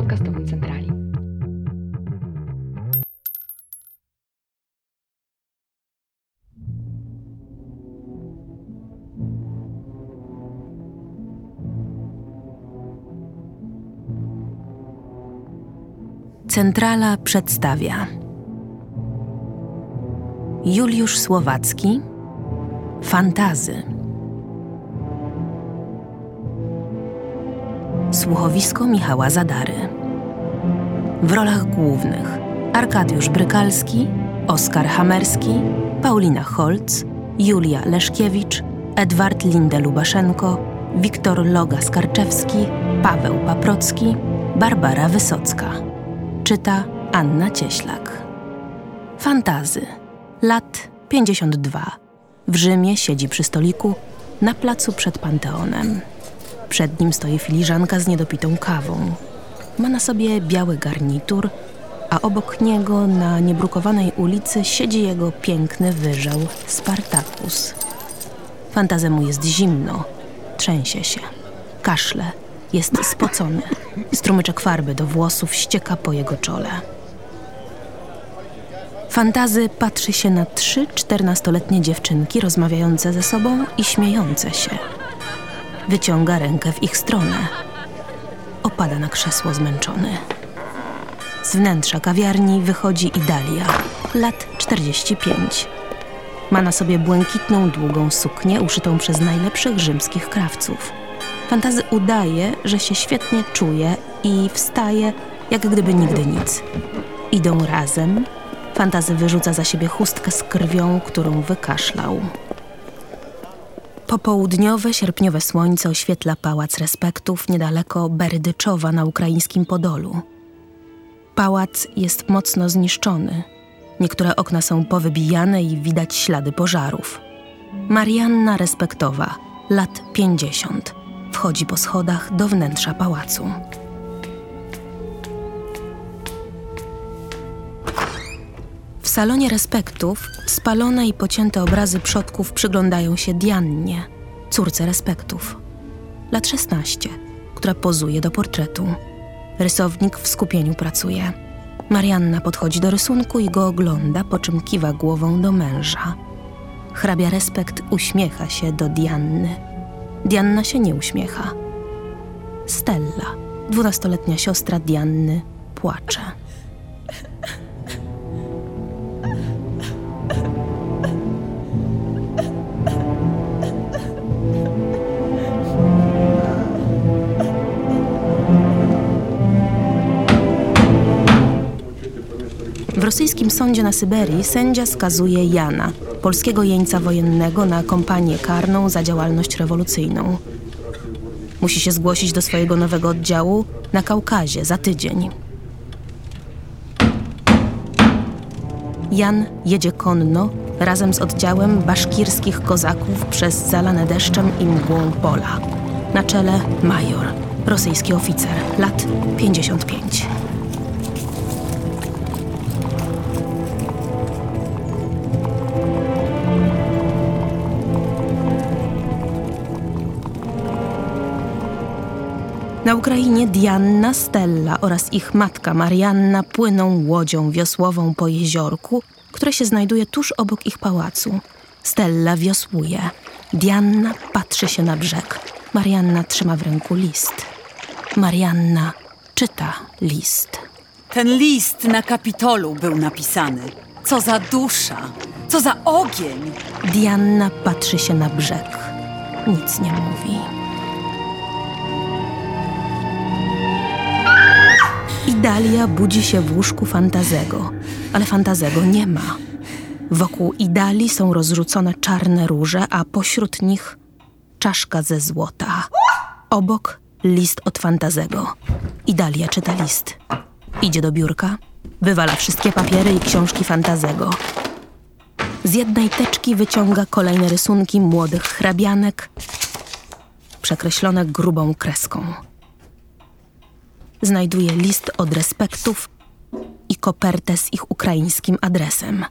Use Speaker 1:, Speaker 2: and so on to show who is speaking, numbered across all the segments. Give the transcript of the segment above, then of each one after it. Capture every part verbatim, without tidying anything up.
Speaker 1: podcastowym Centrali.
Speaker 2: Centrala przedstawia Juliusz Słowacki, Fantazy. Słuchowisko Michała Zadary. W rolach głównych Arkadiusz Brykalski, Oskar Hamerski, Paulina Holc, Julia Leszkiewicz, Edward Linde-Lubaszenko, Wiktor Loga-Skarczewski, Paweł Paprocki, Barbara Wysocka. Czyta Anna Cieślak. Fantazy. Lat pięćdziesiąt dwa. W Rzymie siedzi przy stoliku na placu przed Panteonem. Przed nim stoi filiżanka z niedopitą kawą. Ma na sobie biały garnitur, a obok niego na niebrukowanej ulicy siedzi jego piękny wyżał Spartacus. Fantazemu jest zimno, trzęsie się, kaszle, jest spocony. Strumyczek farby do włosów ścieka po jego czole. Fantazy patrzy się na trzy czternastoletnie dziewczynki rozmawiające ze sobą i śmiejące się. Wyciąga rękę w ich stronę. Opada na krzesło zmęczony. Z wnętrza kawiarni wychodzi Idalia, lat czterdzieści pięć. Ma na sobie błękitną, długą suknię uszytą przez najlepszych rzymskich krawców. Fantazy udaje, że się świetnie czuje i wstaje, jak gdyby nigdy nic. Idą razem. Fantazy wyrzuca za siebie chustkę z krwią, którą wykaszlał. Popołudniowe, sierpniowe słońce oświetla Pałac Respektów niedaleko Berydyczowa na ukraińskim Podolu. Pałac jest mocno zniszczony. Niektóre okna są powybijane i widać ślady pożarów. Marianna Respektowa, lat pięćdziesiąt, wchodzi po schodach do wnętrza pałacu. W salonie Respektów spalone i pocięte obrazy przodków przyglądają się Diannie, córce Respektów, lat szesnaście, która pozuje do portretu. Rysownik w skupieniu pracuje. Marianna podchodzi do rysunku i go ogląda, po czym kiwa głową do męża. Hrabia Respekt uśmiecha się do Dianny. Dianna się nie uśmiecha. Stella, dwunastoletnia siostra Dianny, płacze. W rosyjskim sądzie na Syberii sędzia skazuje Jana, polskiego jeńca wojennego, na kompanię karną za działalność rewolucyjną. Musi się zgłosić do swojego nowego oddziału na Kaukazie za tydzień. Jan jedzie konno razem z oddziałem baszkirskich kozaków przez zalane deszczem i mgłą pola. Na czele major, rosyjski oficer, lat pięćdziesiąt pięć. Na Ukrainie Dianna, Stella oraz ich matka Marianna płyną łodzią wiosłową po jeziorku, które się znajduje tuż obok ich pałacu. Stella wiosłuje. Dianna patrzy się na brzeg. Marianna trzyma w ręku list. Marianna czyta list.
Speaker 3: Ten list na Kapitolu był napisany. Co za dusza, co za ogień!
Speaker 2: Dianna patrzy się na brzeg. Nic nie mówi. Idalia budzi się w łóżku Fantazego, ale Fantazego nie ma. Wokół Idalii są rozrzucone czarne róże, a pośród nich czaszka ze złota. Obok list od Fantazego. Idalia czyta list. Idzie do biurka, wywala wszystkie papiery i książki Fantazego. Z jednej teczki wyciąga kolejne rysunki młodych hrabianek, przekreślone grubą kreską. Znajduje list od Respektów i kopertę z ich ukraińskim adresem.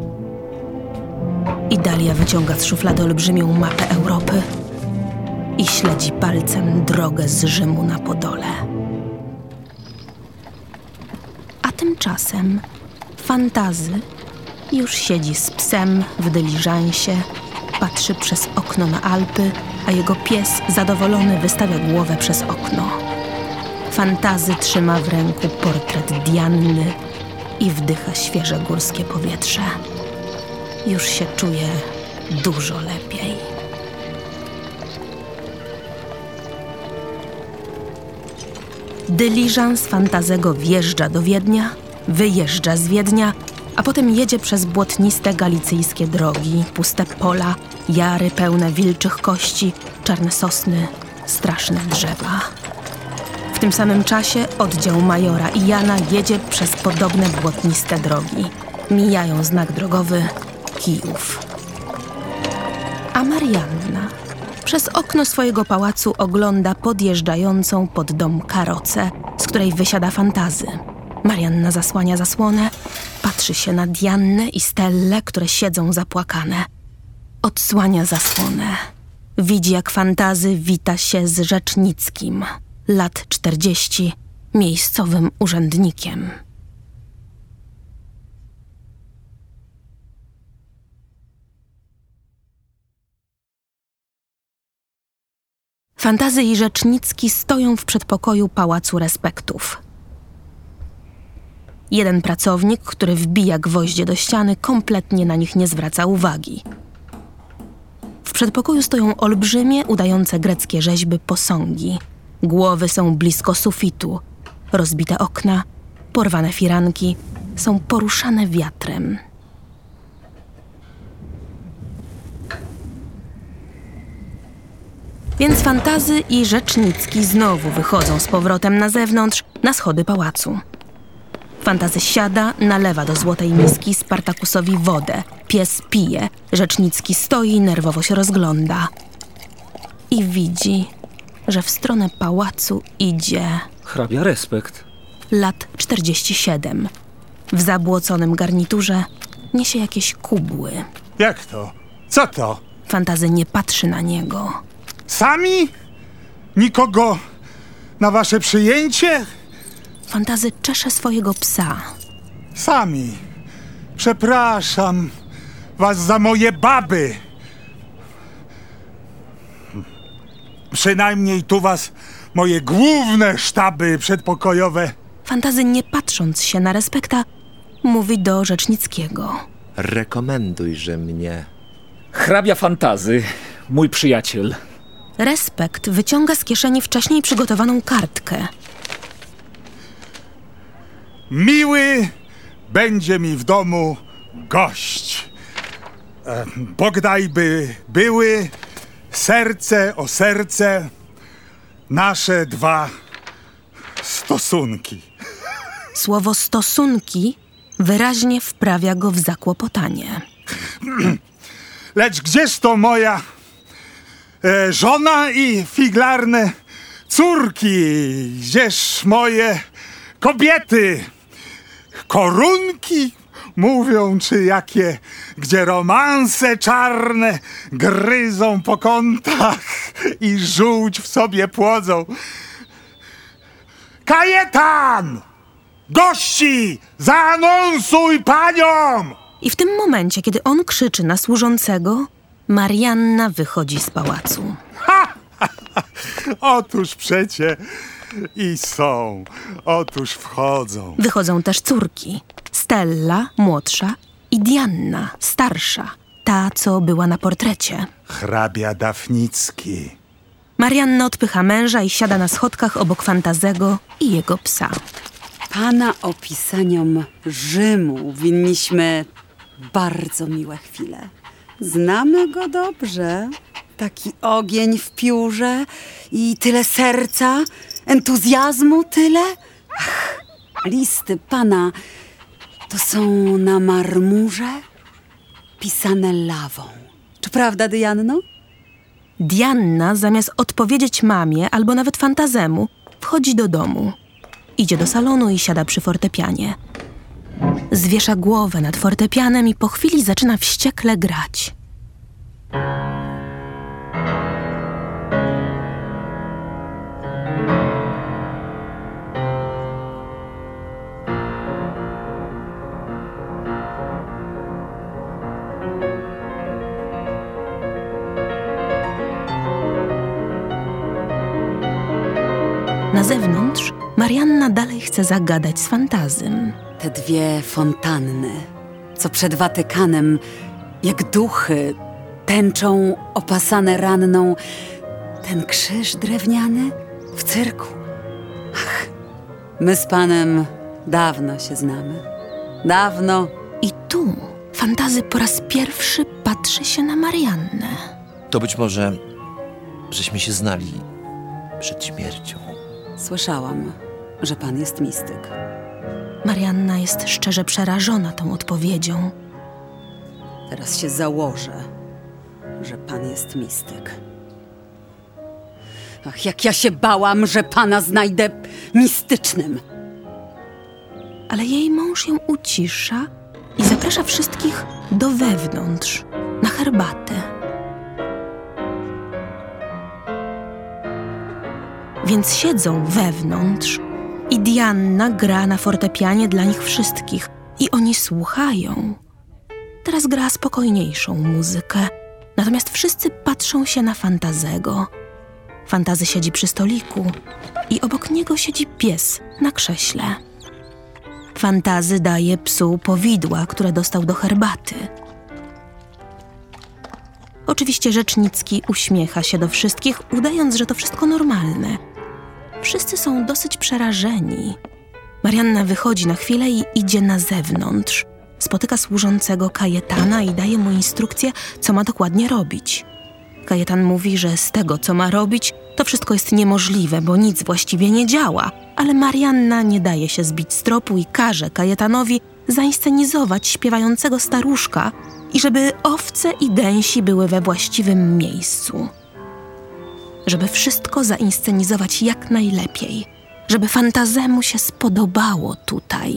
Speaker 2: Idalia wyciąga z szuflady olbrzymią mapę Europy i śledzi palcem drogę z Rzymu na Podole. Tymczasem Fantazy już siedzi z psem w dyliżansie, patrzy przez okno na Alpy, a jego pies zadowolony wystawia głowę przez okno. Fantazy trzyma w ręku portret Dianny i wdycha świeże górskie powietrze. Już się czuje dużo lepiej. Dyliżans Fantazego wjeżdża do Wiednia, wyjeżdża z Wiednia, a potem jedzie przez błotniste galicyjskie drogi, puste pola, jary pełne wilczych kości, czarne sosny, straszne drzewa. W tym samym czasie oddział majora i Jana jedzie przez podobne błotniste drogi. Mijają znak drogowy Kijów. A Marianna przez okno swojego pałacu ogląda podjeżdżającą pod dom karocę, z której wysiada Fantazy. Marianna zasłania zasłonę, patrzy się na Diannę i Stellę, które siedzą zapłakane. Odsłania zasłonę. Widzi, jak Fantazy wita się z Rzecznickim, lat czterdzieści, miejscowym urzędnikiem. Fantazy i Rzecznicki stoją w przedpokoju Pałacu Respektów. Jeden pracownik, który wbija gwoździe do ściany, kompletnie na nich nie zwraca uwagi. W przedpokoju stoją olbrzymie, udające greckie rzeźby posągi. Głowy są blisko sufitu. Rozbite okna, porwane firanki są poruszane wiatrem. Więc Fantazy i Rzecznicki znowu wychodzą z powrotem na zewnątrz, na schody pałacu. Fantazy siada, nalewa do złotej miski Spartakusowi wodę. Pies pije, Rzecznicki stoi, nerwowo się rozgląda. I widzi, że w stronę pałacu idzie...
Speaker 1: Hrabia Respekt.
Speaker 2: Lat czterdzieści siedem. W zabłoconym garniturze niesie jakieś kubły.
Speaker 4: Jak to? Co to?
Speaker 2: Fantazy nie patrzy na niego.
Speaker 4: Sami? Nikogo na wasze przyjęcie?
Speaker 2: Fantazy czesze swojego psa.
Speaker 4: Sami. Przepraszam was za moje baby. Przynajmniej tu was moje główne sztaby przedpokojowe.
Speaker 2: Fantazy, nie patrząc się na Respekta, mówi do Rzecznickiego.
Speaker 5: Rekomendujże mnie.
Speaker 1: Hrabia Fantazy, mój przyjaciel.
Speaker 2: Respekt wyciąga z kieszeni wcześniej przygotowaną kartkę.
Speaker 4: Miły będzie mi w domu gość. E, Bogdajby były serce o serce nasze dwa stosunki.
Speaker 2: Słowo stosunki wyraźnie wprawia go w zakłopotanie.
Speaker 4: Lecz gdzież to moja e, żona i figlarne córki? Gdzież moje kobiety? Korunki mówią, czy jakie, gdzie romanse czarne gryzą po kątach i żółć w sobie płodzą. Kajetan! Gości! Zaanonsuj paniom!
Speaker 2: I w tym momencie, kiedy on krzyczy na służącego, Marianna wychodzi z pałacu.
Speaker 4: Ha! Otóż przecie i są, otóż wchodzą.
Speaker 2: Wychodzą też córki. Stella, młodsza, i Dianna, starsza, ta, co była na portrecie.
Speaker 4: Hrabia Dafnicki.
Speaker 2: Marianna odpycha męża i siada na schodkach obok Fantazego i jego psa.
Speaker 3: Pana opisaniom Rzymu winniśmy bardzo miłe chwile. Znamy go dobrze. Taki ogień w piórze i tyle serca, entuzjazmu tyle. Ach, listy pana to są na marmurze pisane lawą. Czy prawda, Dianno?
Speaker 2: Dianna, zamiast odpowiedzieć mamie albo nawet Fantazemu, wchodzi do domu. Idzie do salonu i siada przy fortepianie. Zwiesza głowę nad fortepianem i po chwili zaczyna wściekle grać. Na zewnątrz Marianna dalej chce zagadać z Fantazym.
Speaker 3: Te dwie fontanny, co przed Watykanem, jak duchy, tęczą opasane ranną. Ten krzyż drewniany w cyrku. Ach, my z panem dawno się znamy. Dawno.
Speaker 2: I tu Fantazy po raz pierwszy patrzy się na Mariannę.
Speaker 5: To być może, żeśmy się znali przed śmiercią.
Speaker 3: Słyszałam, że pan jest mistyk.
Speaker 2: Marianna jest szczerze przerażona tą odpowiedzią.
Speaker 3: Teraz się założę, że pan jest mistyk. Ach, jak ja się bałam, że pana znajdę mistycznym.
Speaker 2: Ale jej mąż ją ucisza i zaprasza wszystkich do wewnątrz, na herbatę. Więc siedzą wewnątrz i Dianna gra na fortepianie dla nich wszystkich i oni słuchają. Teraz gra spokojniejszą muzykę, natomiast wszyscy patrzą się na Fantazego. Fantazy siedzi przy stoliku i obok niego siedzi pies na krześle. Fantazy daje psu powidła, które dostał do herbaty. Oczywiście Rzecznicki uśmiecha się do wszystkich, udając, że to wszystko normalne. Wszyscy są dosyć przerażeni. Marianna wychodzi na chwilę i idzie na zewnątrz. Spotyka służącego Kajetana i daje mu instrukcję, co ma dokładnie robić. Kajetan mówi, że z tego, co ma robić, to wszystko jest niemożliwe, bo nic właściwie nie działa. Ale Marianna nie daje się zbić z tropu i każe Kajetanowi zainscenizować śpiewającego staruszka i żeby owce i gęsi były we właściwym miejscu. Żeby wszystko zainscenizować jak najlepiej. Żeby Fantazemu się spodobało tutaj.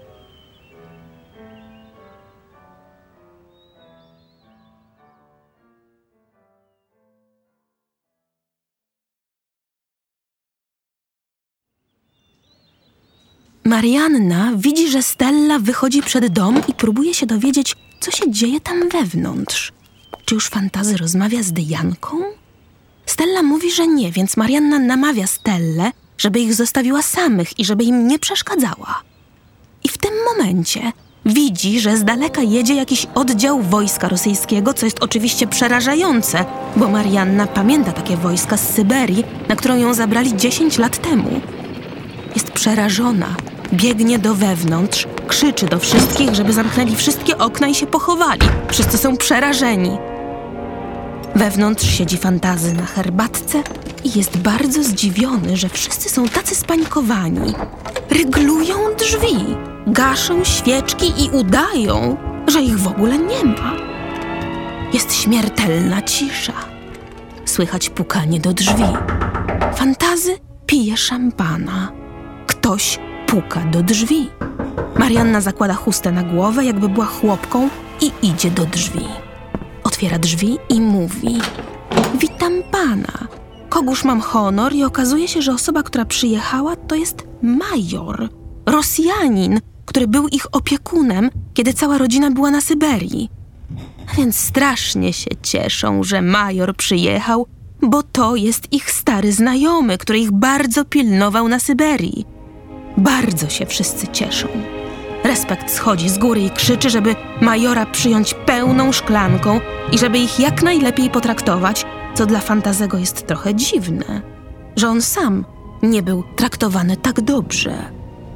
Speaker 2: Marianna widzi, że Stella wychodzi przed dom i próbuje się dowiedzieć, co się dzieje tam wewnątrz. Czy już Fantazy rozmawia z Dyjanką? Stella mówi, że nie, więc Marianna namawia Stellę, żeby ich zostawiła samych i żeby im nie przeszkadzała. I w tym momencie widzi, że z daleka jedzie jakiś oddział wojska rosyjskiego, co jest oczywiście przerażające, bo Marianna pamięta takie wojska z Syberii, na którą ją zabrali dziesięć lat temu. Jest przerażona, biegnie do wewnątrz, krzyczy do wszystkich, żeby zamknęli wszystkie okna i się pochowali. Wszyscy są przerażeni. Wewnątrz siedzi Fantazy na herbatce i jest bardzo zdziwiony, że wszyscy są tacy spanikowani. Ryglują drzwi, gaszą świeczki i udają, że ich w ogóle nie ma. Jest śmiertelna cisza. Słychać pukanie do drzwi. Fantazy pije szampana. Ktoś puka do drzwi. Marianna zakłada chustę na głowę, jakby była chłopką i idzie do drzwi. Otwiera drzwi i mówi: witam pana. Kogóż mam honor i okazuje się, że osoba, która przyjechała, to jest major. Rosjanin, który był ich opiekunem, kiedy cała rodzina była na Syberii. A więc strasznie się cieszą, że major przyjechał, bo to jest ich stary znajomy, który ich bardzo pilnował na Syberii. Bardzo się wszyscy cieszą. Respekt schodzi z góry i krzyczy, żeby majora przyjąć pełną szklanką i żeby ich jak najlepiej potraktować, co dla Fantazego jest trochę dziwne, że on sam nie był traktowany tak dobrze.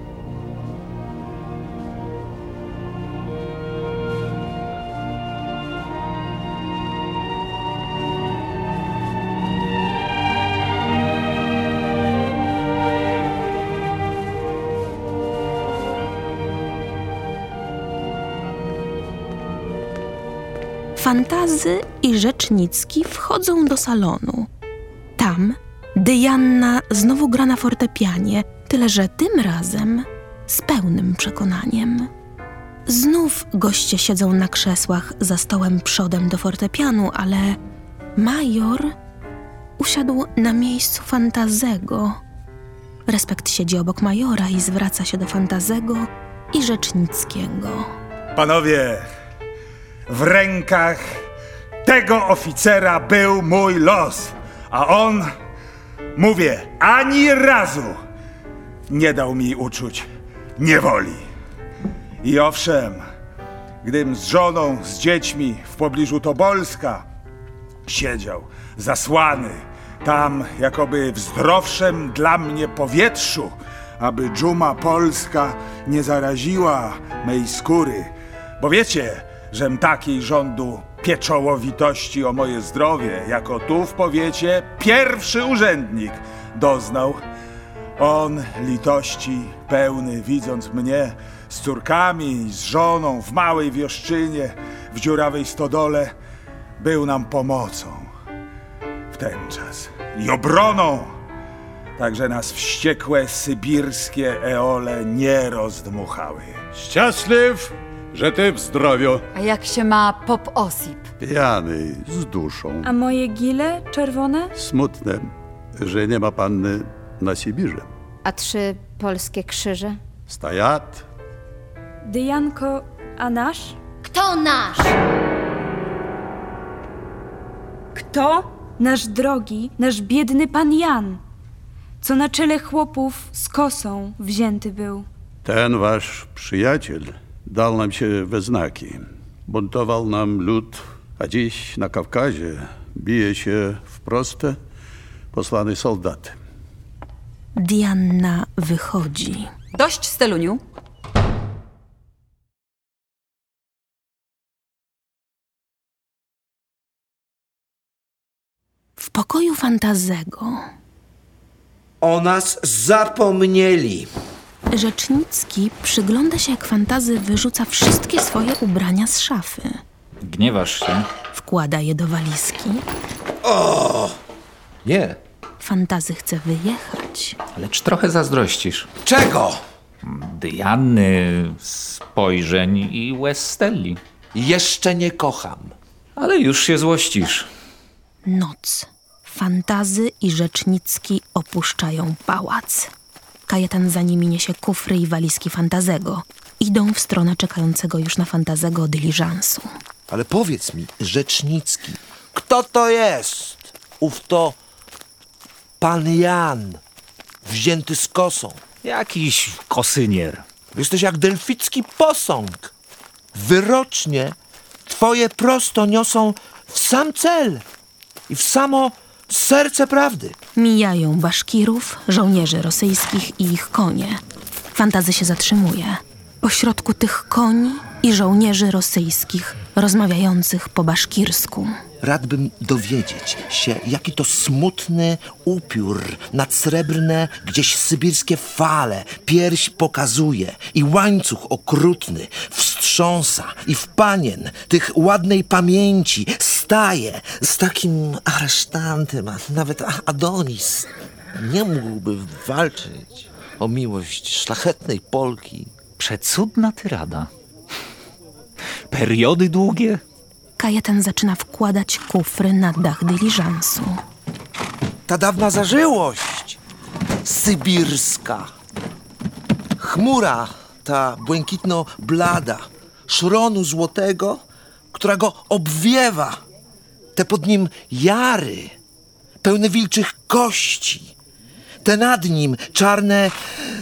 Speaker 2: Fantazy i Rzecznicki wchodzą do salonu. Tam Dyjanna znowu gra na fortepianie, tyle że tym razem z pełnym przekonaniem. Znów goście siedzą na krzesłach za stołem przodem do fortepianu, ale major usiadł na miejscu Fantazego. Respekt siedzi obok majora i zwraca się do Fantazego i Rzecznickiego.
Speaker 4: Panowie, w rękach tego oficera był mój los, a on Mówię, ani razu nie dał mi uczuć niewoli. I owszem, gdym z żoną, z dziećmi w pobliżu Tobolska siedział, zasłany, tam jakoby w zdrowszym dla mnie powietrzu, aby dżuma polska nie zaraziła mej skóry. Bo wiecie, żem takiej rządu pieczołowitości o moje zdrowie, jako tu w powiecie pierwszy urzędnik doznał. On litości pełny, widząc mnie z córkami, z żoną w małej wioszczynie, w dziurawej stodole, był nam pomocą w ten czas i obroną. Także nas wściekłe sybirskie eole nie rozdmuchały.
Speaker 6: Szczęśliw, że ty w zdrowiu.
Speaker 3: A jak się ma pop Osip?
Speaker 6: Pijany, z duszą.
Speaker 7: A moje gile czerwone?
Speaker 6: Smutne, że nie ma panny na Sibirze.
Speaker 8: A trzy polskie krzyże?
Speaker 6: Stajat.
Speaker 7: Dyjanko, a nasz?
Speaker 8: Kto nasz?
Speaker 7: Kto? Nasz drogi, nasz biedny pan Jan, co na czele chłopów z kosą wzięty był.
Speaker 6: Ten wasz przyjaciel dał nam się we znaki. Buntował nam lud, a dziś na Kawkazie bije się w proste posłany soldat.
Speaker 2: Dianna wychodzi.
Speaker 3: Dość, Steluniu.
Speaker 2: W pokoju Fantazego
Speaker 5: O nas zapomnieli.
Speaker 2: Rzecznicki przygląda się, jak Fantazy wyrzuca wszystkie swoje ubrania z szafy.
Speaker 1: Gniewasz się?
Speaker 2: Wkłada je do walizki.
Speaker 5: Nie.
Speaker 2: Fantazy chce wyjechać.
Speaker 1: Lecz trochę zazdrościsz.
Speaker 5: Czego?
Speaker 1: Diany, spojrzeń i łez Stelli.
Speaker 5: Jeszcze nie kocham.
Speaker 1: Ale już się złościsz.
Speaker 2: Noc. Fantazy i Rzecznicki opuszczają pałac. Kajetan za nimi niesie kufry i walizki Fantazego. Idą w stronę czekającego już na Fantazego dyliżansu.
Speaker 5: Ale powiedz mi, Rzecznicki, kto to jest? Ów to pan Jan, wzięty z kosą.
Speaker 1: Jakiś kosynier.
Speaker 5: Jesteś jak delficki posąg. Wyrocznie twoje prosto niosą w sam cel i w samo serce prawdy.
Speaker 2: Mijają baszkirów, żołnierzy rosyjskich i ich konie. Fantazy się zatrzymuje. Pośrodku tych koni i żołnierzy rosyjskich rozmawiających po baszkirsku.
Speaker 5: Radbym dowiedzieć się, jaki to smutny upiór nad srebrne gdzieś sybirskie fale pierś pokazuje i łańcuch okrutny wstrząsa i w panien tych ładnej pamięci staje z takim aresztantem, a nawet Adonis nie mógłby walczyć o miłość szlachetnej Polki.
Speaker 1: Przecudna tyrada. Periody długie.
Speaker 2: Kajetan zaczyna wkładać kufry na dach dyliżansu.
Speaker 5: Ta dawna zażyłość sybirska. Chmura ta błękitno-blada, szronu złotego, która go obwiewa. Te pod nim jary, pełne wilczych kości. Te nad nim czarne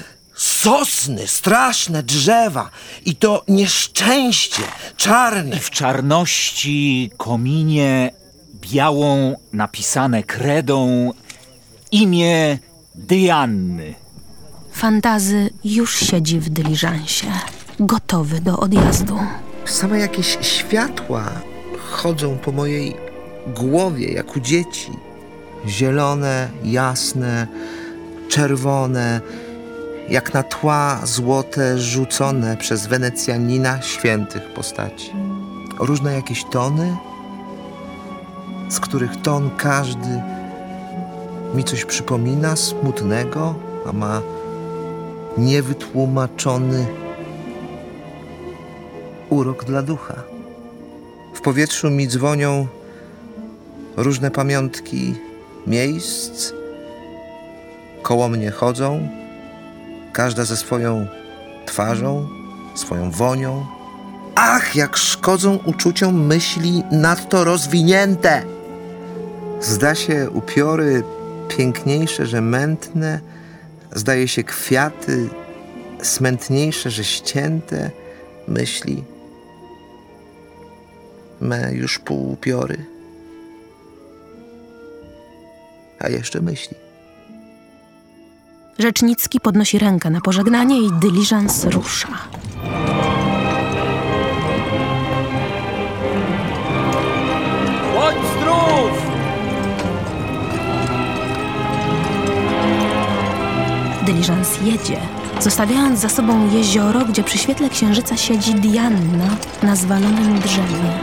Speaker 5: sosny, straszne drzewa i to nieszczęście czarne.
Speaker 1: W czarności kominie białą napisane kredą imię Dianny.
Speaker 2: Fantazy już siedzi w dyliżansie, gotowy do odjazdu.
Speaker 9: Same jakieś światła chodzą po mojej głowie, jak u dzieci. Zielone, jasne, czerwone, jak na tła złote rzucone przez Wenecjanina świętych postaci. Różne jakieś tony, z których ton każdy mi coś przypomina, smutnego, a ma niewytłumaczony urok dla ducha. W powietrzu mi dzwonią różne pamiątki miejsc, koło mnie chodzą, każda ze swoją twarzą, swoją wonią. Ach, jak szkodzą uczuciom myśli nadto rozwinięte! Zda się, upiory piękniejsze, że mętne, zdaje się kwiaty, smętniejsze, że ścięte, myśli me już półupiory, a jeszcze myśli.
Speaker 2: Rzecznicki podnosi rękę na pożegnanie i dyliżans rusza.
Speaker 1: Bądź zdrów!
Speaker 2: Dyliżans jedzie, zostawiając za sobą jezioro, gdzie przy świetle księżyca siedzi Dianna na zwalonym drzewie.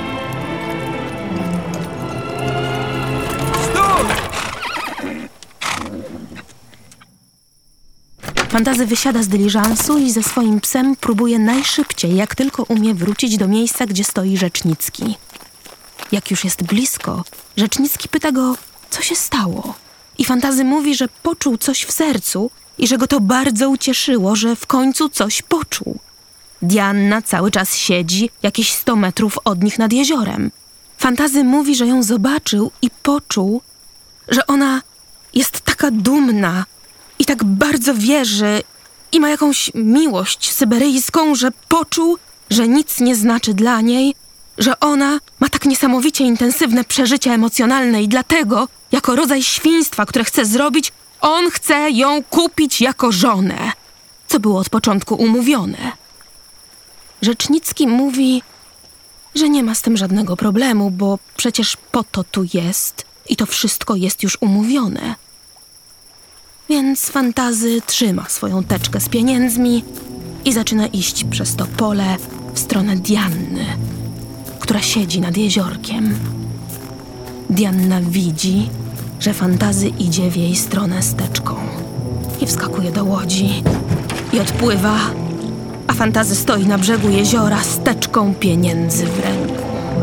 Speaker 2: Fantazy wysiada z dyliżansu i ze swoim psem próbuje najszybciej, jak tylko umie, wrócić do miejsca, gdzie stoi Rzecznicki. Jak już jest blisko, Rzecznicki pyta go, co się stało. I Fantazy mówi, że poczuł coś w sercu i że go to bardzo ucieszyło, że w końcu coś poczuł. Dianna cały czas siedzi jakieś sto metrów od nich nad jeziorem. Fantazy mówi, że ją zobaczył i poczuł, że ona jest taka dumna i tak bardzo wierzy i ma jakąś miłość syberyjską, że poczuł, że nic nie znaczy dla niej, że ona ma tak niesamowicie intensywne przeżycia emocjonalne i dlatego, jako rodzaj świństwa, które chce zrobić, on chce ją kupić jako żonę, co było od początku umówione. Rzecznicki mówi, że nie ma z tym żadnego problemu, bo przecież po to tu jest i to wszystko jest już umówione. Więc Fantazy trzyma swoją teczkę z pieniędzmi i zaczyna iść przez to pole w stronę Dianny, która siedzi nad jeziorkiem. Dianna widzi, że Fantazy idzie w jej stronę z teczką i wskakuje do łodzi i odpływa, a Fantazy stoi na brzegu jeziora z teczką pieniędzy w ręku.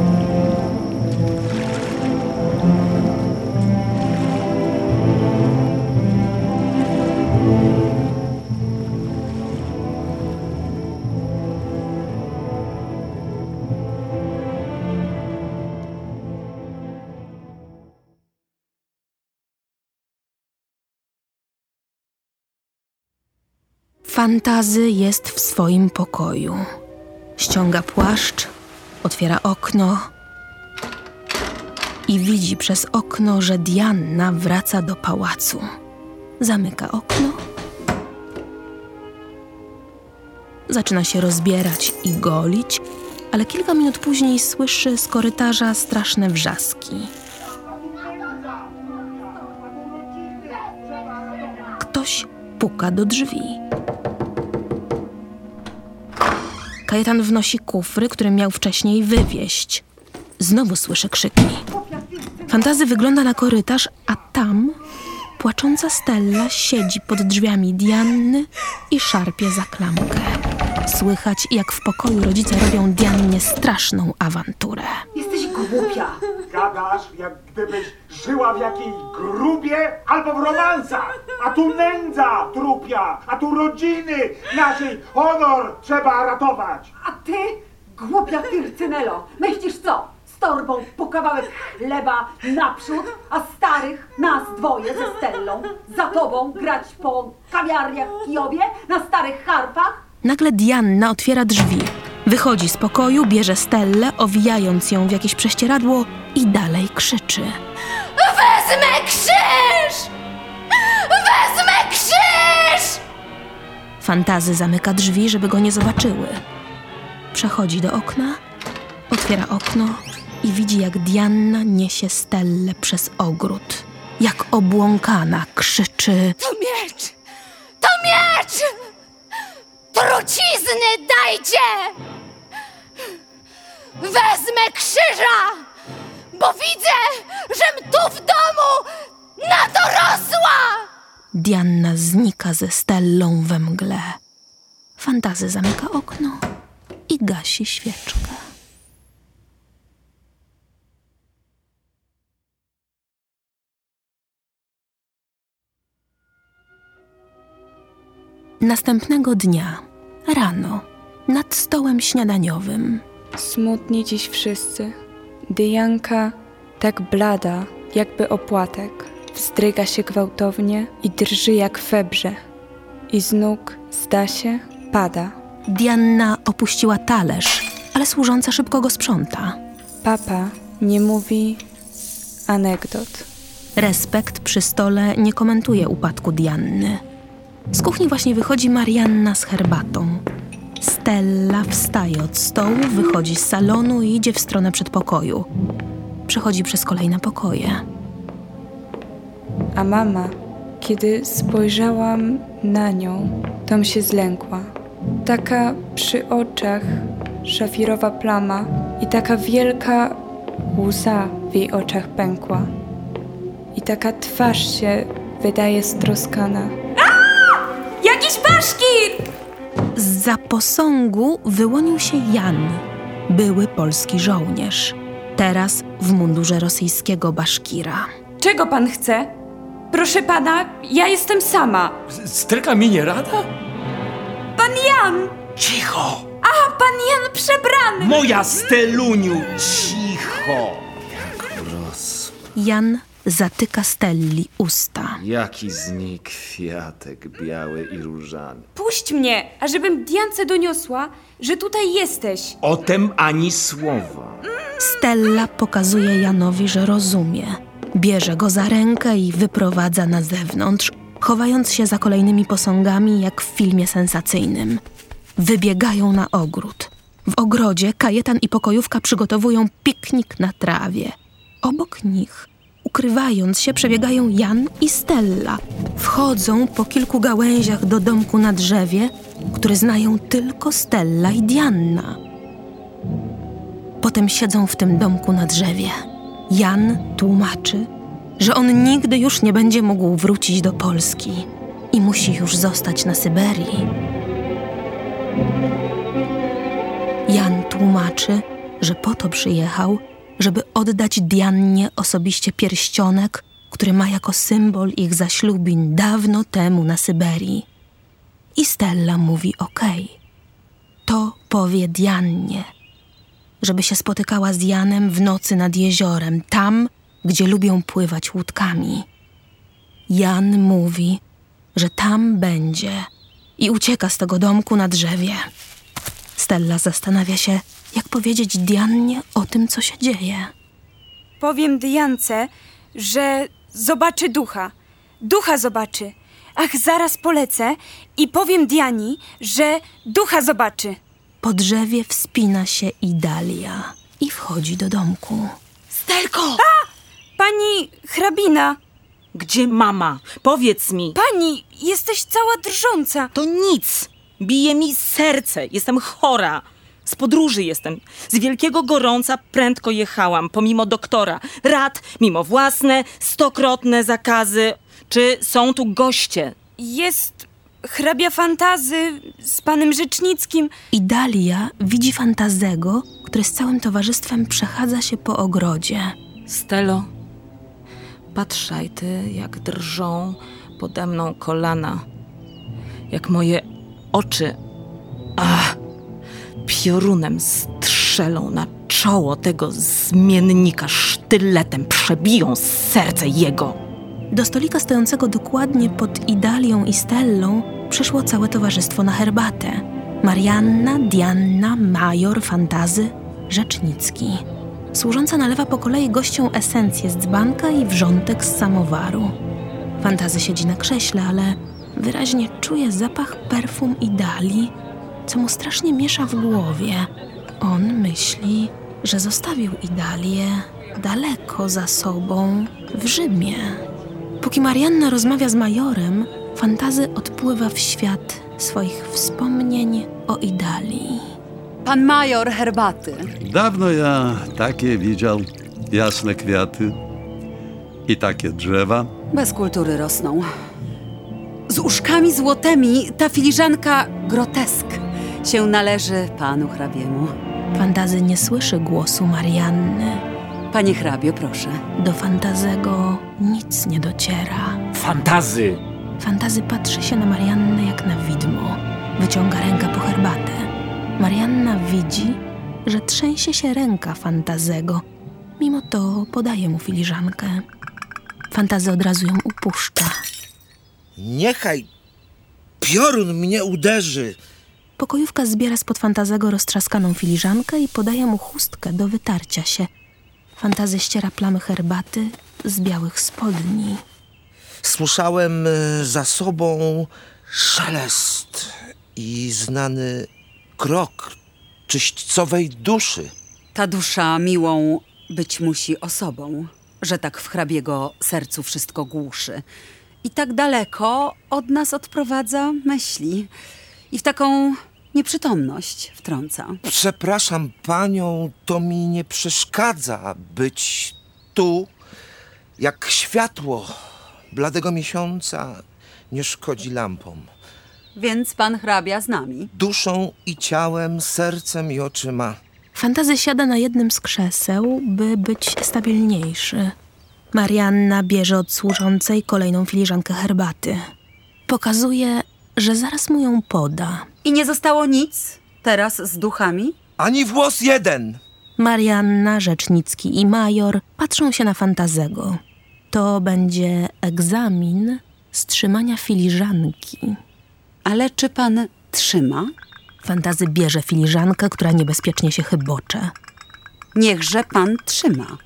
Speaker 2: Fantazy jest w swoim pokoju. Ściąga płaszcz, otwiera okno i widzi przez okno, że Dianna wraca do pałacu. Zamyka okno. Zaczyna się rozbierać i golić, ale kilka minut później słyszy z korytarza straszne wrzaski. Ktoś puka do drzwi. Kajetan wnosi kufry, które miał wcześniej wywieźć. Znowu słyszy krzyki. Fantazy wygląda na korytarz, a tam płacząca Stella siedzi pod drzwiami Dianny i szarpie za klamkę. Słychać, jak w pokoju rodzice robią Diannie straszną awanturę.
Speaker 10: Jesteś głupia.
Speaker 4: Gadasz, jak gdybyś żyła w jakiej grubie albo w romansach. A tu nędza trupia, a tu rodziny naszej honor trzeba ratować.
Speaker 10: A ty, głupia Tyrcynelo, myślisz co? Z torbą po kawałek chleba naprzód, a starych nas dwoje ze Stellą za tobą grać po kawiarniach w Kijowie na starych harfach?
Speaker 2: Nagle Dianna otwiera drzwi. Wychodzi z pokoju, bierze Stellę, owijając ją w jakieś prześcieradło i dalej krzyczy.
Speaker 8: Wezmę krzyż! Wezmę krzyż!
Speaker 2: Fantazy zamyka drzwi, żeby go nie zobaczyły. Przechodzi do okna, otwiera okno i widzi, jak Dianna niesie Stellę przez ogród. Jak obłąkana krzyczy.
Speaker 8: To miecz! To miecz! Trucizny dajcie! Wezmę krzyża, bo widzę, żem tu w domu na to rosła!
Speaker 2: Dianna znika ze Stellą we mgle. Fantazy zamyka okno i gasi świeczkę. Następnego dnia, rano, nad stołem śniadaniowym.
Speaker 7: Smutni dziś wszyscy. Dyjanka tak blada, jakby opłatek. wzdryga się gwałtownie i drży jak w febrze. I z nóg, zda się, pada.
Speaker 2: Dianna opuściła talerz, ale służąca szybko go sprząta.
Speaker 7: Papa nie mówi anegdot.
Speaker 2: Respekt przy stole nie komentuje upadku Dianny. Z kuchni właśnie wychodzi Marianna z herbatą. Stella wstaje od stołu, wychodzi z salonu i idzie w stronę przedpokoju. Przechodzi przez kolejne pokoje.
Speaker 7: A mama, kiedy spojrzałam na nią, tom się zlękła. Taka przy oczach szafirowa plama i taka wielka łza w jej oczach pękła. I taka twarz się wydaje stroskana. Jakiś paszkir!
Speaker 2: Zza posągu wyłonił się Jan, były polski żołnierz. Teraz w mundurze rosyjskiego baszkira.
Speaker 7: Czego pan chce? Proszę pana, ja jestem sama.
Speaker 11: Stryka mi nie rada?
Speaker 7: Pan Jan!
Speaker 11: Cicho!
Speaker 7: A, pan Jan przebrany!
Speaker 11: Moja Steluniu, cicho!
Speaker 2: Jan zatyka Stelli usta.
Speaker 12: Jaki z niej kwiatek biały i różany.
Speaker 7: Puść mnie, ażebym Diance doniosła, że tutaj jesteś.
Speaker 11: O tem ani słowa.
Speaker 2: Stella pokazuje Janowi, że rozumie. Bierze go za rękę i wyprowadza na zewnątrz, chowając się za kolejnymi posągami, jak w filmie sensacyjnym. Wybiegają na ogród. W ogrodzie Kajetan i pokojówka przygotowują piknik na trawie. Obok nich, ukrywając się, przebiegają Jan i Stella. Wchodzą po kilku gałęziach do domku na drzewie, który znają tylko Stella i Dianna. Potem siedzą w tym domku na drzewie. Jan tłumaczy, że on nigdy już nie będzie mógł wrócić do Polski i musi już zostać na Syberii. Jan tłumaczy, że po to przyjechał, żeby oddać Diannie osobiście pierścionek, który ma jako symbol ich zaślubin dawno temu na Syberii. I Stella mówi okej. To powie Diannie, żeby się spotykała z Janem w nocy nad jeziorem, tam, gdzie lubią pływać łódkami. Jan mówi, że tam będzie i ucieka z tego domku na drzewie. Stella zastanawia się, jak powiedzieć Diannie o tym, co się dzieje.
Speaker 7: Powiem Diance, że zobaczy ducha. Ducha zobaczy. Ach, zaraz polecę i powiem Diani, że ducha zobaczy.
Speaker 2: Po drzewie wspina się Idalia i wchodzi do domku.
Speaker 3: Stelko!
Speaker 7: A! Pani hrabina!
Speaker 13: Gdzie mama? Powiedz mi.
Speaker 7: Pani, jesteś cała drżąca.
Speaker 13: To nic. Bije mi serce. Jestem chora. Z podróży jestem. Z wielkiego gorąca prędko jechałam, pomimo doktora. Rad, mimo własne, stokrotne zakazy. Czy są tu goście?
Speaker 7: Jest hrabia Fantazy z panem Rzecznickim.
Speaker 2: Idalia widzi Fantazego, który z całym towarzystwem przechadza się po ogrodzie.
Speaker 13: Stelo, patrzaj ty, jak drżą pode mną kolana. Jak moje oczy, ach, piorunem strzelą na czoło tego zmiennika, sztyletem przebiją serce jego.
Speaker 2: Do stolika stojącego dokładnie pod Idalią i Stellą przyszło całe towarzystwo na herbatę. Marianna, Dianna, Major, Fantazy, Rzecznicki. Służąca nalewa po kolei gościom esencję z dzbanka i wrzątek z samowaru. Fantazy siedzi na krześle, ale wyraźnie czuje zapach perfum Idalii, co mu strasznie miesza w głowie. On myśli, że zostawił Idalię daleko za sobą w Rzymie. Póki Marianna rozmawia z Majorem, Fantazy odpływa w świat swoich wspomnień o Idalii.
Speaker 3: Pan major herbaty.
Speaker 6: Dawno ja takie widział jasne kwiaty i takie drzewa.
Speaker 3: Bez kultury rosną. Z uszkami złotymi ta filiżanka grotesk się należy panu hrabiemu.
Speaker 2: Fantazy nie słyszy głosu Marianny.
Speaker 3: Panie hrabio, proszę.
Speaker 2: Do Fantazego nic nie dociera.
Speaker 11: Fantazy!
Speaker 2: Fantazy patrzy się na Mariannę jak na widmo. Wyciąga rękę po herbatę. Marianna widzi, że trzęsie się ręka Fantazego. Mimo to podaje mu filiżankę. Fantazy od razu ją upuszcza.
Speaker 5: Niechaj piorun mnie uderzy.
Speaker 2: Pokojówka zbiera spod Fantazego roztrzaskaną filiżankę i podaje mu chustkę do wytarcia się. Fantazy ściera plamy herbaty z białych spodni.
Speaker 5: Słyszałem za sobą szelest i znany krok czyśćcowej duszy.
Speaker 3: Ta dusza miłą być musi osobą, że tak w hrabiego sercu wszystko głuszy. I tak daleko od nas odprowadza myśli i w taką nieprzytomność wtrąca.
Speaker 5: Przepraszam panią, to mi nie przeszkadza być tu, jak światło bladego miesiąca nie szkodzi lampom.
Speaker 3: Więc pan hrabia z nami.
Speaker 5: Duszą i ciałem, sercem i oczyma.
Speaker 2: Fantazy siada na jednym z krzeseł, by być stabilniejszy. Marianna bierze od służącej kolejną filiżankę herbaty. Pokazuje, że zaraz mu ją poda.
Speaker 3: I nie zostało nic teraz z duchami?
Speaker 5: Ani włos jeden!
Speaker 2: Marianna, Rzecznicki i Major patrzą się na Fantazego. To będzie egzamin z trzymania filiżanki.
Speaker 3: Ale czy pan trzyma?
Speaker 2: Fantazy bierze filiżankę, która niebezpiecznie się chybocze.
Speaker 3: Niechże pan trzyma.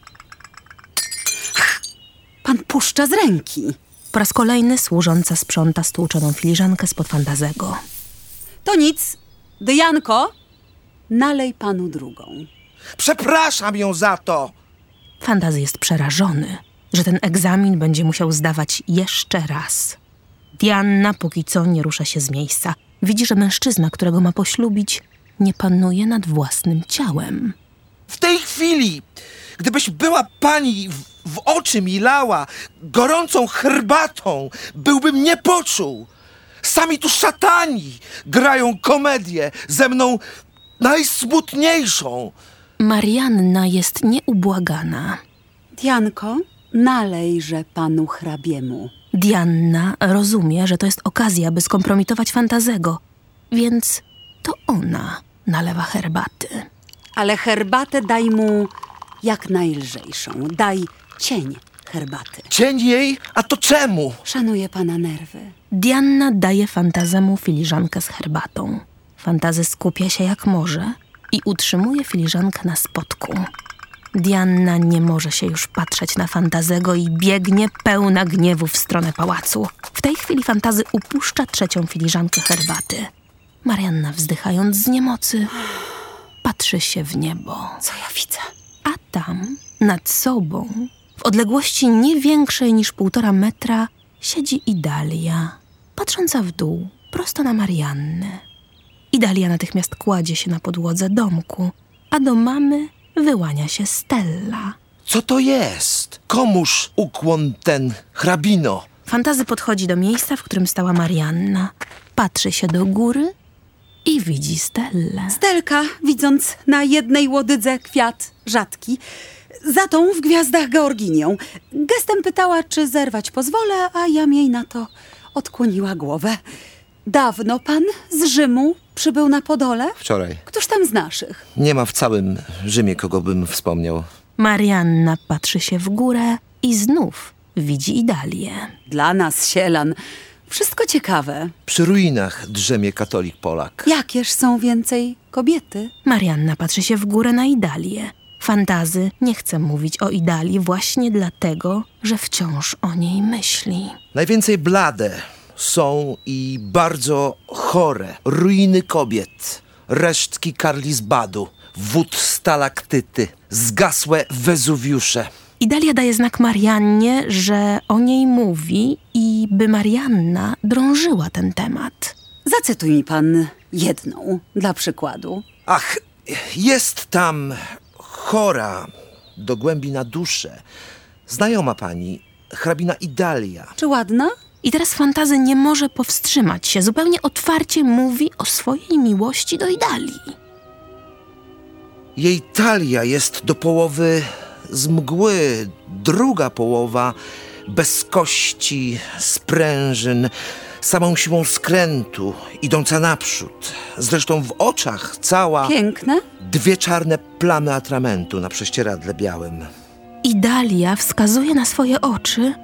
Speaker 3: Ach, pan puszcza z ręki.
Speaker 2: Po raz kolejny służąca sprząta stłuczoną filiżankę spod Fantazego.
Speaker 3: To nic. Dyjanko, nalej panu drugą.
Speaker 5: Przepraszam ją za to!
Speaker 2: Fantazy jest przerażony, że ten egzamin będzie musiał zdawać jeszcze raz. Dianna póki co nie rusza się z miejsca. Widzi, że mężczyzna, którego ma poślubić, nie panuje nad własnym ciałem.
Speaker 5: W tej chwili, gdybyś była pani w, w oczy mi lała gorącą herbatą, byłbym nie poczuł. Sami tu szatani grają komedię ze mną najsmutniejszą.
Speaker 2: Marianna jest nieubłagana.
Speaker 3: Dianko, nalejże panu hrabiemu.
Speaker 2: Dianna rozumie, że to jest okazja, by skompromitować Fantazego, więc to ona nalewa herbaty.
Speaker 3: Ale herbatę daj mu jak najlżejszą. Daj cień herbaty.
Speaker 5: Cień jej? A to czemu?
Speaker 3: Szanuje pana nerwy.
Speaker 2: Dianna daje Fantazemu filiżankę z herbatą. Fantazy skupia się jak może i utrzymuje filiżankę na spodku. Dianna nie może się już patrzeć na Fantazego i biegnie pełna gniewu w stronę pałacu. W tej chwili Fantazy upuszcza trzecią filiżankę herbaty. Marianna, wzdychając z niemocy, patrzy się w niebo.
Speaker 3: Co ja widzę?
Speaker 2: A tam, nad sobą, w odległości nie większej niż półtora metra, siedzi Idalia, patrząca w dół, prosto na Mariannę. Idalia natychmiast kładzie się na podłodze domku, a do mamy wyłania się Stella.
Speaker 5: Co to jest? Komuż ukłon ten, hrabino?
Speaker 2: Fantazy podchodzi do miejsca, w którym stała Marianna. Patrzy się do góry i widzi Stellę.
Speaker 3: Stelka, widząc na jednej łodydze kwiat rzadki, za tą w gwiazdach Georginią, gestem pytała, czy zerwać pozwolę, a ja jej na to odkłoniła głowę. Dawno pan z Rzymu przybył na Podole?
Speaker 9: Wczoraj.
Speaker 3: Któż tam z naszych?
Speaker 9: Nie ma w całym Rzymie, kogo bym wspomniał.
Speaker 2: Marianna patrzy się w górę i znów widzi Idalię.
Speaker 3: Dla nas, sielan, wszystko ciekawe.
Speaker 9: Przy ruinach drzemie katolik Polak.
Speaker 3: Jakież są więcej kobiety?
Speaker 2: Marianna patrzy się w górę na Idalię. Fantazy nie chce mówić o Idalii właśnie dlatego, że wciąż o niej myśli.
Speaker 5: Najwięcej blade są i bardzo chore ruiny kobiet, resztki Karlsbadu, wód stalaktyty, zgasłe Wezuwiusze.
Speaker 2: Idalia daje znak Mariannie, że o niej mówi i by Marianna drążyła ten temat.
Speaker 3: Zacytuj mi pan jedną, dla przykładu.
Speaker 5: Ach, jest tam chora do głębi na duszę, znajoma pani, hrabina Idalia.
Speaker 3: Czy ładna?
Speaker 2: I teraz Fantazy nie może powstrzymać się. Zupełnie otwarcie mówi o swojej miłości do Idalii.
Speaker 5: Jej talia jest do połowy z mgły, druga połowa bez kości, sprężyn, samą siłą skrętu, idąca naprzód. Zresztą w oczach cała...
Speaker 3: Piękne?
Speaker 5: Dwie czarne plamy atramentu na prześcieradle białym.
Speaker 2: Idalia wskazuje na swoje oczy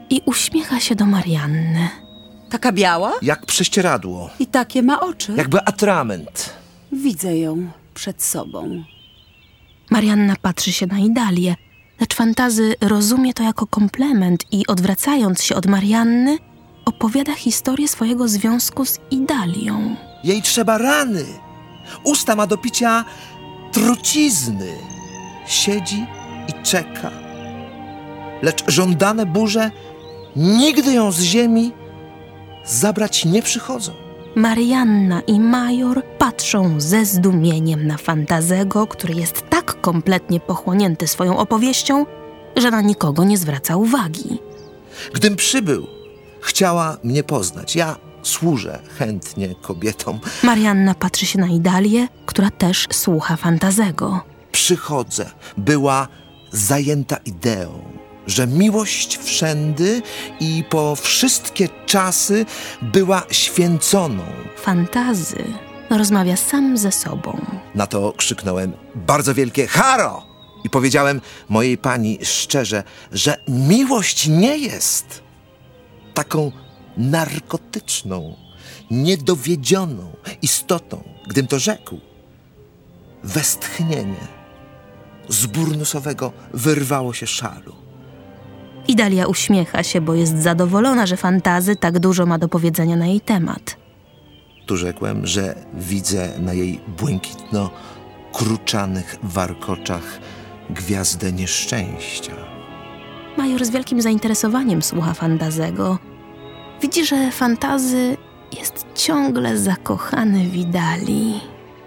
Speaker 2: i uśmiecha się do Marianny.
Speaker 3: Taka biała?
Speaker 5: Jak prześcieradło.
Speaker 3: I takie ma oczy.
Speaker 5: Jakby atrament.
Speaker 3: Widzę ją przed sobą.
Speaker 2: Marianna patrzy się na Idalię, lecz Fantazy rozumie to jako komplement i odwracając się od Marianny, opowiada historię swojego związku z Idalią.
Speaker 5: Jej trzeba rany. Usta ma do picia trucizny. Siedzi i czeka. Lecz żądane burze nigdy ją z ziemi zabrać nie przychodzą.
Speaker 2: Marianna i Major patrzą ze zdumieniem na Fantazego, który jest tak kompletnie pochłonięty swoją opowieścią, że na nikogo nie zwraca uwagi.
Speaker 5: Gdym przybył, chciała mnie poznać. Ja służę chętnie kobietom.
Speaker 2: Marianna patrzy się na Idalię, która też słucha Fantazego.
Speaker 5: Przychodzę, była zajęta ideą, że miłość wszędy i po wszystkie czasy była święconą.
Speaker 2: Fantazy rozmawia sam ze sobą.
Speaker 5: Na to krzyknąłem bardzo wielkie haro i powiedziałem mojej pani szczerze, że miłość nie jest taką narkotyczną, niedowiedzioną istotą. Gdym to rzekł, westchnienie z burnusowego wyrwało się szalu.
Speaker 2: Idalia uśmiecha się, bo jest zadowolona, że Fantazy tak dużo ma do powiedzenia na jej temat.
Speaker 5: Tu rzekłem, że widzę na jej błękitno-kruczanych warkoczach gwiazdę nieszczęścia.
Speaker 2: Major z wielkim zainteresowaniem słucha Fantazego. Widzi, że Fantazy jest ciągle zakochany w Idalii.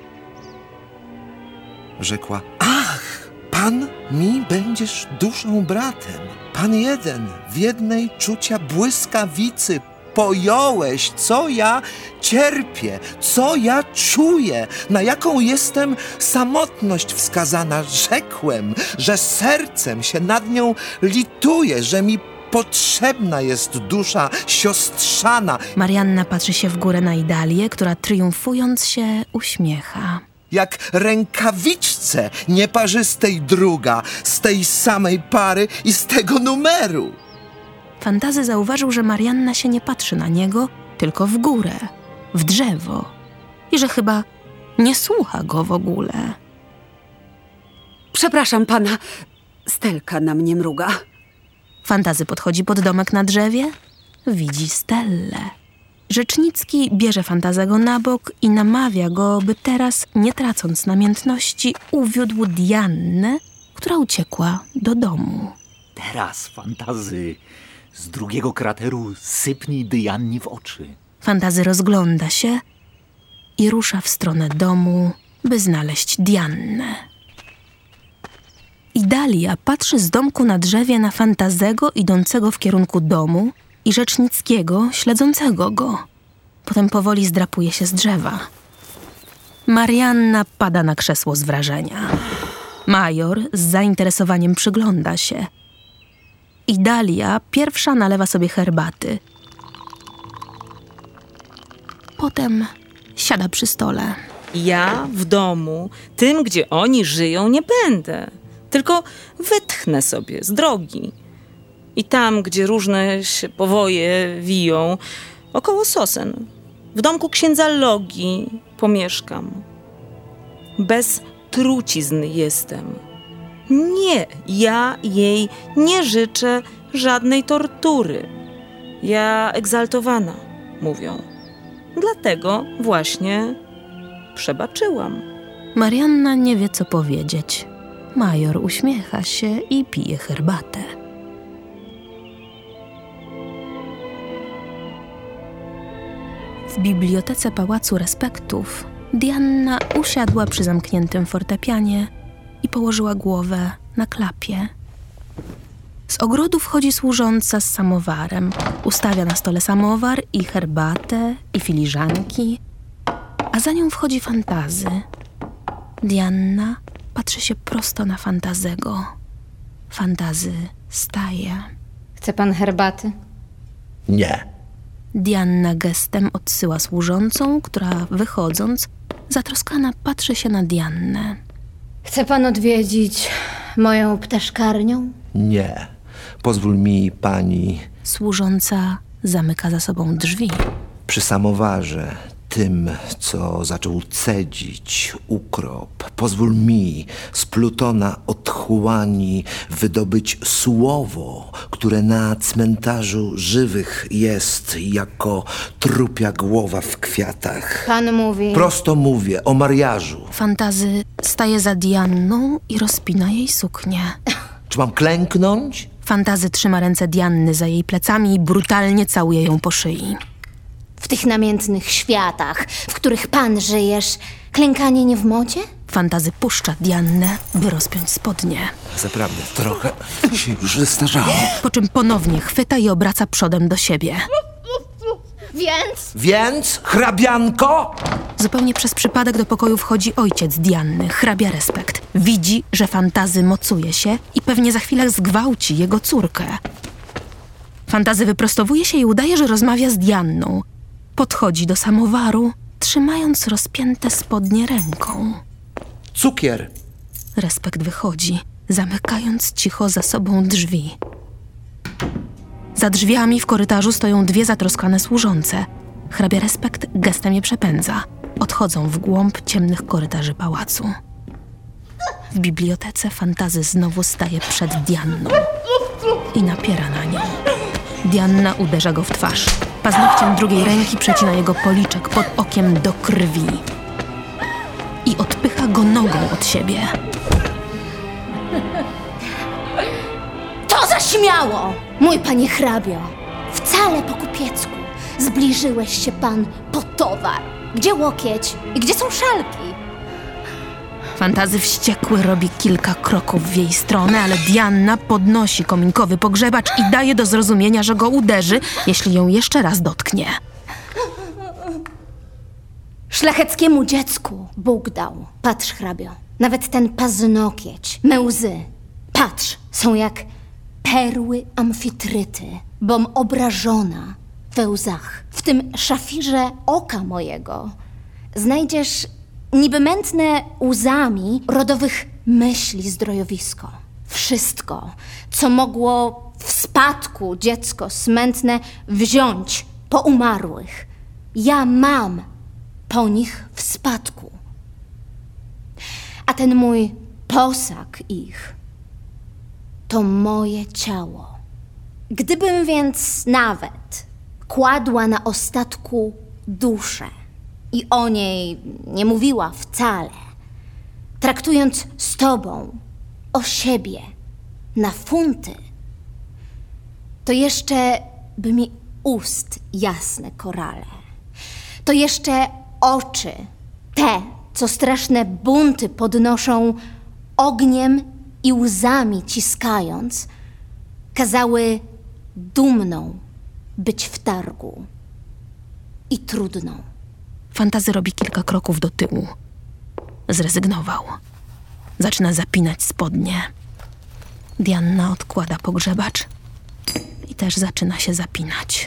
Speaker 5: Rzekła, ach, pan mi będziesz duszą bratem. Pan jeden w jednej czucia błyskawicy pojąłeś, co ja cierpię, co ja czuję, na jaką jestem samotność wskazana. Rzekłem, że sercem się nad nią lituję, że mi potrzebna jest dusza siostrzana.
Speaker 2: Marianna patrzy się w górę na Idalię, która triumfując się uśmiecha.
Speaker 5: Jak rękawiczce nieparzystej druga, z tej samej pary i z tego numeru.
Speaker 2: Fantazy zauważył, że Marianna się nie patrzy na niego, tylko w górę, w drzewo i że chyba nie słucha go w ogóle.
Speaker 3: Przepraszam pana, Stelka na mnie mruga.
Speaker 2: Fantazy podchodzi pod domek na drzewie, widzi Stellę. Rzecznicki bierze Fantazego na bok i namawia go, by teraz, nie tracąc namiętności, uwiódł Diannę, która uciekła do domu.
Speaker 1: Teraz, Fantazy, z drugiego krateru sypnij Diannie w oczy.
Speaker 2: Fantazy rozgląda się i rusza w stronę domu, by znaleźć Diannę. Idalia patrzy z domku na drzewie na Fantazego idącego w kierunku domu i Rzecznickiego śledzącego go. Potem powoli zdrapuje się z drzewa. Marianna pada na krzesło z wrażenia. Major z zainteresowaniem przygląda się. Idalia pierwsza nalewa sobie herbaty. Potem siada przy stole.
Speaker 13: Ja w domu, tym, gdzie oni żyją, nie będę. Tylko wytchnę sobie z drogi. I tam, gdzie różne się powoje wiją, około sosen, w domku księdza Logii pomieszkam. Bez trucizny jestem. Nie, ja jej nie życzę żadnej tortury. Ja egzaltowana, mówią. Dlatego właśnie przebaczyłam.
Speaker 2: Marianna nie wie, co powiedzieć. Major uśmiecha się i pije herbatę. W bibliotece Pałacu Respektów Dianna usiadła przy zamkniętym fortepianie i położyła głowę na klapie. Z ogrodu wchodzi służąca z samowarem. Ustawia na stole samowar i herbatę, i filiżanki, a za nią wchodzi Fantazy. Dianna patrzy się prosto na Fantazego. Fantazy staje.
Speaker 8: Chce pan herbaty?
Speaker 5: Nie.
Speaker 2: Dianna gestem odsyła służącą, która wychodząc, zatroskana patrzy się na Diannę.
Speaker 8: Chce pan odwiedzić moją ptaszkarnię?
Speaker 5: Nie.
Speaker 9: Pozwól mi, pani,
Speaker 2: Służąca zamyka za sobą drzwi.
Speaker 9: przy samowarze, tym, co zaczął cedzić ukrop. Pozwól mi z plutona otchłani wydobyć słowo, które na cmentarzu żywych jest jako trupia głowa w kwiatach.
Speaker 8: Pan mówi...
Speaker 9: Prosto mówię o mariażu.
Speaker 2: Fantazy staje za Dianną i rozpina jej suknię.
Speaker 9: Czy mam klęknąć?
Speaker 2: Fantazy trzyma ręce Dianny za jej plecami i brutalnie całuje ją po szyi.
Speaker 8: W tych namiętnych światach, w których pan żyjesz, klękanie nie w modzie?
Speaker 2: Fantazy puszcza Diannę, by rozpiąć spodnie.
Speaker 9: Zaprawdę, trochę się już zestarzało.
Speaker 2: Po czym ponownie chwyta i obraca przodem do siebie.
Speaker 8: Więc?
Speaker 9: Więc, hrabianko?
Speaker 2: Zupełnie przez przypadek do pokoju wchodzi ojciec Dianny, hrabia Respekt. Widzi, że Fantazy mocuje się i pewnie za chwilę zgwałci jego córkę. Fantazy wyprostowuje się i udaje, że rozmawia z Dianną. Podchodzi do samowaru, trzymając rozpięte spodnie ręką.
Speaker 9: Cukier.
Speaker 2: Respekt wychodzi, zamykając cicho za sobą drzwi. Za drzwiami w korytarzu stoją dwie zatroskane służące. Hrabia Respekt gestem je przepędza. Odchodzą w głąb ciemnych korytarzy pałacu. W bibliotece Fantazy znowu staje przed Dianną i napiera na nią. Dianna uderza go w twarz. Paznokciem drugiej ręki przecina jego policzek pod okiem do krwi i odpycha go nogą od siebie.
Speaker 8: To zaśmiało, mój panie hrabio. Wcale po kupiecku. Zbliżyłeś się pan po towar. Gdzie łokieć i gdzie są szalki?
Speaker 2: Fantazy wściekły robi kilka kroków w jej stronę, ale Dianna podnosi kominkowy pogrzebacz i daje do zrozumienia, że go uderzy, jeśli ją jeszcze raz dotknie.
Speaker 8: Szlacheckiemu dziecku Bóg dał. Patrz, hrabio, nawet ten paznokieć, me łzy. Patrz, są jak perły amfitryty, bom obrażona we łzach. W tym szafirze oka mojego znajdziesz niby mętne łzami rodowych myśli zdrojowisko. Wszystko, co mogło w spadku dziecko smętne wziąć po umarłych, ja mam po nich w spadku. A ten mój posag ich to moje ciało. Gdybym więc nawet kładła na ostatku duszę i o niej nie mówiła wcale, traktując z tobą o siebie na funty, to jeszcze by mi ust jasne korale, to jeszcze oczy, te, co straszne bunty podnoszą ogniem i łzami ciskając, kazały dumną być w targu i trudną.
Speaker 2: Fantazy robi kilka kroków do tyłu. Zrezygnował. Zaczyna zapinać spodnie. Dianna odkłada pogrzebacz i też zaczyna się zapinać.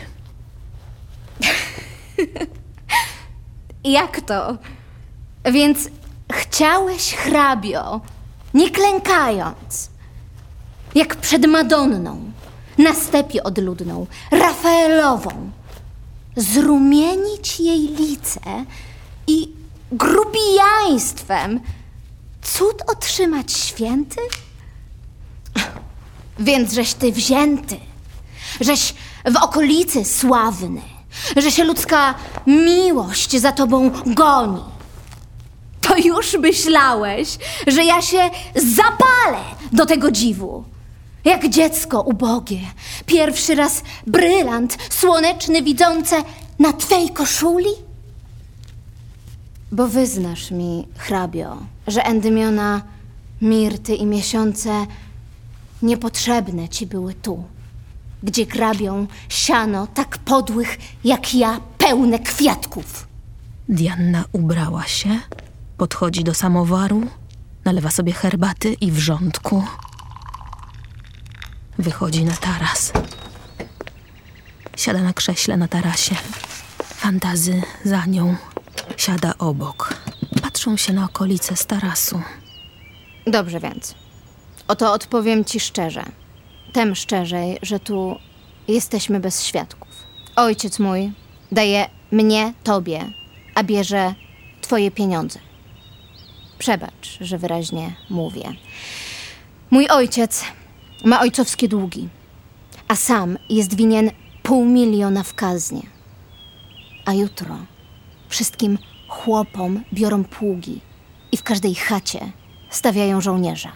Speaker 8: Jak to? Więc chciałeś, hrabio, nie klękając, jak przed Madonną, na stepie odludną, Rafaelową, zrumienić jej lice i grubijaństwem cud otrzymać święty? Więc żeś ty wzięty, żeś w okolicy sławny, że się ludzka miłość za tobą goni. To już myślałeś, że ja się zapalę do tego dziwu. Jak dziecko ubogie, pierwszy raz brylant słoneczny widzące na twej koszuli? Bo wyznasz mi, hrabio, że endymiona, mirty i miesiące niepotrzebne ci były tu, gdzie grabią siano tak podłych jak ja, pełne kwiatków.
Speaker 2: Dianna ubrała się, podchodzi do samowaru, nalewa sobie herbaty i wrzątku. Wychodzi na taras. Siada na krześle na tarasie. Fantazy za nią. Siada obok. Patrzą się na okolice z tarasu.
Speaker 8: Dobrze więc. Oto odpowiem ci szczerze. Tem szczerzej, że tu jesteśmy bez świadków. Ojciec mój daje mnie tobie, a bierze twoje pieniądze. Przebacz, że wyraźnie mówię. Mój ojciec ma ojcowskie długi, a sam jest winien pół miliona w kaznie. A jutro wszystkim chłopom biorą pługi i w każdej chacie stawiają żołnierza.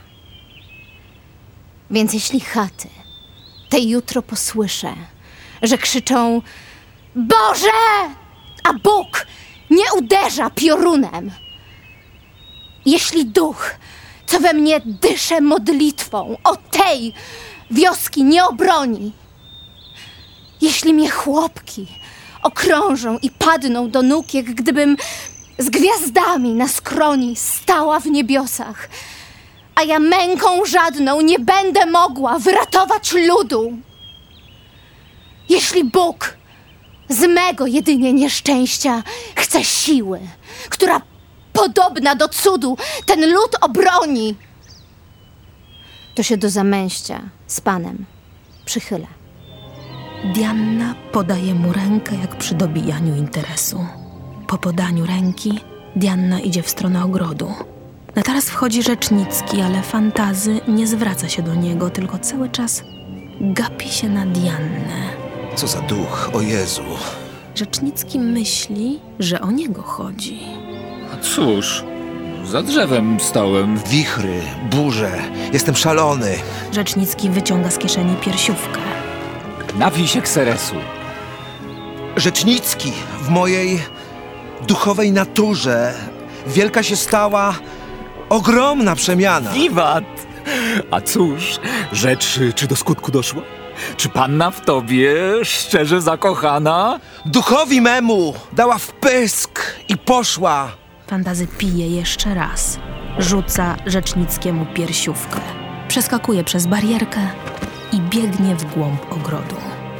Speaker 8: Więc jeśli chaty tej jutro posłyszę, że krzyczą Boże, a Bóg nie uderza piorunem, jeśli duch, co we mnie dysze modlitwą, o tej wioski nie obroni, jeśli mnie chłopki okrążą i padną do nóg, jak gdybym z gwiazdami na skroni stała w niebiosach, a ja męką żadną nie będę mogła wyratować ludu. Jeśli Bóg z mego jedynie nieszczęścia chce siły, która podobna do cudu ten lud obroni, to się do zamęścia z Panem przychylę.
Speaker 2: Dianna podaje mu rękę jak przy dobijaniu interesu. Po podaniu ręki Dianna idzie w stronę ogrodu. Na taras wchodzi Rzecznicki, ale Fantazy nie zwraca się do niego, tylko cały czas gapi się na Diannę.
Speaker 9: Co za duch, o Jezu.
Speaker 2: Rzecznicki myśli, że o niego chodzi.
Speaker 1: Cóż, za drzewem stałem.
Speaker 9: Wichry, burze, jestem szalony.
Speaker 2: Rzecznicki wyciąga z kieszeni piersiówkę.
Speaker 1: Napij się kseresu.
Speaker 9: Rzecznicki, w mojej duchowej naturze wielka się stała ogromna przemiana.
Speaker 1: Wiwat! A cóż, rzecz czy do skutku doszła? Czy panna w tobie szczerze zakochana?
Speaker 9: Duchowi memu dała wpysk i poszła.
Speaker 2: Fantazy pije jeszcze raz. Rzuca Rzecznickiemu piersiówkę. Przeskakuje przez barierkę i biegnie w głąb ogrodu.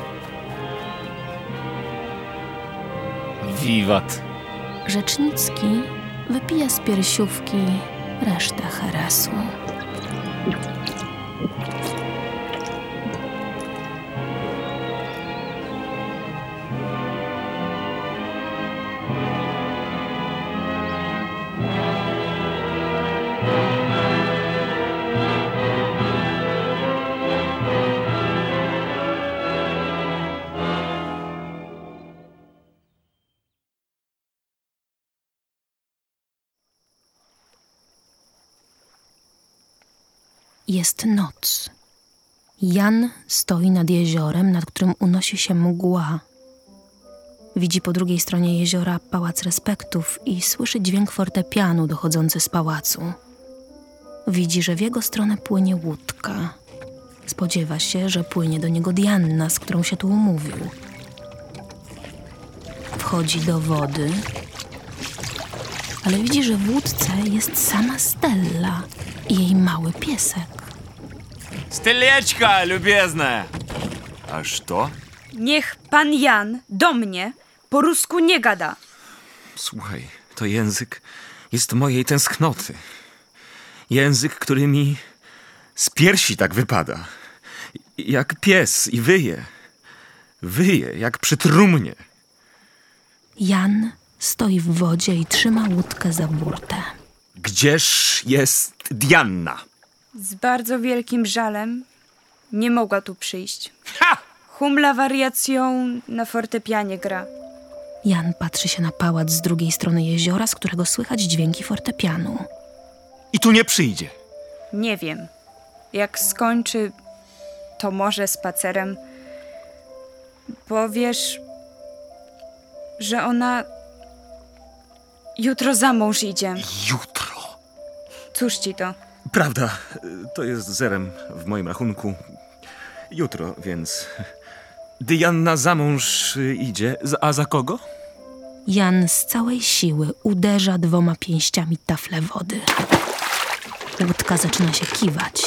Speaker 1: Wiwat.
Speaker 2: Rzecznicki wypija z piersiówki resztę heresu. Jest noc. Jan stoi nad jeziorem, nad którym unosi się mgła. Widzi po drugiej stronie jeziora pałac Respektów i słyszy dźwięk fortepianu dochodzący z pałacu. Widzi, że w jego stronę płynie łódka. Spodziewa się, że płynie do niego Dianna, z którą się tu umówił. Wchodzi do wody, ale widzi, że w łódce jest sama Stella i jej mały piesek.
Speaker 11: Stelleczka, lubiezna! A co?
Speaker 7: Niech pan Jan do mnie po rusku nie gada.
Speaker 11: Słuchaj, to język jest mojej tęsknoty. Język, który mi z piersi tak wypada. Jak pies i wyje. Wyje, jak przy trumnie.
Speaker 2: Jan stoi w wodzie i trzyma łódkę za burtę.
Speaker 11: Gdzież jest Dianna?
Speaker 7: Z bardzo wielkim żalem nie mogła tu przyjść. Ha! Humla wariacją na fortepianie gra.
Speaker 2: Jan patrzy się na pałac z drugiej strony jeziora, z którego słychać dźwięki fortepianu.
Speaker 11: I tu nie przyjdzie.
Speaker 7: Nie wiem. Jak skończy, to może spacerem. Bo wiesz, że ona jutro za mąż idzie.
Speaker 11: Jutro?
Speaker 7: Cóż ci to?
Speaker 11: Prawda, to jest zerem w moim rachunku. Jutro, więc Dianna za mąż idzie. A za kogo?
Speaker 2: Jan z całej siły uderza dwoma pięściami taflę wody. Łódka zaczyna się kiwać.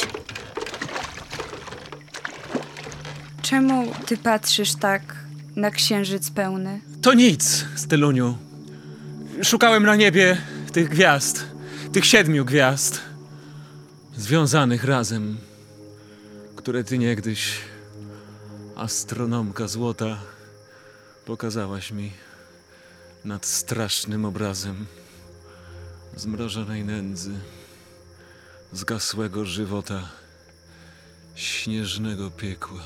Speaker 7: Czemu ty patrzysz tak na księżyc pełny?
Speaker 14: To nic, Stelluniu. Szukałem na niebie tych gwiazd, tych siedmiu gwiazd, związanych razem, które ty niegdyś, astronomka złota, pokazałaś mi nad strasznym obrazem zmrożonej nędzy, zgasłego żywota, śnieżnego piekła.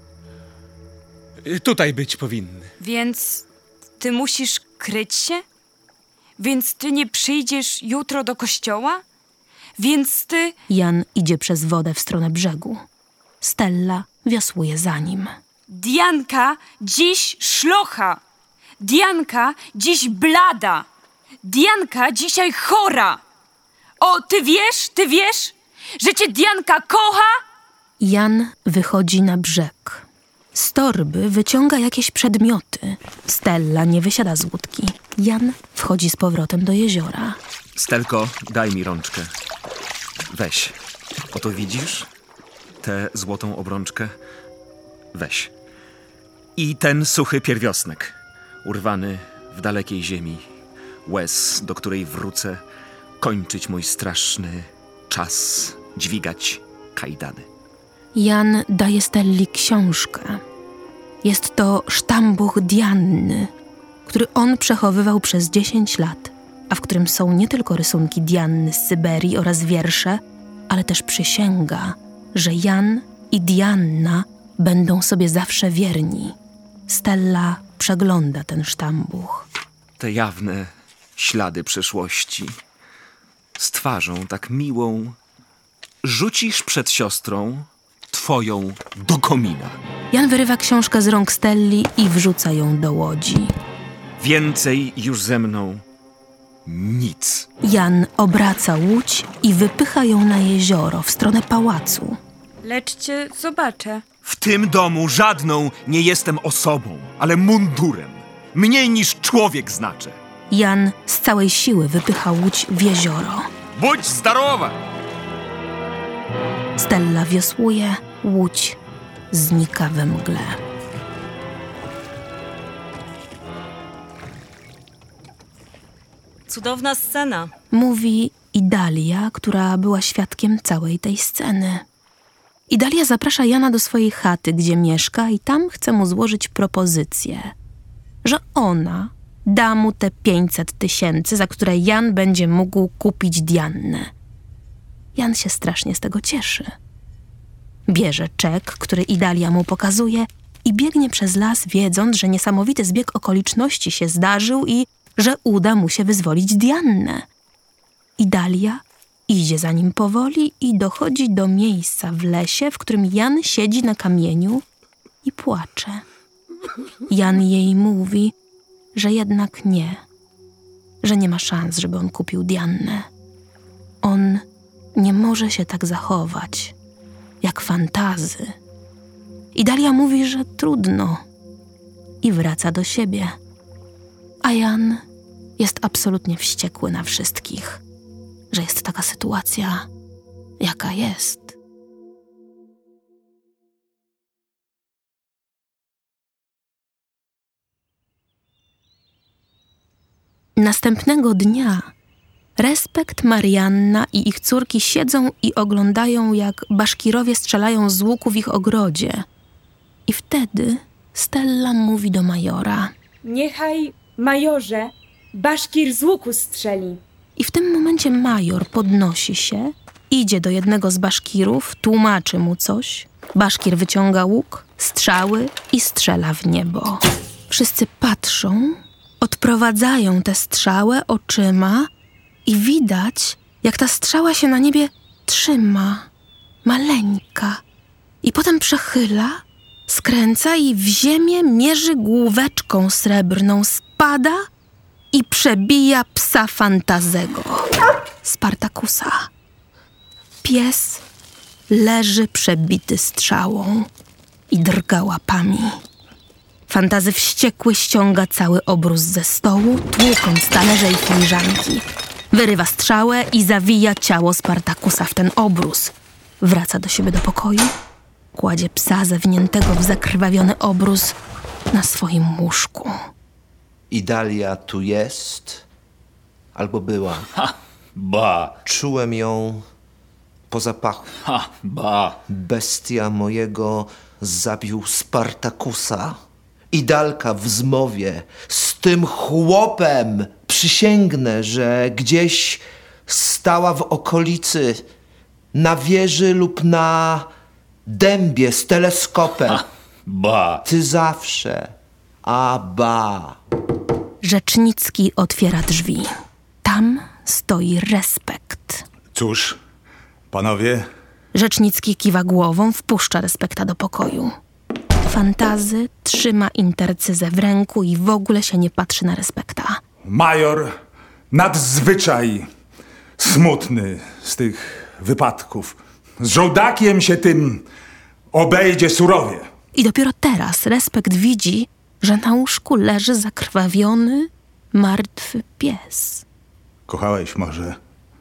Speaker 14: Tutaj być powinny.
Speaker 15: Więc ty musisz kryć się? Więc ty nie przyjdziesz jutro do kościoła? Więc ty...
Speaker 2: Jan idzie przez wodę w stronę brzegu. Stella wiosłuje za nim.
Speaker 15: Dianka dziś szlocha. Dianka dziś blada. Dianka dzisiaj chora. O, ty wiesz, ty wiesz, że cię Dianka kocha?
Speaker 2: Jan wychodzi na brzeg. Z torby wyciąga jakieś przedmioty. Stella nie wysiada z łódki. Jan wchodzi z powrotem do jeziora.
Speaker 11: Stelko, daj mi rączkę. Weź. Oto widzisz? Tę złotą obrączkę. Weź. I ten suchy pierwiosnek, urwany w dalekiej ziemi. Łez, do której wrócę, kończyć mój straszny czas, dźwigać kajdany.
Speaker 2: Jan daje Stelli książkę. Jest to sztambuch Dianny, który on przechowywał przez dziesięć lat, a w którym są nie tylko rysunki Dianny z Syberii oraz wiersze, ale też przysięga, że Jan i Dianna będą sobie zawsze wierni. Stella przegląda ten sztambuch.
Speaker 11: Te jawne ślady przeszłości z twarzą tak miłą rzucisz przed siostrą twoją do komina.
Speaker 2: Jan wyrywa książkę z rąk Stelli i wrzuca ją do łodzi.
Speaker 11: Więcej już ze mną nic.
Speaker 2: Jan obraca łódź i wypycha ją na jezioro w stronę pałacu.
Speaker 15: Lecz cię zobaczę.
Speaker 11: W tym domu żadną nie jestem osobą, ale mundurem. Mniej niż człowiek znaczę.
Speaker 2: Jan z całej siły wypycha łódź w jezioro.
Speaker 11: Bądź zdrowa!
Speaker 2: Stella wiosłuje, łódź znika we mgle.
Speaker 13: Cudowna scena.
Speaker 2: Mówi Idalia, która była świadkiem całej tej sceny. Idalia zaprasza Jana do swojej chaty, gdzie mieszka, i tam chce mu złożyć propozycję, że ona da mu te pięćset tysięcy, za które Jan będzie mógł kupić Diannę. Jan się strasznie z tego cieszy. Bierze czek, który Idalia mu pokazuje, i biegnie przez las, wiedząc, że niesamowity zbieg okoliczności się zdarzył i że uda mu się wyzwolić Diannę. Idalia idzie za nim powoli i dochodzi do miejsca w lesie, w którym Jan siedzi na kamieniu i płacze. Jan jej mówi, że jednak nie, że nie ma szans, żeby on kupił Diannę. On nie może się tak zachować, jak fantazy. Idalia mówi, że trudno i wraca do siebie. A Jan jest absolutnie wściekły na wszystkich, że jest taka sytuacja, jaka jest. Następnego dnia Respekt, Marianna i ich córki siedzą i oglądają, jak baszkirowie strzelają z łuku w ich ogrodzie. I wtedy Stella mówi do majora:
Speaker 7: Niechaj, majorze, baszkir z łuku strzeli.
Speaker 2: I w tym momencie major podnosi się, idzie do jednego z baszkirów, tłumaczy mu coś. Baszkir wyciąga łuk, strzały i strzela w niebo. Wszyscy patrzą, odprowadzają tę strzałę oczyma i widać, jak ta strzała się na niebie trzyma, maleńka, i potem przechyla, skręca i w ziemię mierzy główeczką srebrną, spada i przebija psa Fantazego, Spartakusa. Pies leży przebity strzałą i drga łapami. Fantazy wściekły ściąga cały obrus ze stołu, tłukąc talerze i filiżanki. Wyrywa strzałę i zawija ciało Spartakusa w ten obrus. Wraca do siebie do pokoju, kładzie psa zawiniętego w zakrwawiony obrus na swoim łóżku.
Speaker 5: Idalia tu jest, albo była.
Speaker 12: Ha, ba!
Speaker 5: Czułem ją po zapachu.
Speaker 1: Ha, ba.
Speaker 5: Bestia mojego zabił Spartakusa. Idalka w zmowie z tym chłopem. Przysięgnę, że gdzieś stała w okolicy, na wieży lub na dębie z teleskopem.
Speaker 1: Ha, ba.
Speaker 5: Ty zawsze, a ba.
Speaker 2: Rzecznicki otwiera drzwi. Tam stoi Respekt.
Speaker 4: Cóż, panowie,
Speaker 2: Rzecznicki kiwa głową, wpuszcza Respekta do pokoju. Fantazy trzyma intercyzę w ręku i w ogóle się nie patrzy na Respekta.
Speaker 4: major nadzwyczaj smutny z tych wypadków. Z żołdakiem się tym obejdzie surowie.
Speaker 2: I dopiero teraz Respekt widzi, że na łóżku leży zakrwawiony, martwy pies.
Speaker 4: Kochałeś może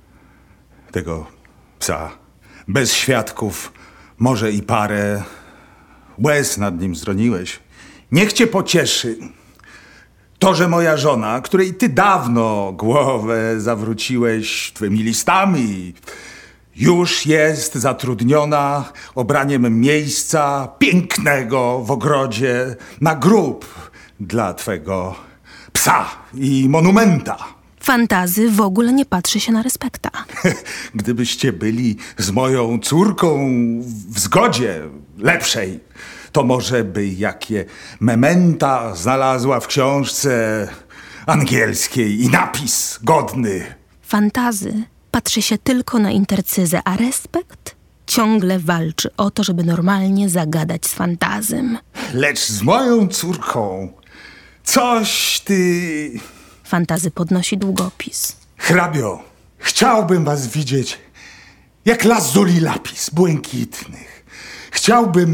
Speaker 4: tego psa? Bez świadków, może i parę łez nad nim zroniłeś. Niech cię pocieszy to, że moja żona, której ty dawno głowę zawróciłeś twymi listami, już jest zatrudniona obraniem miejsca pięknego w ogrodzie na grób dla twego psa i monumenta.
Speaker 2: Fantazy w ogóle nie patrzy się na Respekta.
Speaker 4: Gdybyście byli z moją córką w zgodzie lepszej, to może by jakie mementa znalazła w książce angielskiej i napis godny.
Speaker 2: Fantazy patrzy się tylko na intercyzę, a Respekt ciągle walczy o to, żeby normalnie zagadać z Fantazym.
Speaker 4: Lecz z moją córką coś ty...
Speaker 2: Fantazy podnosi długopis.
Speaker 4: Hrabio, chciałbym was widzieć jak lazuli lapis błękitnych. Chciałbym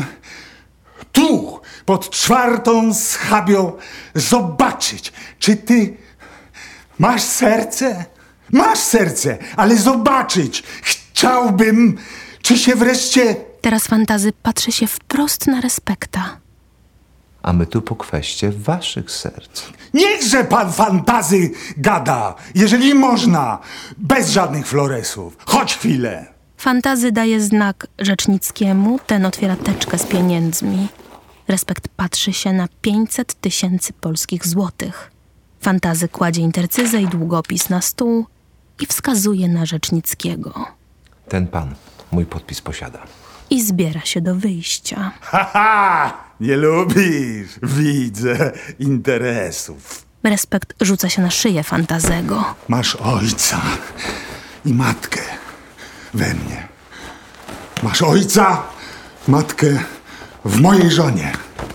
Speaker 4: tu, pod czwartą schabią, zobaczyć, czy ty masz serce? Masz serce, ale zobaczyć. Chciałbym, czy się wreszcie...
Speaker 2: Teraz Fantazy patrzy się wprost na Respekta.
Speaker 5: A my tu po kweście waszych serc.
Speaker 4: Niechże pan Fantazy gada, jeżeli można, bez żadnych floresów. Chodź chwilę.
Speaker 2: Fantazy daje znak Rzecznickiemu, ten otwiera teczkę z pieniędzmi. Respekt patrzy się na pięćset tysięcy polskich złotych. Fantazy kładzie intercyzę i długopis na stół i wskazuje na Rzecznickiego.
Speaker 5: Ten pan mój podpis posiada.
Speaker 2: I zbiera się do wyjścia.
Speaker 4: Haha, nie lubisz, widzę, interesów.
Speaker 2: Respekt rzuca się na szyję Fantazego.
Speaker 4: Masz ojca i matkę we mnie. Masz ojca, matkę w mojej żonie.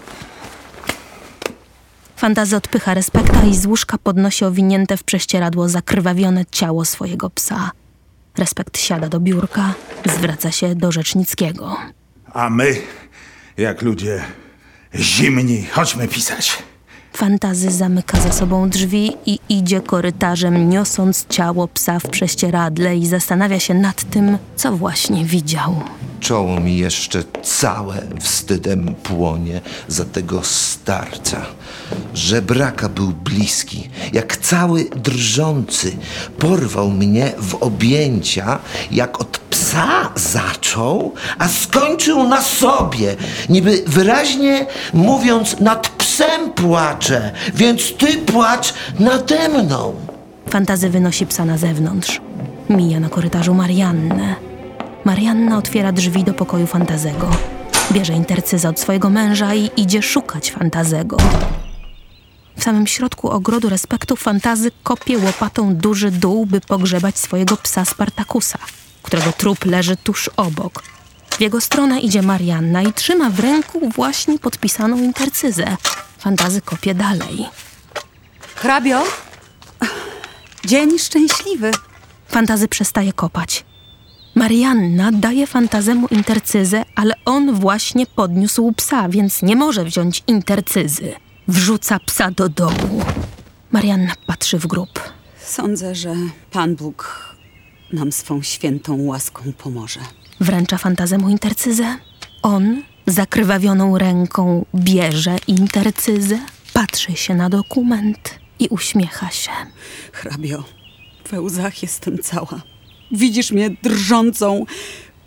Speaker 2: Fantazy odpycha Respekta i z łóżka podnosi owinięte w prześcieradło zakrwawione ciało swojego psa. Respekt siada do biurka, zwraca się do Rzecznickiego.
Speaker 4: A my, jak ludzie zimni, chodźmy pisać.
Speaker 2: Fantazy zamyka za sobą drzwi i idzie korytarzem, niosąc ciało psa w prześcieradle i zastanawia się nad tym, co właśnie widział.
Speaker 5: Czoło mi jeszcze całe wstydem płonie za tego starca. Żebraka był bliski, jak cały drżący. Porwał mnie w objęcia, jak od psa zaczął, a skończył na sobie. Niby wyraźnie mówiąc, nad psem płaczę, więc ty płacz nade mną.
Speaker 2: Fantazy wynosi psa na zewnątrz. Mija na korytarzu Mariannę. Marianna otwiera drzwi do pokoju Fantazego. Bierze intercyzę od swojego męża i idzie szukać Fantazego. W samym środku ogrodu Respektu Fantazy kopie łopatą duży dół, by pogrzebać swojego psa Spartakusa, którego trup leży tuż obok. W jego stronę idzie Marianna i trzyma w ręku właśnie podpisaną intercyzę. Fantazy kopie dalej.
Speaker 3: Hrabio, dzień szczęśliwy.
Speaker 2: Fantazy przestaje kopać. Marianna daje Fantazemu intercyzę, ale on właśnie podniósł psa, więc nie może wziąć intercyzy. Wrzuca psa do dołu. Marianna patrzy w grób.
Speaker 3: Sądzę, że Pan Bóg nam swą świętą łaską pomoże.
Speaker 2: Wręcza Fantazemu intercyzę. On zakrwawioną ręką bierze intercyzę, patrzy się na dokument i uśmiecha się.
Speaker 3: Hrabio, we łzach jestem cała. Widzisz mnie drżącą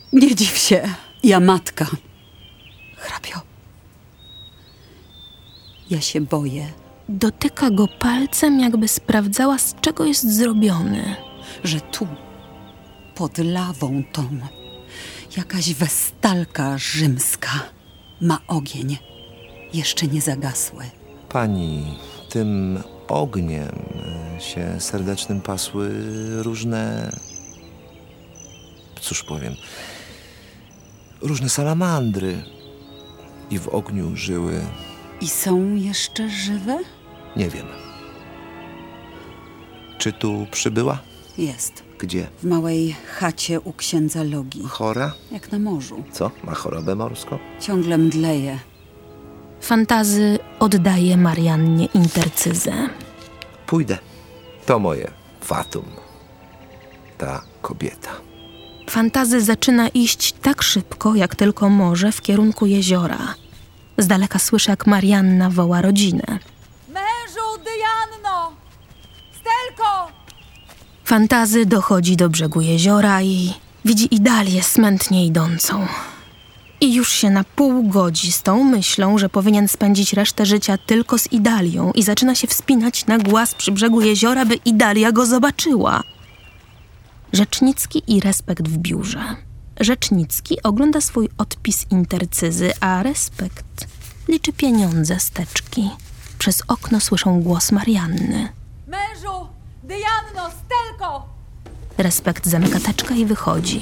Speaker 3: Nie dziw się, ja matka. Hrabio, ja się boję.
Speaker 2: Dotyka go palcem, jakby sprawdzała, z czego jest zrobiony.
Speaker 3: Że tu, pod lawą tą, jakaś westalka rzymska ma ogień, jeszcze nie zagasły.
Speaker 5: Pani, tym ogniem się serdecznym pasły różne... Cóż powiem... Różne salamandry. I w ogniu żyły...
Speaker 3: I są jeszcze żywe?
Speaker 5: Nie wiem. Czy tu przybyła?
Speaker 3: Jest.
Speaker 5: Gdzie?
Speaker 3: W małej chacie u księdza Logi.
Speaker 5: Chora?
Speaker 3: Jak na morzu.
Speaker 5: Co? Ma chorobę morską?
Speaker 3: Ciągle mdleje.
Speaker 2: Fantazy oddaje Mariannie intercyzę.
Speaker 5: Pójdę. To moje fatum. Ta kobieta.
Speaker 2: Fantazy zaczyna iść tak szybko, jak tylko może, w kierunku jeziora. Z daleka słyszy, jak Marianna woła rodzinę.
Speaker 10: Mężu, Dyjanno! Stelko!
Speaker 2: Fantazy dochodzi do brzegu jeziora i widzi Idalię smętnie idącą. I już się na pół godzi z tą myślą, że powinien spędzić resztę życia tylko z Idalią i zaczyna się wspinać na głaz przy brzegu jeziora, by Idalia go zobaczyła. Rzecznicki i Respekt w biurze. Rzecznicki ogląda swój odpis intercyzy, a Respekt liczy pieniądze z teczki. Przez okno słyszą głos Marianny.
Speaker 10: Mężu, Dyjanno, Stelko!
Speaker 2: Respekt zamyka teczkę i wychodzi.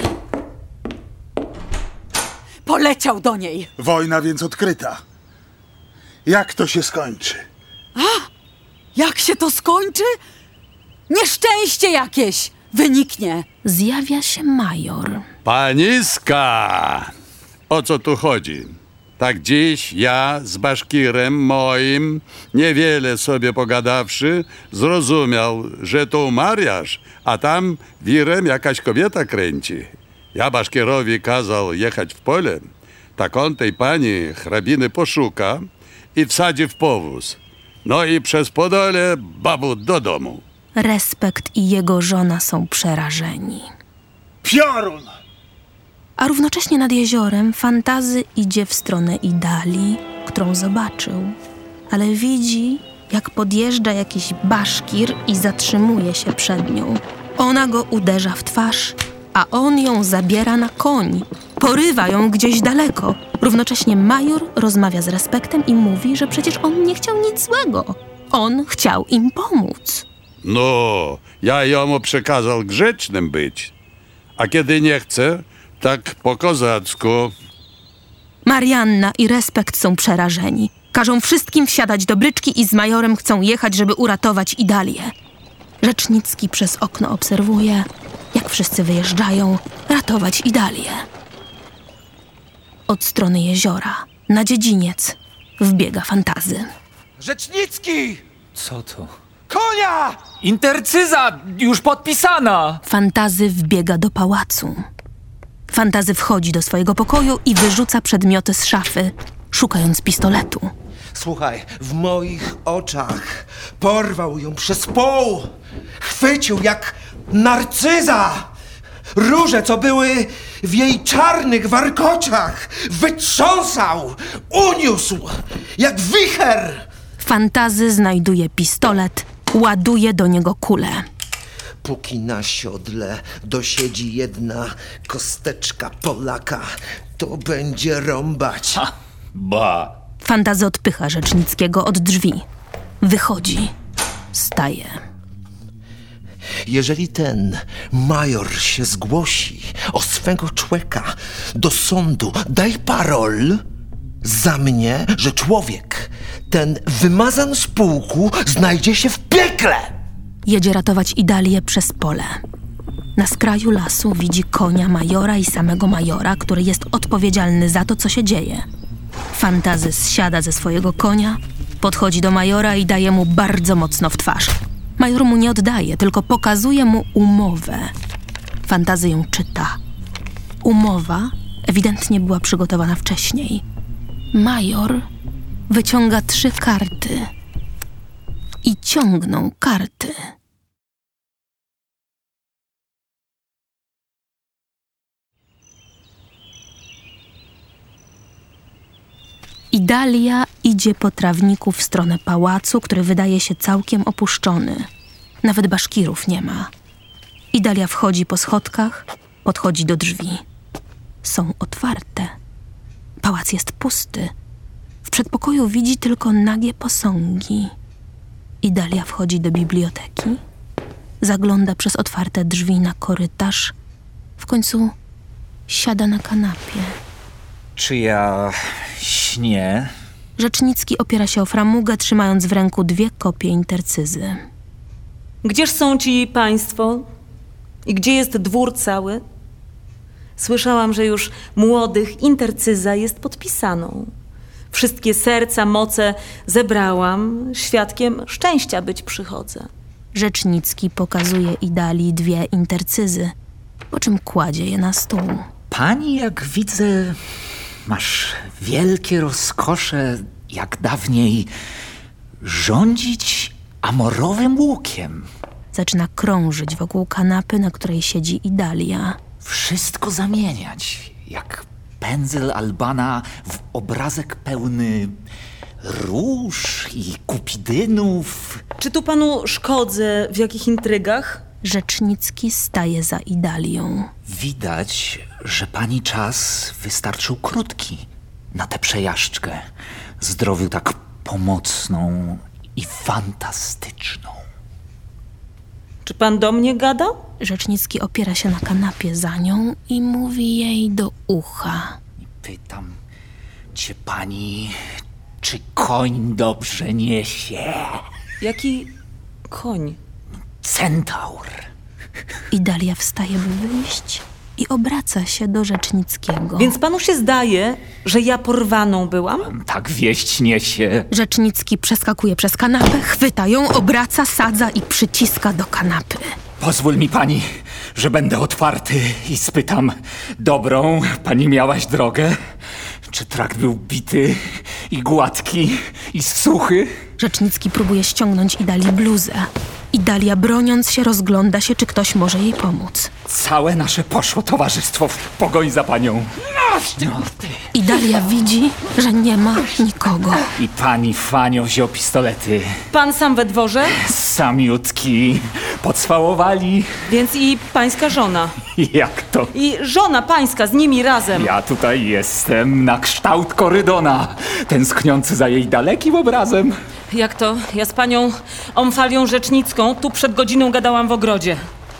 Speaker 3: Poleciał do niej.
Speaker 4: Wojna więc odkryta. Jak to się skończy?
Speaker 3: A! Jak się to skończy? Nieszczęście jakieś wyniknie.
Speaker 2: Zjawia się major.
Speaker 6: Paniska! O co tu chodzi? Tak dziś ja z baszkirem moim, niewiele sobie pogadawszy, zrozumiał, że tu mariaż, a tam wirem jakaś kobieta kręci. Ja baszkirowi kazał jechać w pole, tak on tej pani hrabiny poszuka i wsadzi w powóz. No i przez Podole babu do domu.
Speaker 2: Respekt i jego żona są przerażeni.
Speaker 4: Piorun!
Speaker 2: A równocześnie nad jeziorem Fantazy idzie w stronę Idalii, którą zobaczył. Ale widzi, jak podjeżdża jakiś baszkir i zatrzymuje się przed nią. Ona go uderza w twarz, a on ją zabiera na koń. Porywa ją gdzieś daleko. Równocześnie major rozmawia z Respektem i mówi, że przecież on nie chciał nic złego. On chciał im pomóc.
Speaker 6: No, ja jemu przekazał grzecznym być. A kiedy nie chce, tak po kozacku.
Speaker 2: Marianna i Respekt są przerażeni. Każą wszystkim wsiadać do bryczki i z majorem chcą jechać, żeby uratować Idalię. Rzecznicki przez okno obserwuje, jak wszyscy wyjeżdżają ratować Idalię. Od strony jeziora, na dziedziniec, wbiega Fantazy.
Speaker 9: Rzecznicki!
Speaker 1: Co to?
Speaker 9: Konia!
Speaker 1: Intercyza już podpisana!
Speaker 2: Fantazy wbiega do pałacu. Fantazy wchodzi do swojego pokoju i wyrzuca przedmioty z szafy, szukając pistoletu.
Speaker 9: Słuchaj, w moich oczach porwał ją przez pół. Chwycił jak narcyza. Róże, co były w jej czarnych warkociach, wytrząsał, uniósł jak wicher.
Speaker 2: Fantazy znajduje pistolet, ładuje do niego kulę.
Speaker 9: Póki na siodle dosiedzi jedna kosteczka Polaka, to będzie rąbać.
Speaker 1: Ha, ba.
Speaker 2: Fantazy odpycha Rzecznickiego od drzwi. Wychodzi. Staje.
Speaker 9: Jeżeli ten major się zgłosi o swego człeka do sądu, daj parol za mnie, że człowiek, ten wymazan z pułku, znajdzie się w piekle.
Speaker 2: Jedzie ratować Idalię przez pole. Na skraju lasu widzi konia majora i samego majora, który jest odpowiedzialny za to, co się dzieje. Fantazy zsiada ze swojego konia, podchodzi do majora i daje mu bardzo mocno w twarz. Major mu nie oddaje, tylko pokazuje mu umowę. Fantazy ją czyta. Umowa ewidentnie była przygotowana wcześniej. Major wyciąga trzy karty i ciągną karty. Idalia idzie po trawniku w stronę pałacu, który wydaje się całkiem opuszczony. Nawet baszkirów nie ma. Idalia wchodzi po schodkach, podchodzi do drzwi. Są otwarte. Pałac jest pusty. W przedpokoju widzi tylko nagie posągi. Idalia wchodzi do biblioteki, zagląda przez otwarte drzwi na korytarz, w końcu siada na kanapie.
Speaker 1: Czy ja śnię?
Speaker 2: Rzecznicki opiera się o framugę, trzymając w ręku dwie kopie intercyzy.
Speaker 13: Gdzież są ci państwo? I gdzie jest dwór cały? Słyszałam, że już młodych intercyza jest podpisaną. Wszystkie serca, moce zebrałam, świadkiem szczęścia być przychodzę.
Speaker 2: Rzecznicki pokazuje Idalii dwie intercyzy, po czym kładzie je na stół.
Speaker 1: Pani, jak widzę, masz wielkie rozkosze, jak dawniej rządzić amorowym łukiem.
Speaker 2: Zaczyna krążyć wokół kanapy, na której siedzi Idalia.
Speaker 1: Wszystko zamieniać, jak pędzel Albana w obrazek pełny róż i kupidynów.
Speaker 13: Czy tu panu szkodzę w jakich intrygach?
Speaker 2: Rzecznicki staje za Idalią.
Speaker 1: Widać, że pani czas wystarczył krótki na tę przejażdżkę. Zdrowiu tak pomocną i fantastyczną.
Speaker 13: Czy pan do mnie gada?
Speaker 2: Rzecznicki opiera się na kanapie za nią i mówi jej do ucha.
Speaker 1: Pytam cię, pani, czy koń dobrze niesie?
Speaker 13: Jaki koń?
Speaker 1: Centaur.
Speaker 2: Idalia wstaje, by wyjść i obraca się do Rzecznickiego.
Speaker 13: Więc panu się zdaje, że ja porwaną byłam?
Speaker 1: Tak wieść niesie.
Speaker 2: Rzecznicki przeskakuje przez kanapę, chwyta ją, obraca, sadza i przyciska do kanapy.
Speaker 1: Pozwól mi pani, że będę otwarty i spytam. Dobrą pani miałaś drogę? Czy trakt był bity i gładki i suchy?
Speaker 2: Rzecznicki próbuje ściągnąć Idalii bluzę. Idalia, broniąc się, rozgląda się, czy ktoś może jej pomóc.
Speaker 1: Całe nasze poszło towarzystwo w pogoń za panią. No, ty.
Speaker 2: Idalia widzi, że nie ma nikogo.
Speaker 1: I pani Fanio wziął pistolety.
Speaker 13: Pan sam we dworze?
Speaker 1: Samiutki. Pocwałowali.
Speaker 13: Więc i pańska żona.
Speaker 1: Jak to?
Speaker 13: I żona pańska z nimi razem.
Speaker 1: Ja tutaj jestem na kształt Korydona, tęskniący za jej dalekim obrazem.
Speaker 13: Jak to? Ja z panią Omfalią Rzecznicką tu przed godziną gadałam w ogrodzie.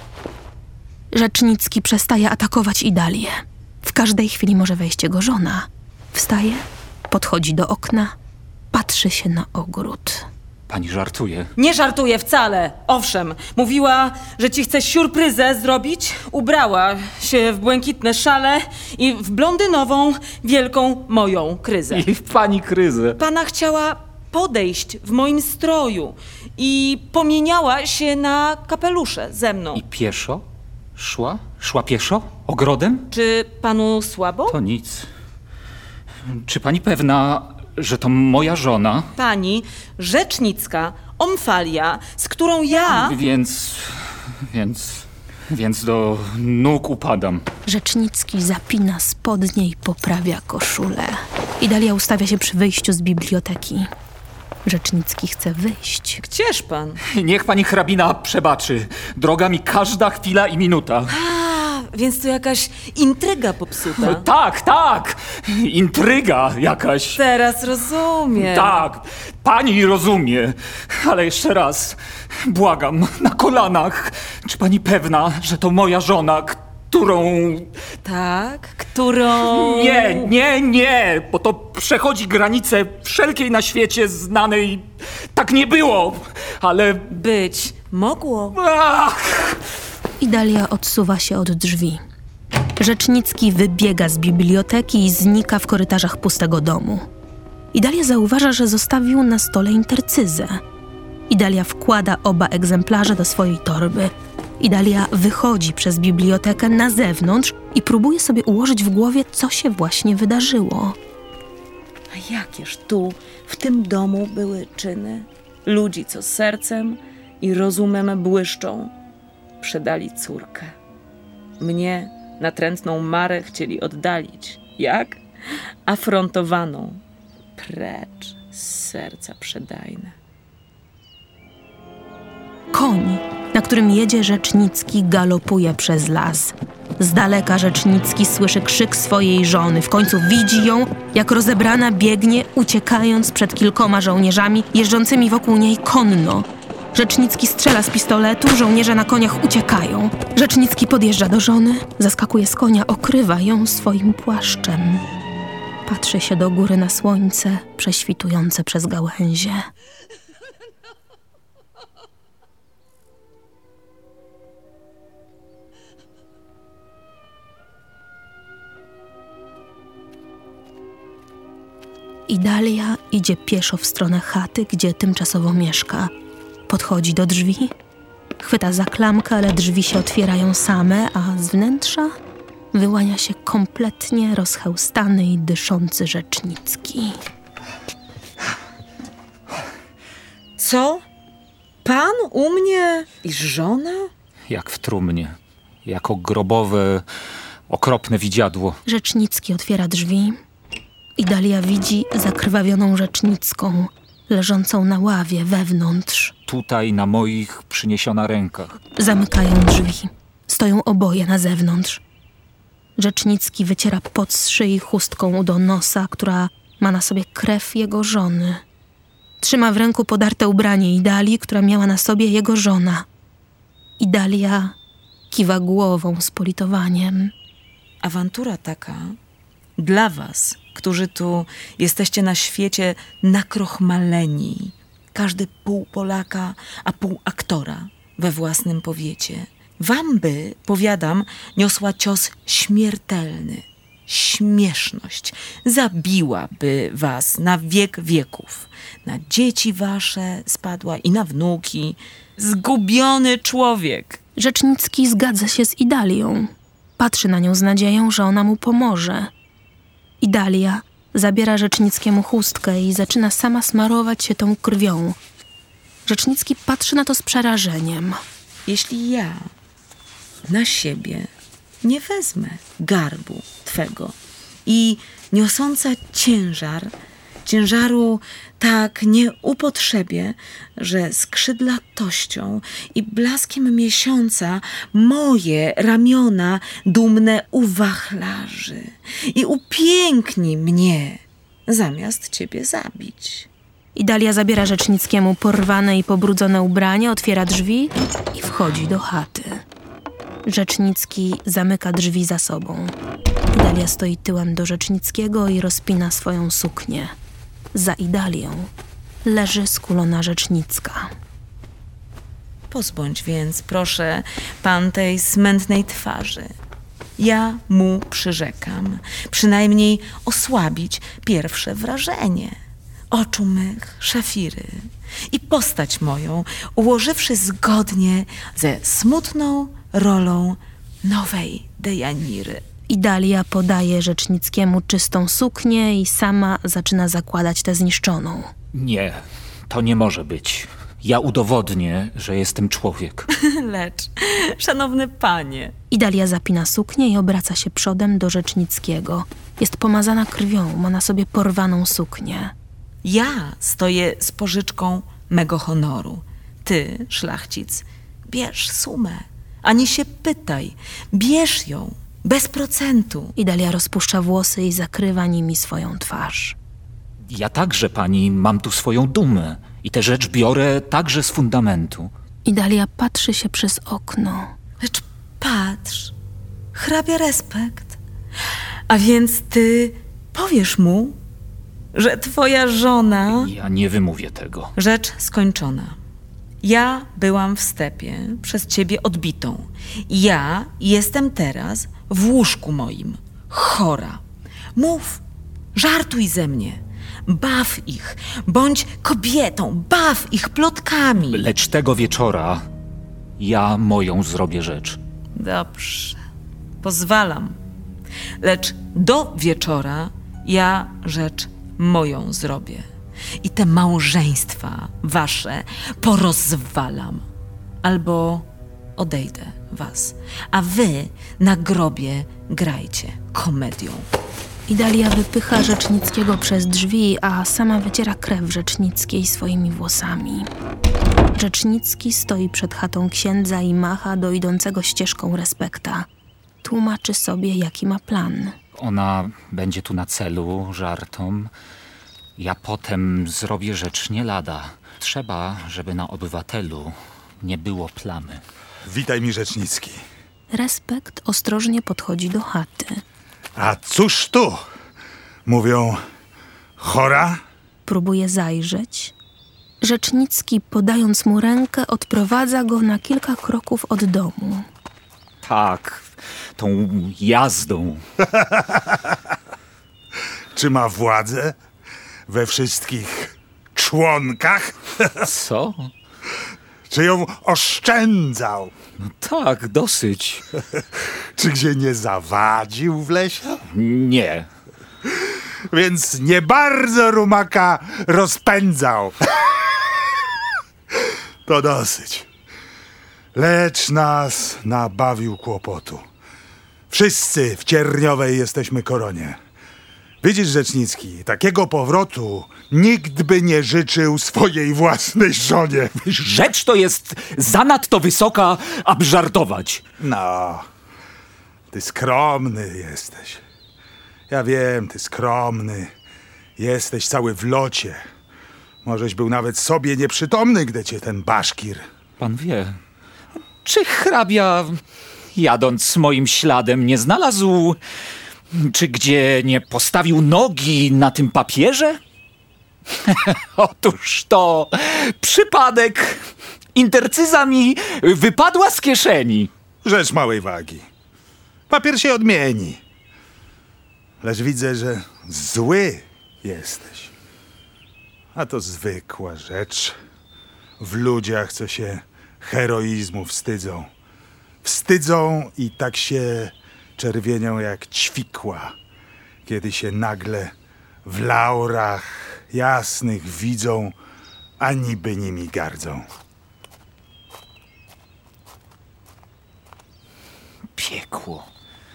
Speaker 2: Rzecznicki przestaje atakować Idalię. W każdej chwili może wejść jego żona. Wstaje, podchodzi do okna, patrzy się na ogród.
Speaker 1: Pani żartuje.
Speaker 13: Nie żartuję wcale. Owszem, mówiła, że ci chce siurpryzę zrobić. Ubrała się w błękitne szale i w blondynową, wielką moją kryzę.
Speaker 1: I w pani kryzę.
Speaker 13: Pana chciała podejść w moim stroju i pomieniała się na kapelusze ze mną.
Speaker 1: I pieszo? Szła? Szła pieszo? Ogrodem?
Speaker 13: Czy panu słabo?
Speaker 1: To nic. Czy pani pewna, że to moja żona?
Speaker 13: Pani Rzecznicka, Omfalia, z którą ja...
Speaker 1: Więc... więc... więc do nóg upadam.
Speaker 2: Rzecznicki zapina spodnie i poprawia koszulę. Idalia ustawia się przy wyjściu z biblioteki. Rzecznicki chce wyjść.
Speaker 13: Gdzież pan?
Speaker 1: Niech pani hrabina przebaczy. Droga mi każda chwila i minuta.
Speaker 13: A, więc to jakaś intryga popsuta.
Speaker 1: Tak, tak! Intryga jakaś.
Speaker 13: Teraz rozumiem.
Speaker 1: Tak, pani rozumie. Ale jeszcze raz, błagam, na kolanach. Czy pani pewna, że to moja żona, którą...
Speaker 13: Tak, którą...
Speaker 1: Nie, nie, nie, bo to przechodzi granicę wszelkiej na świecie znanej... Tak nie było, ale...
Speaker 13: Być mogło.
Speaker 1: Ach!
Speaker 2: Idalia odsuwa się od drzwi. Rzecznicki wybiega z biblioteki i znika w korytarzach pustego domu. Idalia zauważa, że zostawił na stole intercyzę. Idalia wkłada oba egzemplarze do swojej torby. Idalia wychodzi przez bibliotekę na zewnątrz i próbuje sobie ułożyć w głowie, co się właśnie wydarzyło.
Speaker 13: A jakież tu, w tym domu były czyny? Ludzi, co sercem i rozumem błyszczą, przedali córkę. Mnie, natrętną Marę, chcieli oddalić. Jak? Afrontowaną. Precz z serca przedajne.
Speaker 2: Koń, na którym jedzie Rzecznicki, galopuje przez las. Z daleka Rzecznicki słyszy krzyk swojej żony. W końcu widzi ją, jak rozebrana biegnie, uciekając przed kilkoma żołnierzami jeżdżącymi wokół niej konno. Rzecznicki strzela z pistoletu, żołnierze na koniach uciekają. Rzecznicki podjeżdża do żony, zaskakuje z konia, okrywa ją swoim płaszczem. Patrzy się do góry na słońce, prześwitujące przez gałęzie. Idalia idzie pieszo w stronę chaty, gdzie tymczasowo mieszka. Podchodzi do drzwi, chwyta za klamkę, ale drzwi się otwierają same, a z wnętrza wyłania się kompletnie rozchełstany i dyszący Rzecznicki.
Speaker 13: Co? Pan u mnie i żona?
Speaker 1: Jak w trumnie, jako grobowe, okropne widziadło.
Speaker 2: Rzecznicki otwiera drzwi. Idalia widzi zakrwawioną Rzecznicką, leżącą na ławie wewnątrz.
Speaker 1: Tutaj na moich przyniesiona rękach.
Speaker 2: Zamykają drzwi. Stoją oboje na zewnątrz. Rzecznicki wyciera pot z szyi chustką do nosa, która ma na sobie krew jego żony. Trzyma w ręku podarte ubranie Idalii, która miała na sobie jego żona. Idalia kiwa głową z politowaniem.
Speaker 13: Awantura taka dla was, którzy tu jesteście na świecie nakrochmaleni. Każdy pół Polaka, a pół aktora we własnym powiecie. Wam by, powiadam, niosła cios śmiertelny. Śmieszność zabiłaby was na wiek wieków. Na dzieci wasze spadła i na wnuki. Zgubiony człowiek.
Speaker 2: Rzecznicki zgadza się z Idalią. Patrzy na nią z nadzieją, że ona mu pomoże. Idalia zabiera Rzecznickiemu chustkę i zaczyna sama smarować się tą krwią. Rzecznicki patrzy na to z przerażeniem.
Speaker 13: Jeśli ja na siebie nie wezmę garbu twego i niosąca ciężar, ciężaru tak nie upotrzebię, że skrzydlatością i blaskiem miesiąca moje ramiona dumne uwachlarzy i upiękni mnie, zamiast ciebie zabić.
Speaker 2: Idalia zabiera Rzecznickiemu porwane i pobrudzone ubranie, otwiera drzwi i wchodzi do chaty. Rzecznicki zamyka drzwi za sobą. Idalia stoi tyłem do Rzecznickiego i rozpina swoją suknię. Za Idalią leży skulona Rzecznicka.
Speaker 13: Pozbądź więc, proszę, pan tej smętnej twarzy. Ja mu przyrzekam, przynajmniej osłabić pierwsze wrażenie oczu mych szafiry i postać moją, ułożywszy zgodnie ze smutną rolą nowej Dejaniry.
Speaker 2: Idalia podaje Rzecznickiemu czystą suknię i sama zaczyna zakładać tę zniszczoną.
Speaker 1: Nie, to nie może być. Ja udowodnię, że jestem człowiek.
Speaker 13: Lecz, szanowny panie...
Speaker 2: Idalia zapina suknię i obraca się przodem do Rzecznickiego. Jest pomazana krwią, ma na sobie porwaną suknię.
Speaker 13: Ja stoję z pożyczką mego honoru. Ty, szlachcic, bierz sumę. Ani się pytaj. Bierz ją. Bez procentu.
Speaker 2: Idalia rozpuszcza włosy i zakrywa nimi swoją twarz.
Speaker 1: Ja także, pani, mam tu swoją dumę. I tę rzecz biorę także z fundamentu.
Speaker 2: Idalia patrzy się przez okno.
Speaker 13: Lecz patrz, hrabia respekt. A więc ty powiesz mu, że twoja żona...
Speaker 1: Ja nie wymówię tego.
Speaker 13: Rzecz skończona. Ja byłam w stepie przez ciebie odbitą. Ja jestem teraz w łóżku moim, chora. Mów, żartuj ze mnie. Baw ich, bądź kobietą, baw ich plotkami.
Speaker 1: Lecz tego wieczora ja moją zrobię rzecz.
Speaker 13: Dobrze, pozwalam. Lecz do wieczora ja rzecz moją zrobię. I te małżeństwa wasze porozwalam. Albo odejdę was, a wy na grobie grajcie komedią.
Speaker 2: Idalia wypycha Rzecznickiego przez drzwi, a sama wyciera krew Rzecznickiej swoimi włosami. Rzecznicki stoi przed chatą księdza i macha do idącego ścieżką Respekta. Tłumaczy sobie, jaki ma plan.
Speaker 1: Ona będzie tu na celu, żartom. Ja potem zrobię rzecz nie lada. Trzeba, żeby na obywatelu nie było plamy.
Speaker 4: Witaj mi, Rzecznicki.
Speaker 2: Respekt ostrożnie podchodzi do chaty.
Speaker 4: A cóż tu? Mówią, chora?
Speaker 2: Próbuje zajrzeć. Rzecznicki, podając mu rękę, odprowadza go na kilka kroków od domu.
Speaker 1: Tak, tą jazdą.
Speaker 4: Czy ma władzę we wszystkich członkach?
Speaker 1: Co?
Speaker 4: Czy ją oszczędzał?
Speaker 1: No tak, dosyć.
Speaker 4: Czy gdzie nie zawadził w lesie?
Speaker 1: Nie.
Speaker 4: Więc nie bardzo rumaka rozpędzał. To dosyć. Lecz nas nabawił kłopotu. Wszyscy w Cierniowej jesteśmy koronie. Widzisz, Rzecznicki, takiego powrotu nikt by nie życzył swojej własnej żonie.
Speaker 1: Rzecz to jest zanadto wysoka, aby żartować.
Speaker 4: No, ty skromny jesteś. Ja wiem, ty skromny. Jesteś cały w locie. Możeś był nawet sobie nieprzytomny, gdy cię ten baszkir.
Speaker 1: Pan wie, czy hrabia, jadąc moim śladem, nie znalazł, czy gdzie nie postawił nogi na tym papierze? Otóż to przypadek. Intercyza mi wypadła z kieszeni.
Speaker 4: Rzecz małej wagi. Papier się odmieni. Lecz widzę, że zły jesteś. A to zwykła rzecz w ludziach, co się heroizmu wstydzą. Wstydzą i tak się czerwienią jak ćwikła, kiedy się nagle w laurach jasnych widzą, a niby nimi gardzą.
Speaker 1: Piekło.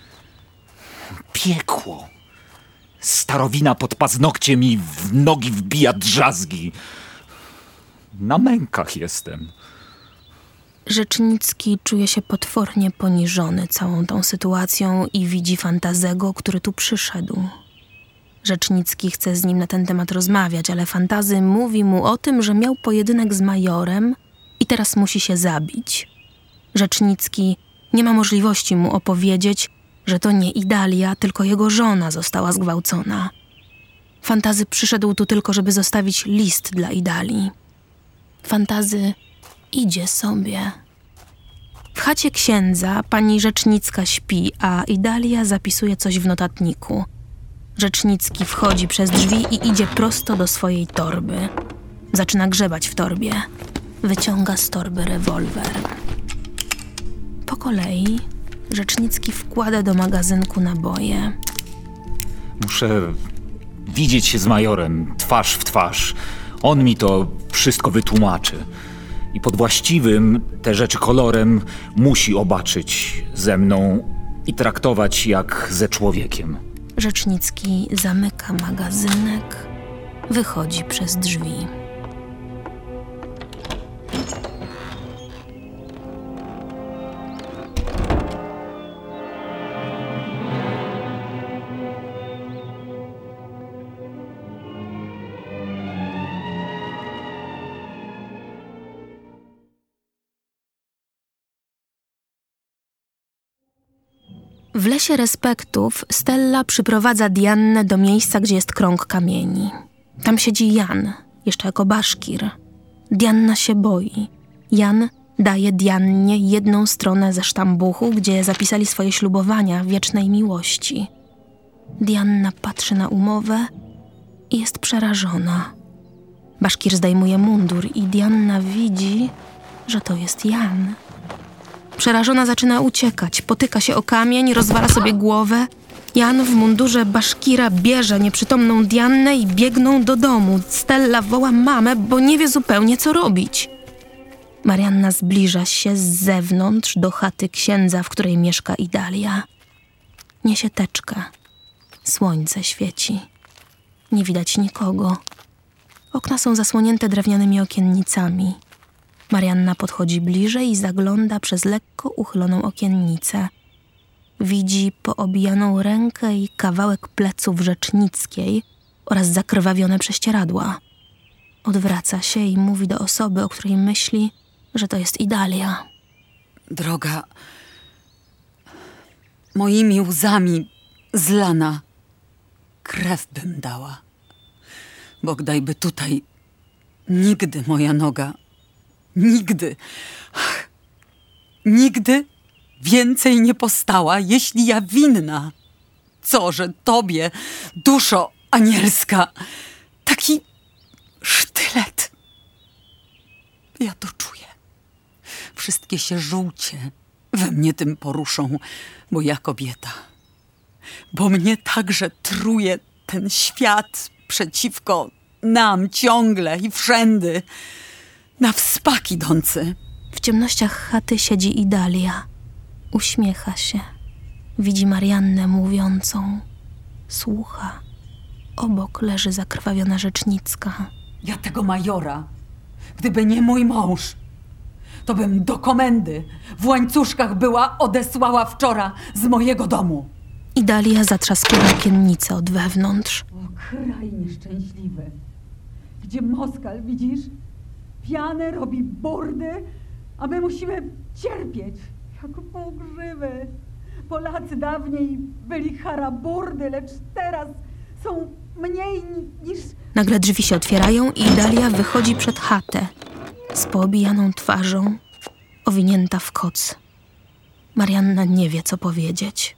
Speaker 1: Piekło. Starowina pod paznokciem i w nogi wbija drzazgi. Na mękach jestem.
Speaker 2: Rzecznicki czuje się potwornie poniżony całą tą sytuacją i widzi Fantazego, który tu przyszedł. Rzecznicki chce z nim na ten temat rozmawiać, ale Fantazy mówi mu o tym, że miał pojedynek z majorem i teraz musi się zabić. Rzecznicki nie ma możliwości mu opowiedzieć, że to nie Idalia, tylko jego żona została zgwałcona. Fantazy przyszedł tu tylko, żeby zostawić list dla Idalii. Fantazy idzie sobie. W chacie księdza pani Rzecznicka śpi, a Idalia zapisuje coś w notatniku. Rzecznicki wchodzi przez drzwi i idzie prosto do swojej torby. Zaczyna grzebać w torbie. Wyciąga z torby rewolwer. Po kolei Rzecznicki wkłada do magazynku naboje.
Speaker 1: Muszę widzieć się z majorem, twarz w twarz. On mi to wszystko wytłumaczy. I pod właściwym te rzeczy kolorem musi obaczyć ze mną i traktować jak ze człowiekiem.
Speaker 2: Rzecznicki zamyka magazynek, wychodzi przez drzwi. W lesie Respektów Stella przyprowadza Diannę do miejsca, gdzie jest krąg kamieni. Tam siedzi Jan, jeszcze jako baszkir. Dianna się boi. Jan daje Diannie jedną stronę ze sztambuchu, gdzie zapisali swoje ślubowania wiecznej miłości. Dianna patrzy na umowę i jest przerażona. Baszkir zdejmuje mundur i Dianna widzi, że to jest Jan. Przerażona zaczyna uciekać, potyka się o kamień, rozwala sobie głowę. Jan w mundurze baszkira bierze nieprzytomną Diannę i biegną do domu. Stella woła mamę, bo nie wie zupełnie, co robić. Marianna zbliża się z zewnątrz do chaty księdza, w której mieszka Idalia. Niesie teczkę. Słońce świeci. Nie widać nikogo. Okna są zasłonięte drewnianymi okiennicami. Marianna podchodzi bliżej i zagląda przez lekko uchyloną okiennicę. Widzi poobijaną rękę i kawałek pleców Rzecznickiej oraz zakrwawione prześcieradła. Odwraca się i mówi do osoby, o której myśli, że to jest Idalia.
Speaker 3: Droga, moimi łzami zlana, krew bym dała. Bogdajby tutaj nigdy moja noga, nigdy, ach, nigdy więcej nie postała, jeśli ja winna. Co, że tobie, duszo anielska, taki sztylet. Ja to czuję. Wszystkie się żółcie we mnie tym poruszą, bo ja kobieta. Bo mnie także truje ten świat przeciwko nam ciągle i wszędy, na wspak idący.
Speaker 2: W ciemnościach chaty siedzi Idalia. Uśmiecha się. Widzi Mariannę mówiącą. Słucha. Obok leży zakrwawiona Rzecznicka.
Speaker 3: Ja tego majora, gdyby nie mój mąż, to bym do komendy w łańcuszkach była odesłała wczora z mojego domu.
Speaker 2: Idalia zatrzaskuje okiennicę od wewnątrz.
Speaker 3: O, kraj nieszczęśliwy, gdzie Moskal, widzisz, pianę robi burdy, a my musimy cierpieć jak półgrzywy. Polacy dawniej byli haraburdy, lecz teraz są mniej niż...
Speaker 2: Nagle drzwi się otwierają i Idalia wychodzi przed chatę z poobijaną twarzą, owinięta w koc. Marianna nie wie, co powiedzieć.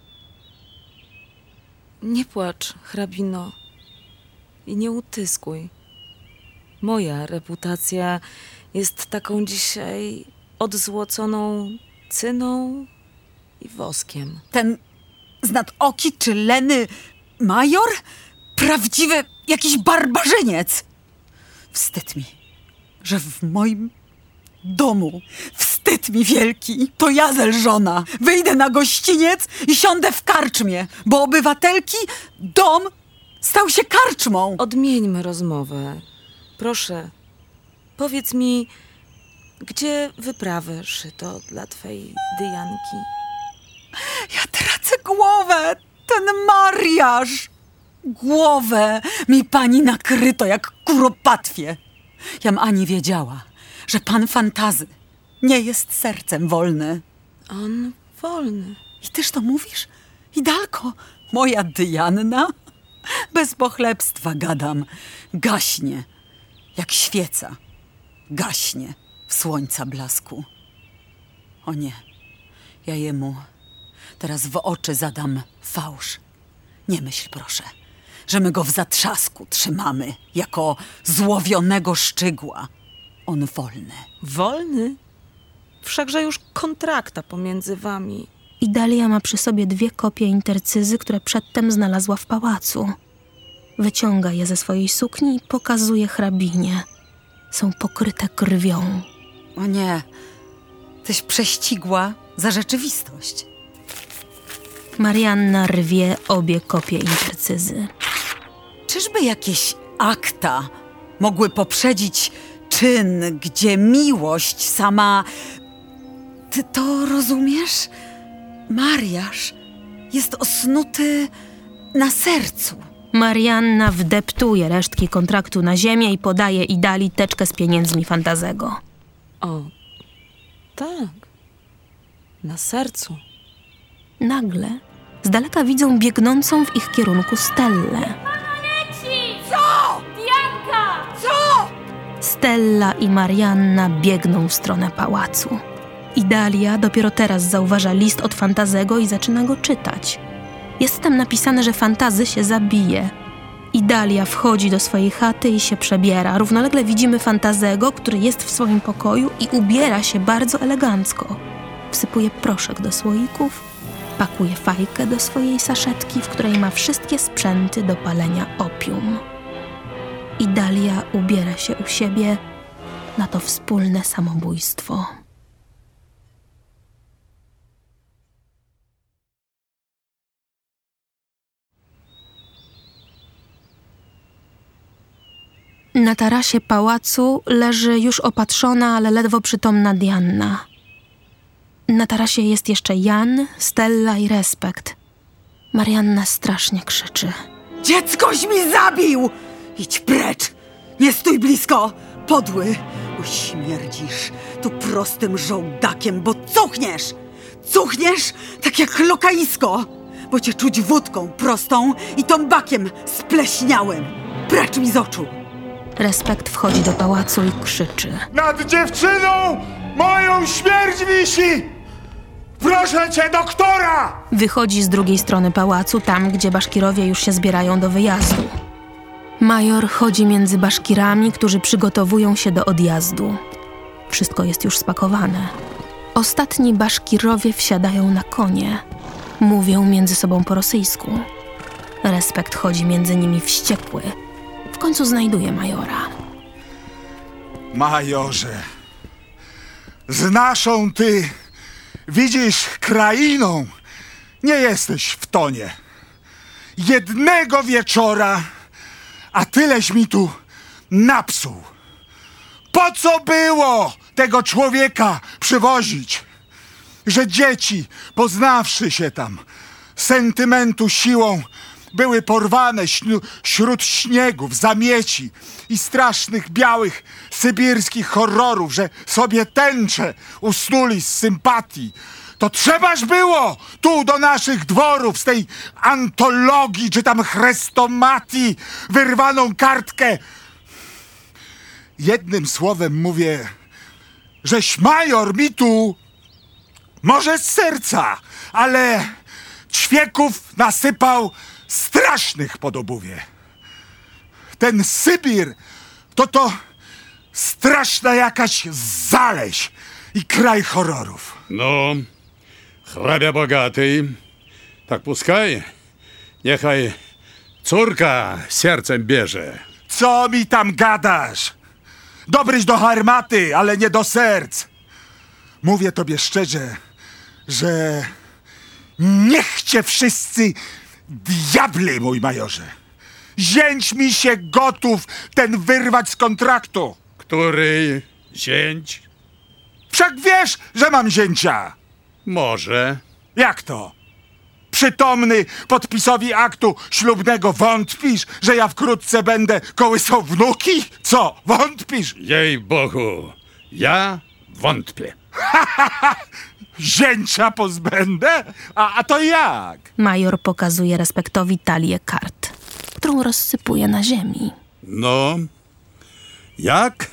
Speaker 13: Nie płacz, hrabino. I nie utyskuj. Moja reputacja jest taką dzisiaj odzłoconą cyną i woskiem.
Speaker 3: Ten z nadoki czy leny major? Prawdziwy jakiś barbarzyniec. Wstyd mi, że w moim domu, wstyd mi wielki, to ja zelżona. Wyjdę na gościniec i siądę w karczmie, bo obywatelki dom stał się karczmą.
Speaker 13: Odmieńmy rozmowę. Proszę, powiedz mi, gdzie wyprawę szyto dla twej Dyjanki?
Speaker 3: Ja tracę głowę, ten mariaż. Głowę mi pani nakryto jak kuropatwie. Jam ani wiedziała, że pan Fantazy nie jest sercem wolny.
Speaker 13: On wolny.
Speaker 3: I tyż to mówisz? Idalko, moja Dyjanna? Bez pochlebstwa gadam. Gaśnie, jak świeca. Gaśnie w słońca blasku. O nie, ja jemu teraz w oczy zadam fałsz. Nie myśl, proszę, że my go w zatrzasku trzymamy jako złowionego szczygła. On wolny.
Speaker 13: Wolny? Wszakże już kontrakta pomiędzy wami.
Speaker 2: Idalia ma przy sobie dwie kopie intercyzy, które przedtem znalazła w pałacu. Wyciąga je ze swojej sukni i pokazuje hrabinie. Są pokryte krwią.
Speaker 3: O nie, tyś prześcigła za rzeczywistość.
Speaker 2: Marianna rwie obie kopie intercyzy.
Speaker 3: Czyżby jakieś akta mogły poprzedzić czyn, gdzie miłość sama... Ty to rozumiesz? Mariaż jest osnuty na sercu.
Speaker 2: Marianna wdeptuje resztki kontraktu na ziemię i podaje Idalii teczkę z pieniędzmi Fantazego.
Speaker 13: O, tak. Na sercu.
Speaker 2: Nagle z daleka widzą biegnącą w ich kierunku Stellę.
Speaker 10: Co? Dianka! Co?
Speaker 2: Stella i Marianna biegną w stronę pałacu. Idalia dopiero teraz zauważa list od Fantazego i zaczyna go czytać. Jest tam napisane, że Fantazy się zabije. Idalia wchodzi do swojej chaty i się przebiera. Równolegle widzimy Fantazego, który jest w swoim pokoju i ubiera się bardzo elegancko. Wsypuje proszek do słoików, pakuje fajkę do swojej saszetki, w której ma wszystkie sprzęty do palenia opium. Idalia ubiera się u siebie na to wspólne samobójstwo. Na tarasie pałacu leży już opatrzona, ale ledwo przytomna Dianna. Na tarasie jest jeszcze Jan, Stella i Respekt. Marianna strasznie krzyczy.
Speaker 3: Dzieckoś mi zabił! Idź precz! Nie stój blisko! Podły! Bo śmierdzisz tu prostym żołdakiem, bo cuchniesz! Cuchniesz tak jak lokaisko! Bo cię czuć wódką prostą i tombakiem spleśniałym! Precz mi z oczu!
Speaker 2: Respekt wchodzi do pałacu i krzyczy.
Speaker 4: Nad dziewczyną moją śmierć wisi! Proszę cię, doktora!
Speaker 2: Wychodzi z drugiej strony pałacu, tam gdzie baszkirowie już się zbierają do wyjazdu. Major chodzi między baszkirami, którzy przygotowują się do odjazdu. Wszystko jest już spakowane. Ostatni baszkirowie wsiadają na konie. Mówią między sobą po rosyjsku. Respekt chodzi między nimi wściekły. W końcu znajduje majora.
Speaker 4: Majorze, z naszą ty, widzisz, krainą nie jesteś w tonie. Jednego wieczora, a tyleś mi tu napsuł. Po co było tego człowieka przywozić? Że dzieci, poznawszy się tam, sentymentu siłą, były porwane śniu- wśród śniegów, zamieci i strasznych białych sybirskich horrorów, że sobie tęcze usnuli z sympatii. To trzebaż było tu do naszych dworów z tej antologii, czy tam chrestomatii, wyrwaną kartkę. Jednym słowem mówię, żeś major mi tu, może z serca, ale ćwieków nasypał strasznych pod obuwie. Ten Sybir to to straszna jakaś zaleź i kraj horrorów.
Speaker 6: No, hrabia bogaty, tak puskaj, niechaj córka sercem bierze.
Speaker 4: Co mi tam gadasz? Dobryś do harmaty, ale nie do serc. Mówię tobie szczerze, że niech cię wszyscy diabli, mój majorze. Zięć mi się gotów ten wyrwać z kontraktu.
Speaker 6: Który zięć?
Speaker 4: Wszak wiesz, że mam zięcia.
Speaker 6: Może.
Speaker 4: Jak to? Przytomny podpisowi aktu ślubnego wątpisz, że ja wkrótce będę kołysał wnuki? Co, wątpisz?
Speaker 6: Jej Bogu, ja wątpię.
Speaker 4: Zięcia pozbędę? A, a to jak?
Speaker 2: Major pokazuje Respektowi talię kart, którą rozsypuje na ziemi.
Speaker 6: No, jak?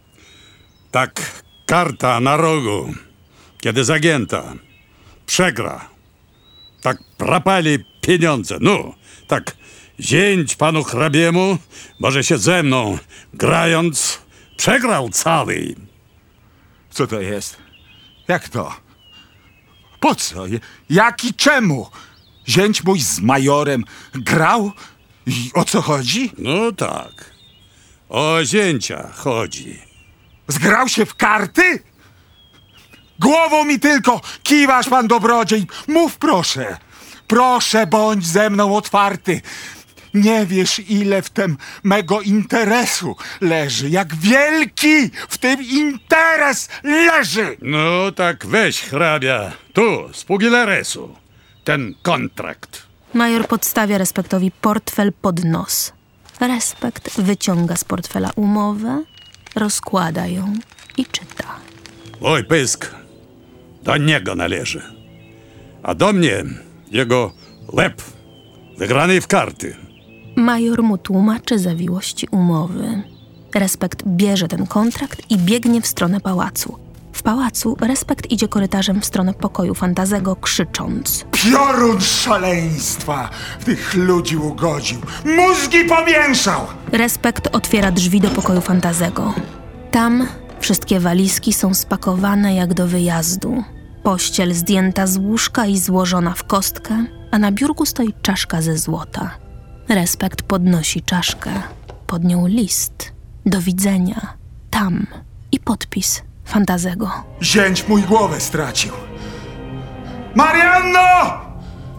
Speaker 6: Tak karta na rogu, kiedy zagięta, przegra. Tak propali pieniądze. No, tak zięć panu hrabiemu może się ze mną, grając, przegrał cały.
Speaker 4: Co to jest? Jak to? Po co? Jak i czemu? Zięć mój z majorem grał? I o co chodzi?
Speaker 6: No tak. O zięcia chodzi.
Speaker 4: Zgrał się w karty? Głową mi tylko kiwasz, pan dobrodziej. Mów proszę. Proszę, bądź ze mną otwarty. Nie wiesz, ile w tym mego interesu leży. Jak wielki w tym interes leży.
Speaker 6: No tak weź, hrabia, tu, z Pugilaresu, ten kontrakt.
Speaker 2: Major podstawia Respektowi portfel pod nos. Respekt wyciąga z portfela umowę, rozkłada ją i czyta.
Speaker 6: Oj, pysk, do niego należy. A do mnie jego lep, wygrany w karty.
Speaker 2: Major mu tłumaczy zawiłości umowy. Respekt bierze ten kontrakt i biegnie w stronę pałacu. W pałacu Respekt idzie korytarzem w stronę pokoju Fantazego, krzycząc.
Speaker 4: Piorun szaleństwa w tych ludzi ugodził. Mózgi pomięszał.
Speaker 2: Respekt otwiera drzwi do pokoju Fantazego. Tam wszystkie walizki są spakowane jak do wyjazdu. Pościel zdjęta z łóżka i złożona w kostkę, a na biurku stoi czaszka ze złota. Respekt podnosi czaszkę. Pod nią list. Do widzenia. Tam. I podpis Fantazego.
Speaker 4: Zięć mój głowę stracił. Marianno!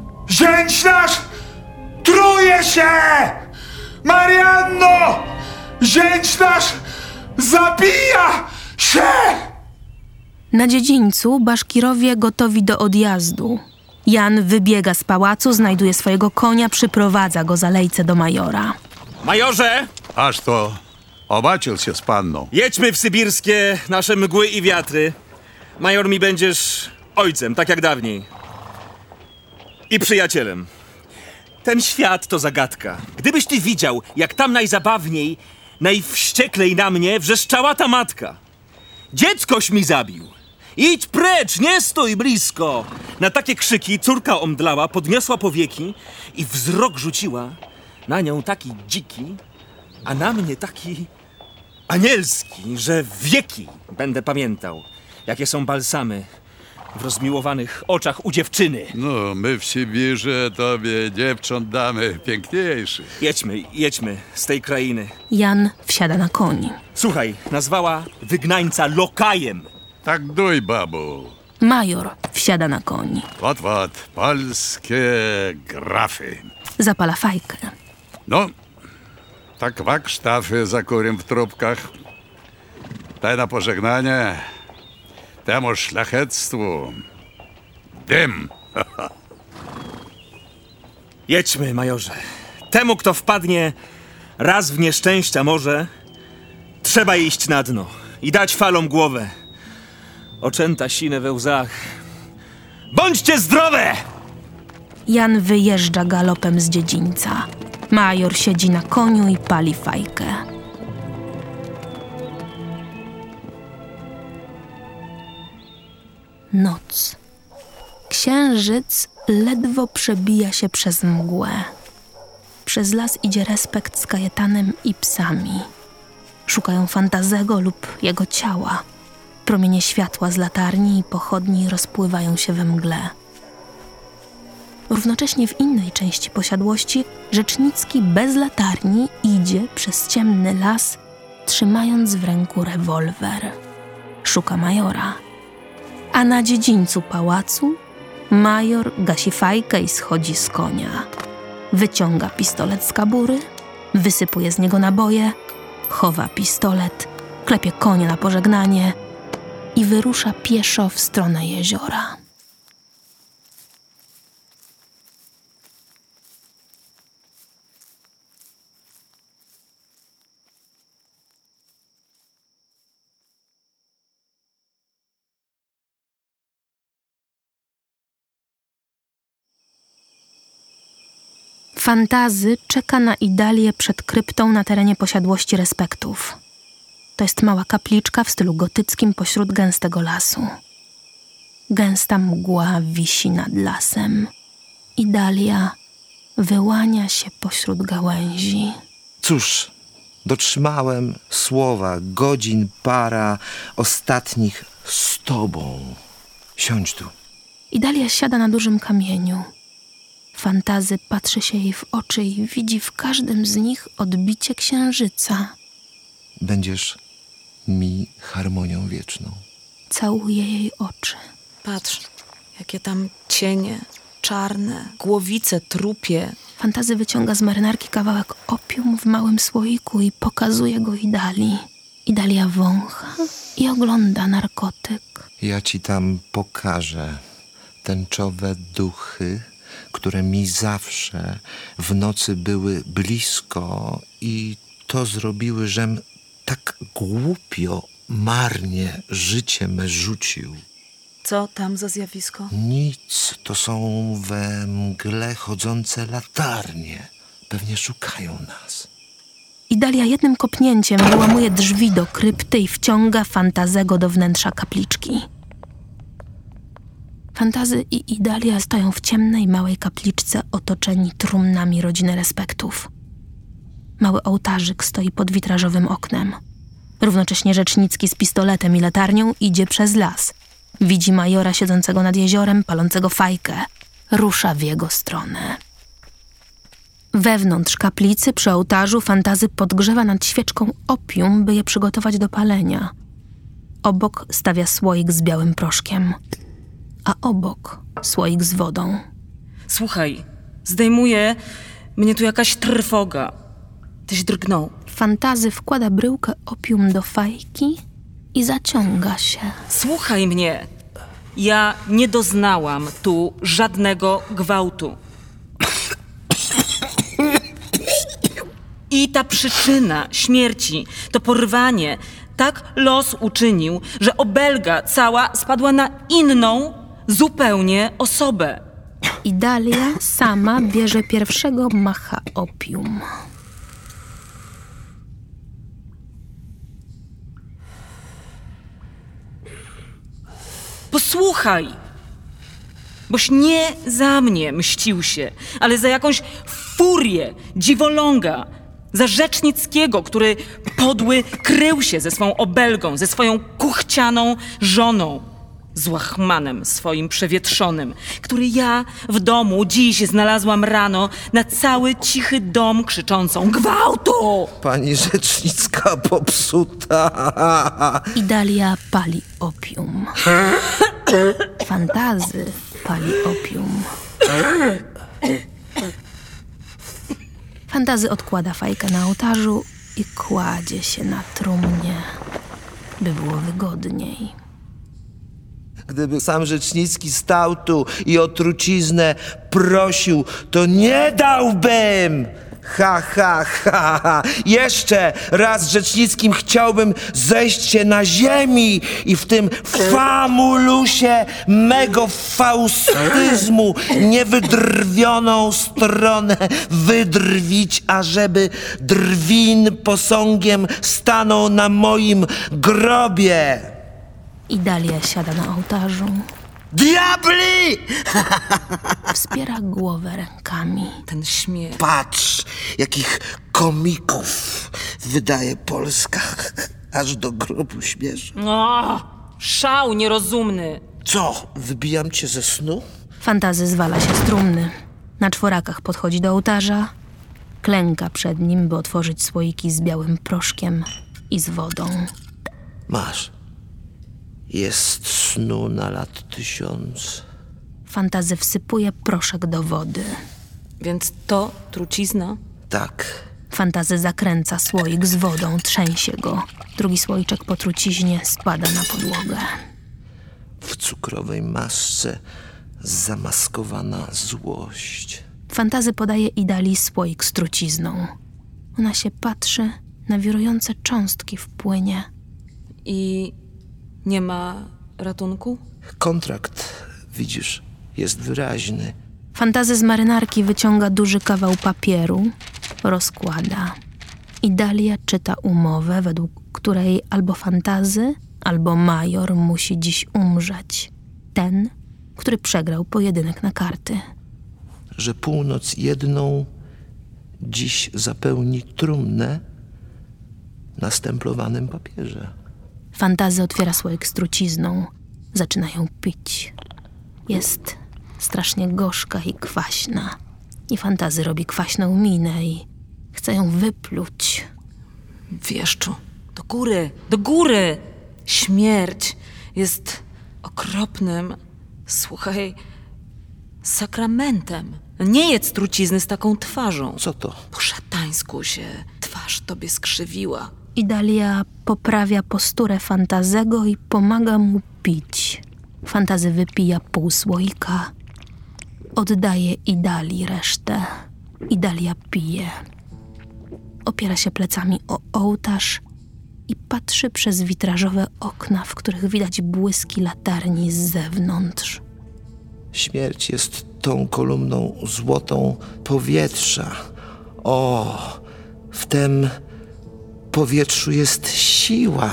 Speaker 4: Zięć nasz truje się! Marianno! Zięć nasz zabija się!
Speaker 2: Na dziedzińcu baszkirowie gotowi do odjazdu. Jan wybiega z pałacu, znajduje swojego konia, przyprowadza go za lejce do majora.
Speaker 11: Majorze!
Speaker 6: Aż to obacił się z panną.
Speaker 11: Jedźmy w sybirskie nasze mgły i wiatry. Major mi będziesz ojcem, tak jak dawniej. I przyjacielem. Ten świat to zagadka. Gdybyś ty widział, jak tam najzabawniej, najwścieklej na mnie wrzeszczała ta matka. Dzieckoś mi zabił. Idź precz, nie stój blisko. Na takie krzyki córka omdlała, podniosła powieki i wzrok rzuciła. Na nią taki dziki, a na mnie taki anielski, że wieki będę pamiętał, jakie są balsamy w rozmiłowanych oczach u dziewczyny.
Speaker 6: No, my w Sibirze tobie dziewcząt damy piękniejszych.
Speaker 11: Jedźmy, jedźmy z tej krainy.
Speaker 2: Jan wsiada na koń.
Speaker 11: Słuchaj, nazwała wygnańca lokajem.
Speaker 6: Tak duj, babu.
Speaker 2: Major wsiada na koń.
Speaker 6: Wat, wat, polskie grafy.
Speaker 2: Zapala fajkę.
Speaker 6: No, tak waksztafy zakурим w trubkach. Te na pożegnanie, temu szlachectwu. Dym.
Speaker 11: Jedźmy, majorze. Temu, kto wpadnie raz w nieszczęścia morze, trzeba iść na dno i dać falom głowę. Oczęta sine we łzach. Bądźcie zdrowe!
Speaker 2: Jan wyjeżdża galopem z dziedzińca. Major siedzi na koniu i pali fajkę. Noc. Księżyc ledwo przebija się przez mgłę. Przez las idzie Respekt z Kajetanem i psami. Szukają Fantazego lub jego ciała. Promienie światła z latarni i pochodni rozpływają się we mgle. Równocześnie w innej części posiadłości Rzecznicki bez latarni idzie przez ciemny las, trzymając w ręku rewolwer. Szuka majora. A na dziedzińcu pałacu major gasi fajkę i schodzi z konia. Wyciąga pistolet z kabury, wysypuje z niego naboje, chowa pistolet, klepie konia na pożegnanie i wyrusza pieszo w stronę jeziora. Fantazy czeka na Idalię przed kryptą na terenie posiadłości Respektów. To jest mała kapliczka w stylu gotyckim pośród gęstego lasu. Gęsta mgła wisi nad lasem. Idalia wyłania się pośród gałęzi.
Speaker 9: Cóż, dotrzymałem słowa, godzin para ostatnich z tobą. Siądź tu.
Speaker 2: Idalia siada na dużym kamieniu. Fantazy patrzy się jej w oczy i widzi w każdym z nich odbicie księżyca.
Speaker 9: Będziesz mi harmonią wieczną.
Speaker 2: Całuje jej oczy.
Speaker 13: Patrz, jakie tam cienie, czarne, głowice, trupie.
Speaker 2: Fantazy wyciąga z marynarki kawałek opium w małym słoiku i pokazuje go Idalii. Idalia wącha i ogląda narkotyk.
Speaker 9: Ja ci tam pokażę tęczowe duchy, które mi zawsze w nocy były blisko i to zrobiły, żem tak głupio, marnie życie me rzucił.
Speaker 13: Co tam za zjawisko?
Speaker 9: Nic, to są we mgle chodzące latarnie. Pewnie szukają nas.
Speaker 2: Idalia jednym kopnięciem wyłamuje drzwi do krypty i wciąga Fantazego do wnętrza kapliczki. Fantazy i Idalia stoją w ciemnej, małej kapliczce otoczeni trumnami rodziny Respektów. Mały ołtarzyk stoi pod witrażowym oknem. Równocześnie Rzecznicki z pistoletem i latarnią idzie przez las. Widzi majora siedzącego nad jeziorem, palącego fajkę. Rusza w jego stronę. Wewnątrz kaplicy przy ołtarzu Fantazy podgrzewa nad świeczką opium, by je przygotować do palenia. Obok stawia słoik z białym proszkiem, a obok słoik z wodą.
Speaker 13: Słuchaj, zdejmuje mnie tu jakaś trwoga. Tyś drgnął.
Speaker 2: Fantazy wkłada bryłkę opium do fajki i zaciąga się.
Speaker 13: Słuchaj mnie. Ja nie doznałam tu żadnego gwałtu. I ta przyczyna śmierci, to porwanie, tak los uczynił, że obelga cała spadła na inną, zupełnie osobę.
Speaker 2: Idalia sama bierze pierwszego macha opium.
Speaker 13: Posłuchaj, boś nie za mnie mścił się, ale za jakąś furię dziwoląga, za Rzecznickiego, który podły krył się ze swą obelgą, ze swoją kuchcianą żoną, z łachmanem swoim przewietrzonym, który ja w domu dziś znalazłam rano na cały cichy dom krzyczącą gwałtu!
Speaker 9: Pani Rzecznicka popsuta.
Speaker 2: Idalia pali opium. Fantazy pali opium. Fantazy odkłada fajkę na ołtarzu i kładzie się na trumnie, by było wygodniej.
Speaker 9: Gdyby sam Rzecznicki stał tu i o truciznę prosił, to nie dałbym! Ha, ha, ha, ha. Jeszcze raz z Rzecznickim chciałbym zejść się na ziemi i w tym famulusie mego faustyzmu niewydrwioną stronę wydrwić, ażeby drwin posągiem stanął na moim grobie.
Speaker 2: Idalia siada na ołtarzu.
Speaker 9: Diabli!
Speaker 2: Wspiera głowę rękami.
Speaker 13: Ten śmiech.
Speaker 9: Patrz, jakich komików wydaje Polska. Aż do grobu śmieszy.
Speaker 13: O, szał nierozumny.
Speaker 9: Co, wybijam cię ze snu?
Speaker 2: Fantazy zwala się z trumny. Na czworakach podchodzi do ołtarza. Klęka przed nim, by otworzyć słoiki z białym proszkiem i z wodą.
Speaker 9: Masz. Jest snu na lat tysiąc.
Speaker 2: Fantazy wsypuje proszek do wody.
Speaker 13: Więc to trucizna?
Speaker 9: Tak.
Speaker 2: Fantazy zakręca słoik z wodą, trzęsie go. Drugi słoiczek po truciźnie spada na podłogę.
Speaker 9: W cukrowej masce zamaskowana złość.
Speaker 2: Fantazy podaje Idalii słoik z trucizną. Ona się patrzy na wirujące cząstki w płynie.
Speaker 13: I nie ma ratunku?
Speaker 9: Kontrakt, widzisz, jest wyraźny.
Speaker 2: Fantazy z marynarki wyciąga duży kawał papieru, rozkłada. Idalia czyta umowę, według której albo Fantazy, albo Major musi dziś umrzeć. Ten, który przegrał pojedynek na karty.
Speaker 9: Że północ jedną dziś zapełni trumnę na stemplowanym papierze.
Speaker 2: Fantazy otwiera słoik z trucizną. Zaczyna ją pić. Jest strasznie gorzka i kwaśna. I Fantazy robi kwaśną minę i chce ją wypluć.
Speaker 13: Wieszczu, do góry, do góry! Śmierć jest okropnym, słuchaj, sakramentem. Nie jedz trucizny z taką twarzą.
Speaker 9: Co to?
Speaker 13: Po szatańsku się twarz tobie skrzywiła.
Speaker 2: Idalia poprawia posturę Fantazego i pomaga mu pić. Fantazy wypija pół słoika. Oddaje Idalii resztę. Idalia pije. Opiera się plecami o ołtarz i patrzy przez witrażowe okna, w których widać błyski latarni z zewnątrz.
Speaker 9: Śmierć jest tą kolumną złotą powietrza. O, w tym powietrzu jest siła.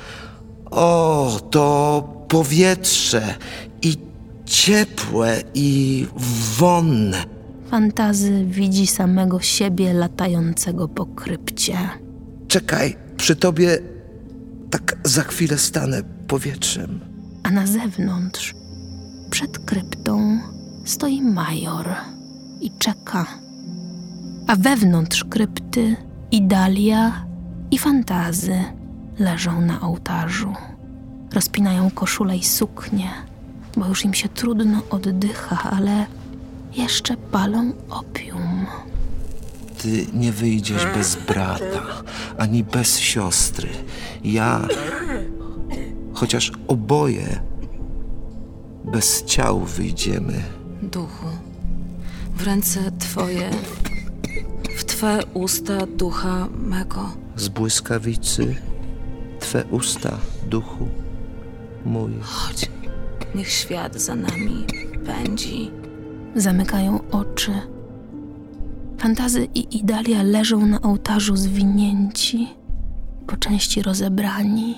Speaker 9: O, to powietrze i ciepłe i wonne.
Speaker 2: Fantazy widzi samego siebie latającego po krypcie.
Speaker 9: Czekaj, przy tobie tak za chwilę stanę powietrzem.
Speaker 2: A na zewnątrz, przed kryptą, stoi Major i czeka. A wewnątrz krypty Idalia i Fantazy leżą na ołtarzu. Rozpinają koszulę i suknię, bo już im się trudno oddycha, ale jeszcze palą opium.
Speaker 9: Ty nie wyjdziesz bez brata, ani bez siostry. Ja, chociaż oboje bez ciał wyjdziemy.
Speaker 13: Duchu, w ręce Twoje, w Twe usta ducha mego.
Speaker 9: Z błyskawicy Twe usta, duchu mój.
Speaker 13: Chodź, niech świat za nami pędzi.
Speaker 2: Zamykają oczy. Fantazy i Idalia leżą na ołtarzu zwinięci, po części rozebrani.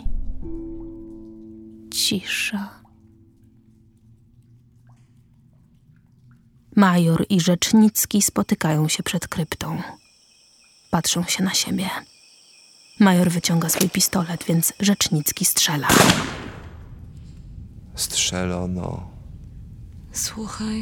Speaker 2: Cisza. Major i Rzecznicki spotykają się przed kryptą. Patrzą się na siebie. Major wyciąga swój pistolet, więc Rzecznicki strzela.
Speaker 9: Strzelono.
Speaker 13: Słuchaj.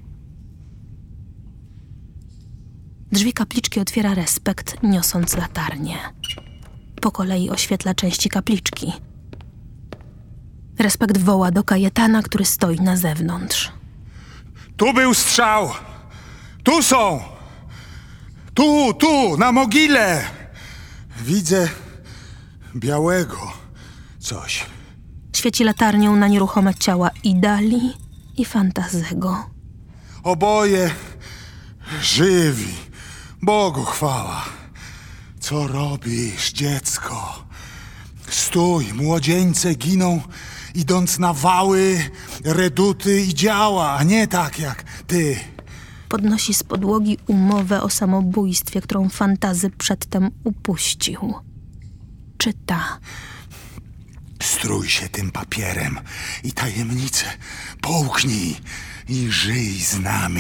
Speaker 2: Drzwi kapliczki otwiera Respekt, niosąc latarnię. Po kolei oświetla części kapliczki. Respekt woła do Kajetana, który stoi na zewnątrz.
Speaker 4: Tu był strzał! Tu są! Tu, tu, na mogile! Widzę białego coś.
Speaker 2: Świeci latarnią na nieruchome ciała Idalii i Fantazego.
Speaker 4: Oboje żywi. Bogu chwała. Co robisz, dziecko? Stój, młodzieńce giną, idąc na wały, reduty i działa, a nie tak jak ty.
Speaker 2: Podnosi z podłogi umowę o samobójstwie, którą Fantazy przedtem upuścił. Czyta.
Speaker 4: Strój się tym papierem i tajemnicę połknij i żyj z nami.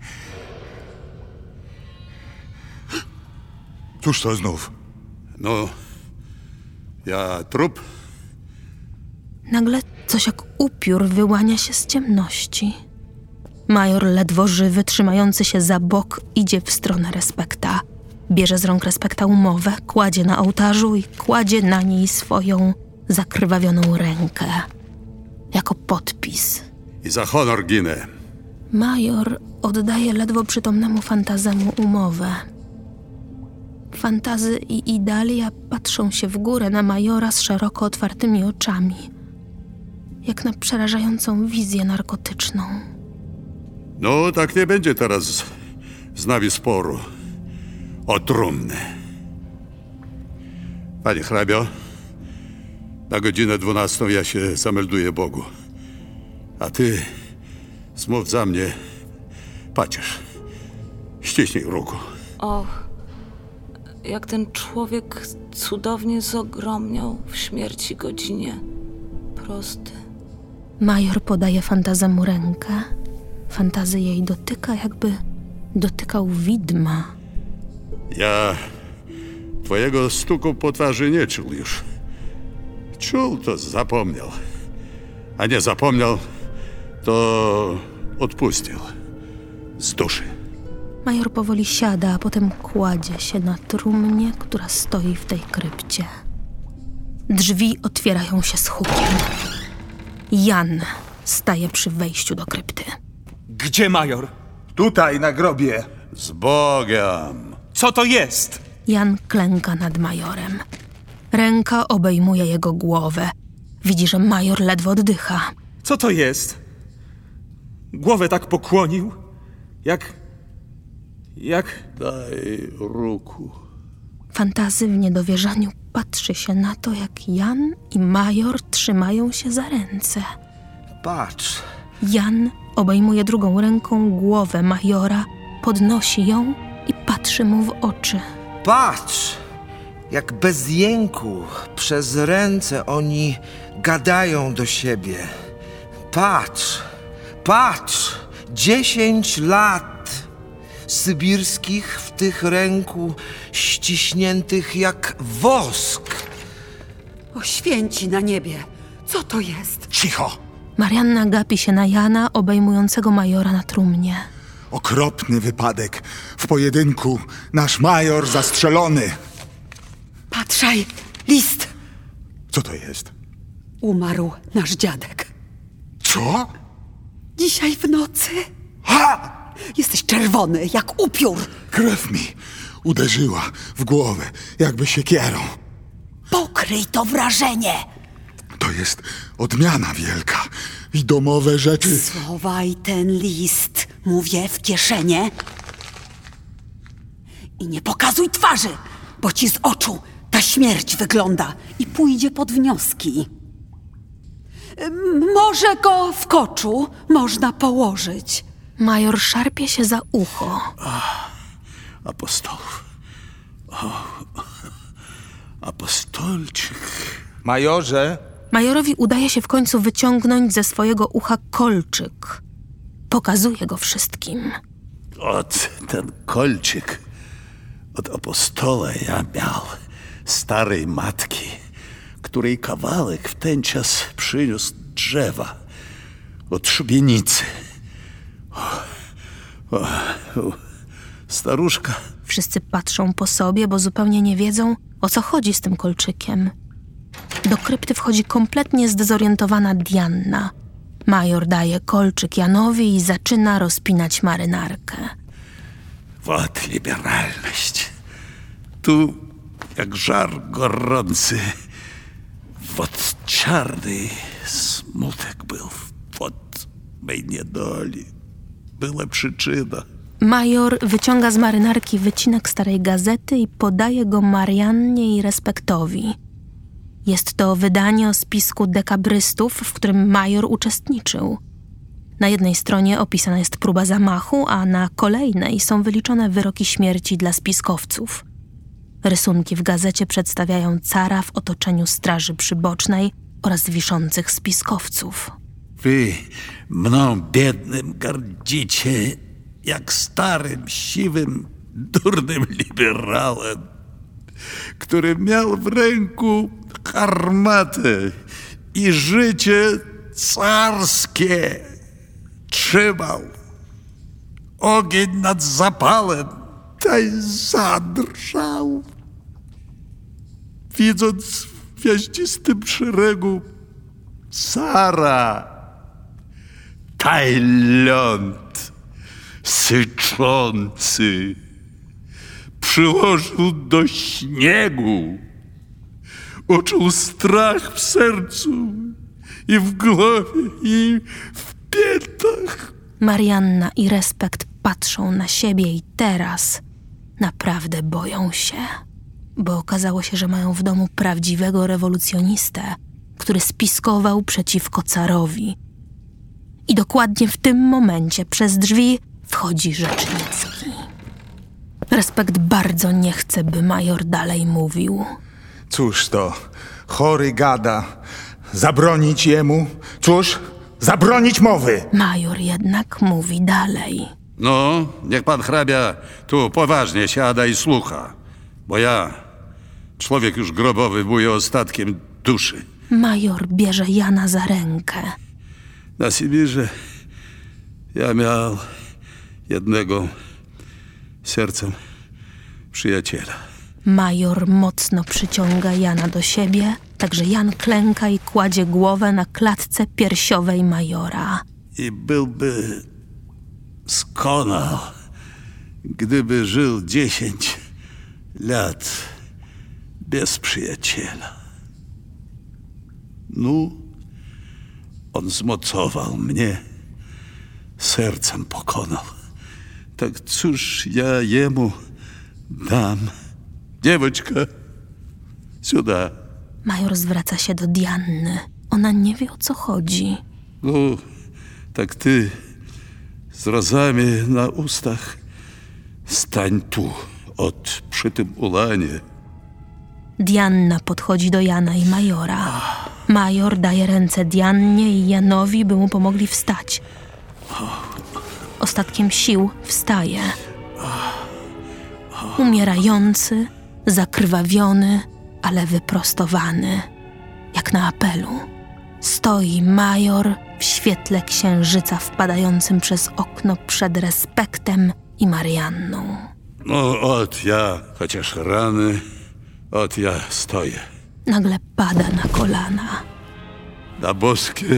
Speaker 4: Cóż to znów?
Speaker 6: No, ja trup.
Speaker 2: Nagle coś jak upiór wyłania się z ciemności. Major, ledwo żywy, trzymający się za bok, idzie w stronę Respekta. Bierze z rąk Respekta umowę, kładzie na ołtarzu i kładzie na niej swoją zakrwawioną rękę. Jako podpis.
Speaker 6: I za honor ginę.
Speaker 2: Major oddaje ledwo przytomnemu Fantazemu umowę. Fantazy i Idalia patrzą się w górę na Majora z szeroko otwartymi oczami. Jak na przerażającą wizję narkotyczną.
Speaker 6: No, tak nie będzie teraz z nami sporu o trumny. Panie hrabio, na godzinę dwunastą ja się zamelduję Bogu. A ty zmów za mnie pacierz. Ściśnij ruku.
Speaker 13: Och, jak ten człowiek cudownie zogromniał w śmierci godzinie. Prosty.
Speaker 2: Major podaje Fantazemu rękę. Fantazy jej dotyka, jakby dotykał widma.
Speaker 6: Ja twojego stuku po twarzy nie czuł już. Czuł, to zapomniał. A nie zapomniał, to odpuścił. Z duszy.
Speaker 2: Major powoli siada, a potem kładzie się na trumnie, która stoi w tej krypcie. Drzwi otwierają się z hukiem. Jan staje przy wejściu do krypty.
Speaker 14: Gdzie major?
Speaker 4: Tutaj, na grobie.
Speaker 6: Z Bogiem.
Speaker 14: Co to jest?
Speaker 2: Jan klęka nad majorem. Ręka obejmuje jego głowę. Widzi, że major ledwo oddycha.
Speaker 14: Co to jest? Głowę tak pokłonił? Jak... Jak...
Speaker 6: Daj ruku.
Speaker 2: Fantazy w niedowierzaniu patrzy się na to, jak Jan i major trzymają się za ręce.
Speaker 9: Patrz.
Speaker 2: Jan obejmuje drugą ręką głowę majora, podnosi ją i patrzy mu w oczy.
Speaker 9: Patrz, jak bez jęku przez ręce oni gadają do siebie. Patrz, patrz, dziesięć lat sybirskich w tych ręku ściśniętych jak wosk.
Speaker 3: O święci na niebie, co to jest?
Speaker 4: Cicho!
Speaker 2: Marianna gapi się na Jana, obejmującego majora na trumnie.
Speaker 4: Okropny wypadek. W pojedynku nasz major zastrzelony.
Speaker 3: Patrzaj, list!
Speaker 4: Co to jest?
Speaker 3: Umarł nasz dziadek.
Speaker 4: Co?
Speaker 3: Dzisiaj w nocy. Ha! Jesteś czerwony, jak upiór.
Speaker 4: Krew mi
Speaker 16: uderzyła w głowę, jakby siekierą.
Speaker 3: Pokryj to wrażenie!
Speaker 16: To jest odmiana wielka i domowe rzeczy...
Speaker 3: Schowaj ten list, mówię, w kieszenie. I nie pokazuj twarzy, bo ci z oczu ta śmierć wygląda i pójdzie pod wnioski. Może go w koczu można położyć.
Speaker 2: Major szarpie się za ucho.
Speaker 6: Ach, apostolów. O, apostolczyk.
Speaker 9: Majorze!
Speaker 2: Majorowi udaje się w końcu wyciągnąć ze swojego ucha kolczyk. Pokazuje go wszystkim.
Speaker 6: Ot, ten kolczyk od apostola ja miał starej matki, której kawałek w ten czas przyniósł drzewa od szubienicy. O, o, o, staruszka.
Speaker 2: Wszyscy patrzą po sobie, bo zupełnie nie wiedzą, o co chodzi z tym kolczykiem. Do krypty wchodzi kompletnie zdezorientowana Dianna. Major daje kolczyk Janowi i zaczyna rozpinać marynarkę.
Speaker 6: Вот liberalność. Tu jak żar gorący. Вот czarny smutek był. Вот mej niedoli. Była przyczyna.
Speaker 2: Major wyciąga z marynarki wycinek starej gazety i podaje go Mariannie i Respektowi. Jest to wydanie o spisku dekabrystów, w którym major uczestniczył. Na jednej stronie opisana jest próba zamachu, a na kolejnej są wyliczone wyroki śmierci dla spiskowców. Rysunki w gazecie przedstawiają cara w otoczeniu straży przybocznej oraz wiszących spiskowców.
Speaker 6: Wy mną biednym gardzicie jak starym, siwym, durnym liberałem, który miał w ręku armatę i życie carskie trzymał. Ogień nad zapałem, taj zadrżał. Widząc w gwiaździstym szeregu cara, taj ląd syczący przyłożył do śniegu. Uczuł strach w sercu i w głowie, i w piętach.
Speaker 2: Marianna i Respekt patrzą na siebie i teraz naprawdę boją się, bo okazało się, że mają w domu prawdziwego rewolucjonistę, który spiskował przeciwko carowi. I dokładnie w tym momencie przez drzwi wchodzi Rzecznicki. Respekt bardzo nie chce, by major dalej mówił.
Speaker 16: Cóż to, chory gada. Zabronić jemu? Cóż, zabronić mowy!
Speaker 2: Major jednak mówi dalej.
Speaker 6: No, niech pan hrabia tu poważnie siada i słucha, bo ja, człowiek już grobowy, buję ostatkiem duszy.
Speaker 2: Major bierze Jana za rękę.
Speaker 6: Na Sybirze ja miał jednego sercem przyjaciela.
Speaker 2: Major mocno przyciąga Jana do siebie, także Jan klęka i kładzie głowę na klatce piersiowej majora.
Speaker 6: I byłby skonał, gdyby żył dziesięć lat bez przyjaciela. No, on zmocował mnie, sercem pokonał. Tak cóż ja jemu dam? Dzieweczka, сюда.
Speaker 2: Major zwraca się do Dianny. Ona nie wie, o co chodzi.
Speaker 6: No, tak ty z rozami na ustach stań tu, od przy tym ulanie.
Speaker 2: Dianna podchodzi do Jana i majora. Major daje ręce Diannie i Janowi, by mu pomogli wstać. Ostatkiem sił wstaje. Umierający, zakrwawiony, ale wyprostowany. Jak na apelu. Stoi major w świetle księżyca wpadającym przez okno przed Respektem i Marianną.
Speaker 6: No, ot ja, chociaż rany, ot ja stoję.
Speaker 2: Nagle pada na kolana.
Speaker 6: Na boskie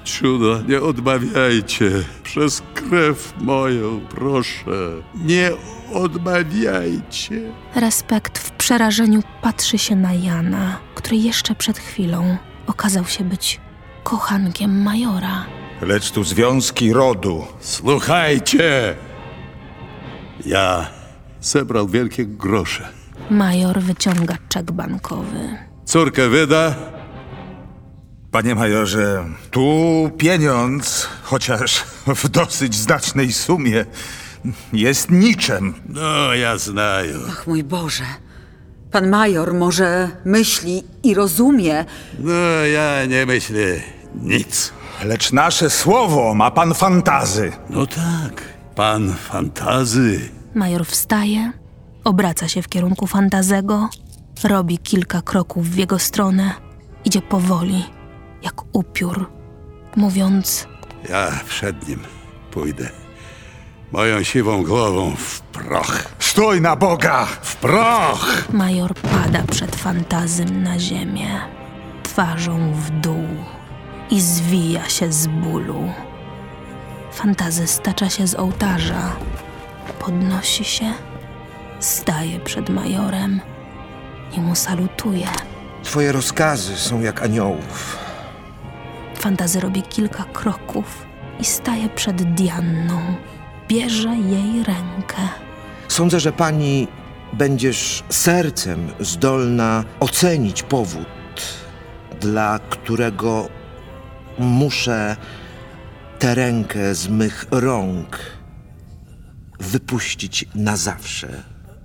Speaker 6: Cudo, nie odmawiajcie. Przez krew moją, proszę. Nie odmawiajcie.
Speaker 2: Respekt w przerażeniu patrzy się na Jana, który jeszcze przed chwilą okazał się być kochankiem majora.
Speaker 4: Lecz tu związki rodu.
Speaker 6: Słuchajcie! Ja zebrał wielkie grosze.
Speaker 2: Major wyciąga czek bankowy.
Speaker 6: Córkę wyda?
Speaker 4: Panie majorze, tu pieniądz, chociaż w dosyć znacznej sumie, jest niczym.
Speaker 6: No, ja znaję.
Speaker 3: Ach, mój Boże. Pan major może myśli i rozumie.
Speaker 6: No, ja nie myślę nic.
Speaker 4: Lecz nasze słowo ma pan fantazy.
Speaker 6: No tak, pan fantazy.
Speaker 2: Major wstaje, obraca się w kierunku Fantazego, robi kilka kroków w jego stronę, idzie powoli, jak upiór, mówiąc:
Speaker 6: Ja przed nim pójdę. Moją siwą głową w proch.
Speaker 4: Stój na Boga!
Speaker 6: W proch!
Speaker 2: Major pada przed Fantazym na ziemię, twarzą w dół i zwija się z bólu. Fantazy stacza się z ołtarza, podnosi się, staje przed majorem i mu salutuje.
Speaker 9: Twoje rozkazy są jak aniołów.
Speaker 2: Fantazy robi kilka kroków i staje przed Dianną. Bierze jej rękę.
Speaker 9: Sądzę, że pani będziesz sercem zdolna ocenić powód, dla którego muszę tę rękę z mych rąk wypuścić na zawsze.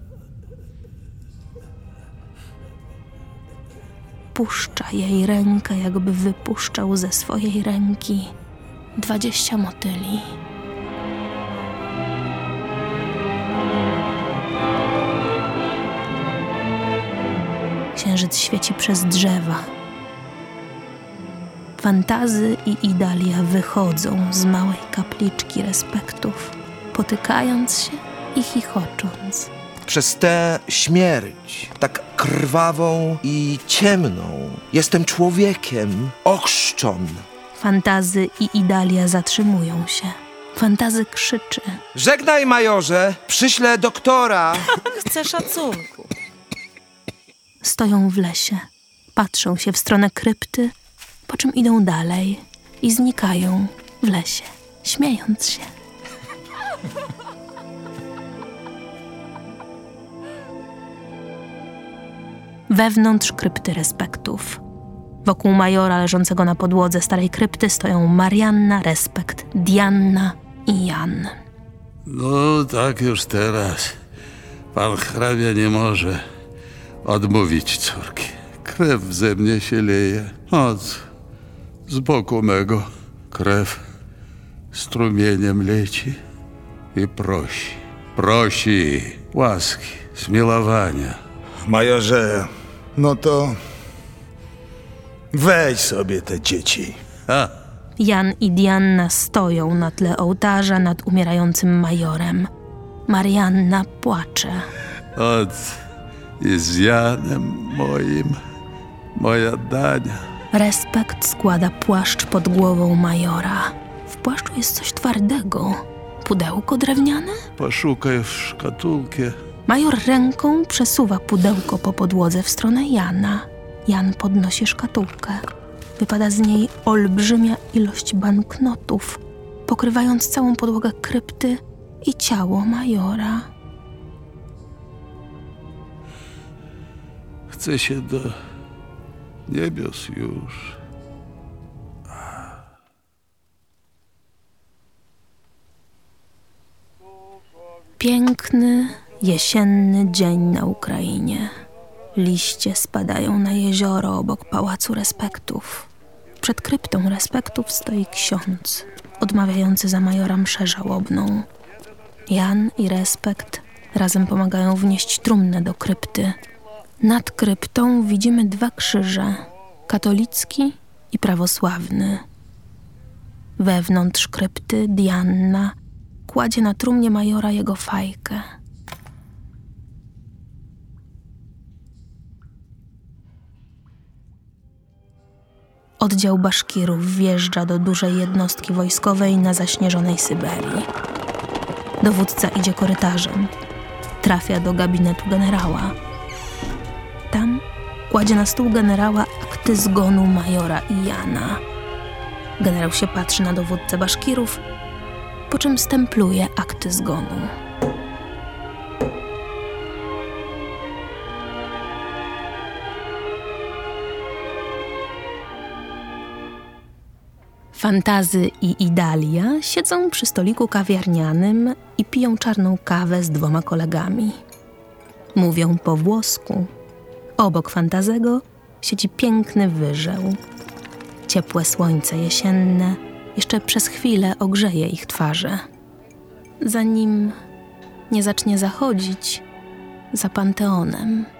Speaker 2: Puszcza jej rękę, jakby wypuszczał ze swojej ręki dwadzieścia motyli. Księżyc świeci przez drzewa. Fantazy i Idalia wychodzą z małej kapliczki Respektów, potykając się i chichocząc.
Speaker 9: Przez tę śmierć, tak krwawą i ciemną, jestem człowiekiem ochrzczon.
Speaker 2: Fantazy i Idalia zatrzymują się. Fantazy krzyczy:
Speaker 9: Żegnaj, majorze, przyślę doktora.
Speaker 13: Chcę szacunku.
Speaker 2: Stoją w lesie, patrzą się w stronę krypty, po czym idą dalej i znikają w lesie, śmiejąc się. Wewnątrz krypty Respektów. Wokół majora leżącego na podłodze starej krypty stoją Marianna, Respekt, Dianna i Jan.
Speaker 6: No tak już teraz. Pan hrabia nie może odmówić córki. Krew ze mnie się leje. Od z boku mego krew strumieniem leci i prosi. Prosi łaski, zmiłowania.
Speaker 4: Majorze, no to weź sobie te dzieci.
Speaker 6: A.
Speaker 2: Jan i Dianna stoją na tle ołtarza nad umierającym majorem. Marianna płacze.
Speaker 6: Od i z Janem moim, moja Dania.
Speaker 2: Respekt składa płaszcz pod głową majora. W płaszczu jest coś twardego. Pudełko drewniane?
Speaker 6: Poszukaj w szkatułkę.
Speaker 2: Major ręką przesuwa pudełko po podłodze w stronę Jana. Jan podnosi szkatułkę. Wypada z niej olbrzymia ilość banknotów, pokrywając całą podłogę krypty i ciało majora.
Speaker 6: Chcę się do niebios już.
Speaker 2: Piękny, jesienny dzień na Ukrainie. Liście spadają na jezioro obok Pałacu Respektów. Przed kryptą Respektów stoi ksiądz, odmawiający za majora mszę żałobną. Jan i Respekt razem pomagają wnieść trumnę do krypty. Nad kryptą widzimy dwa krzyże, katolicki i prawosławny. Wewnątrz krypty Dianna kładzie na trumnie majora jego fajkę. Oddział Baszkirów wjeżdża do dużej jednostki wojskowej na zaśnieżonej Syberii. Dowódca idzie korytarzem. Trafia do gabinetu generała. Tam kładzie na stół generała akty zgonu majora Jana. Generał się patrzy na dowódcę Baszkirów, po czym stempluje akty zgonu. Fantazy i Idalia siedzą przy stoliku kawiarnianym i piją czarną kawę z dwoma kolegami. Mówią po włosku. Obok Fantazego siedzi piękny wyżeł. Ciepłe słońce jesienne jeszcze przez chwilę ogrzeje ich twarze. Zanim nie zacznie zachodzić, za Panteonem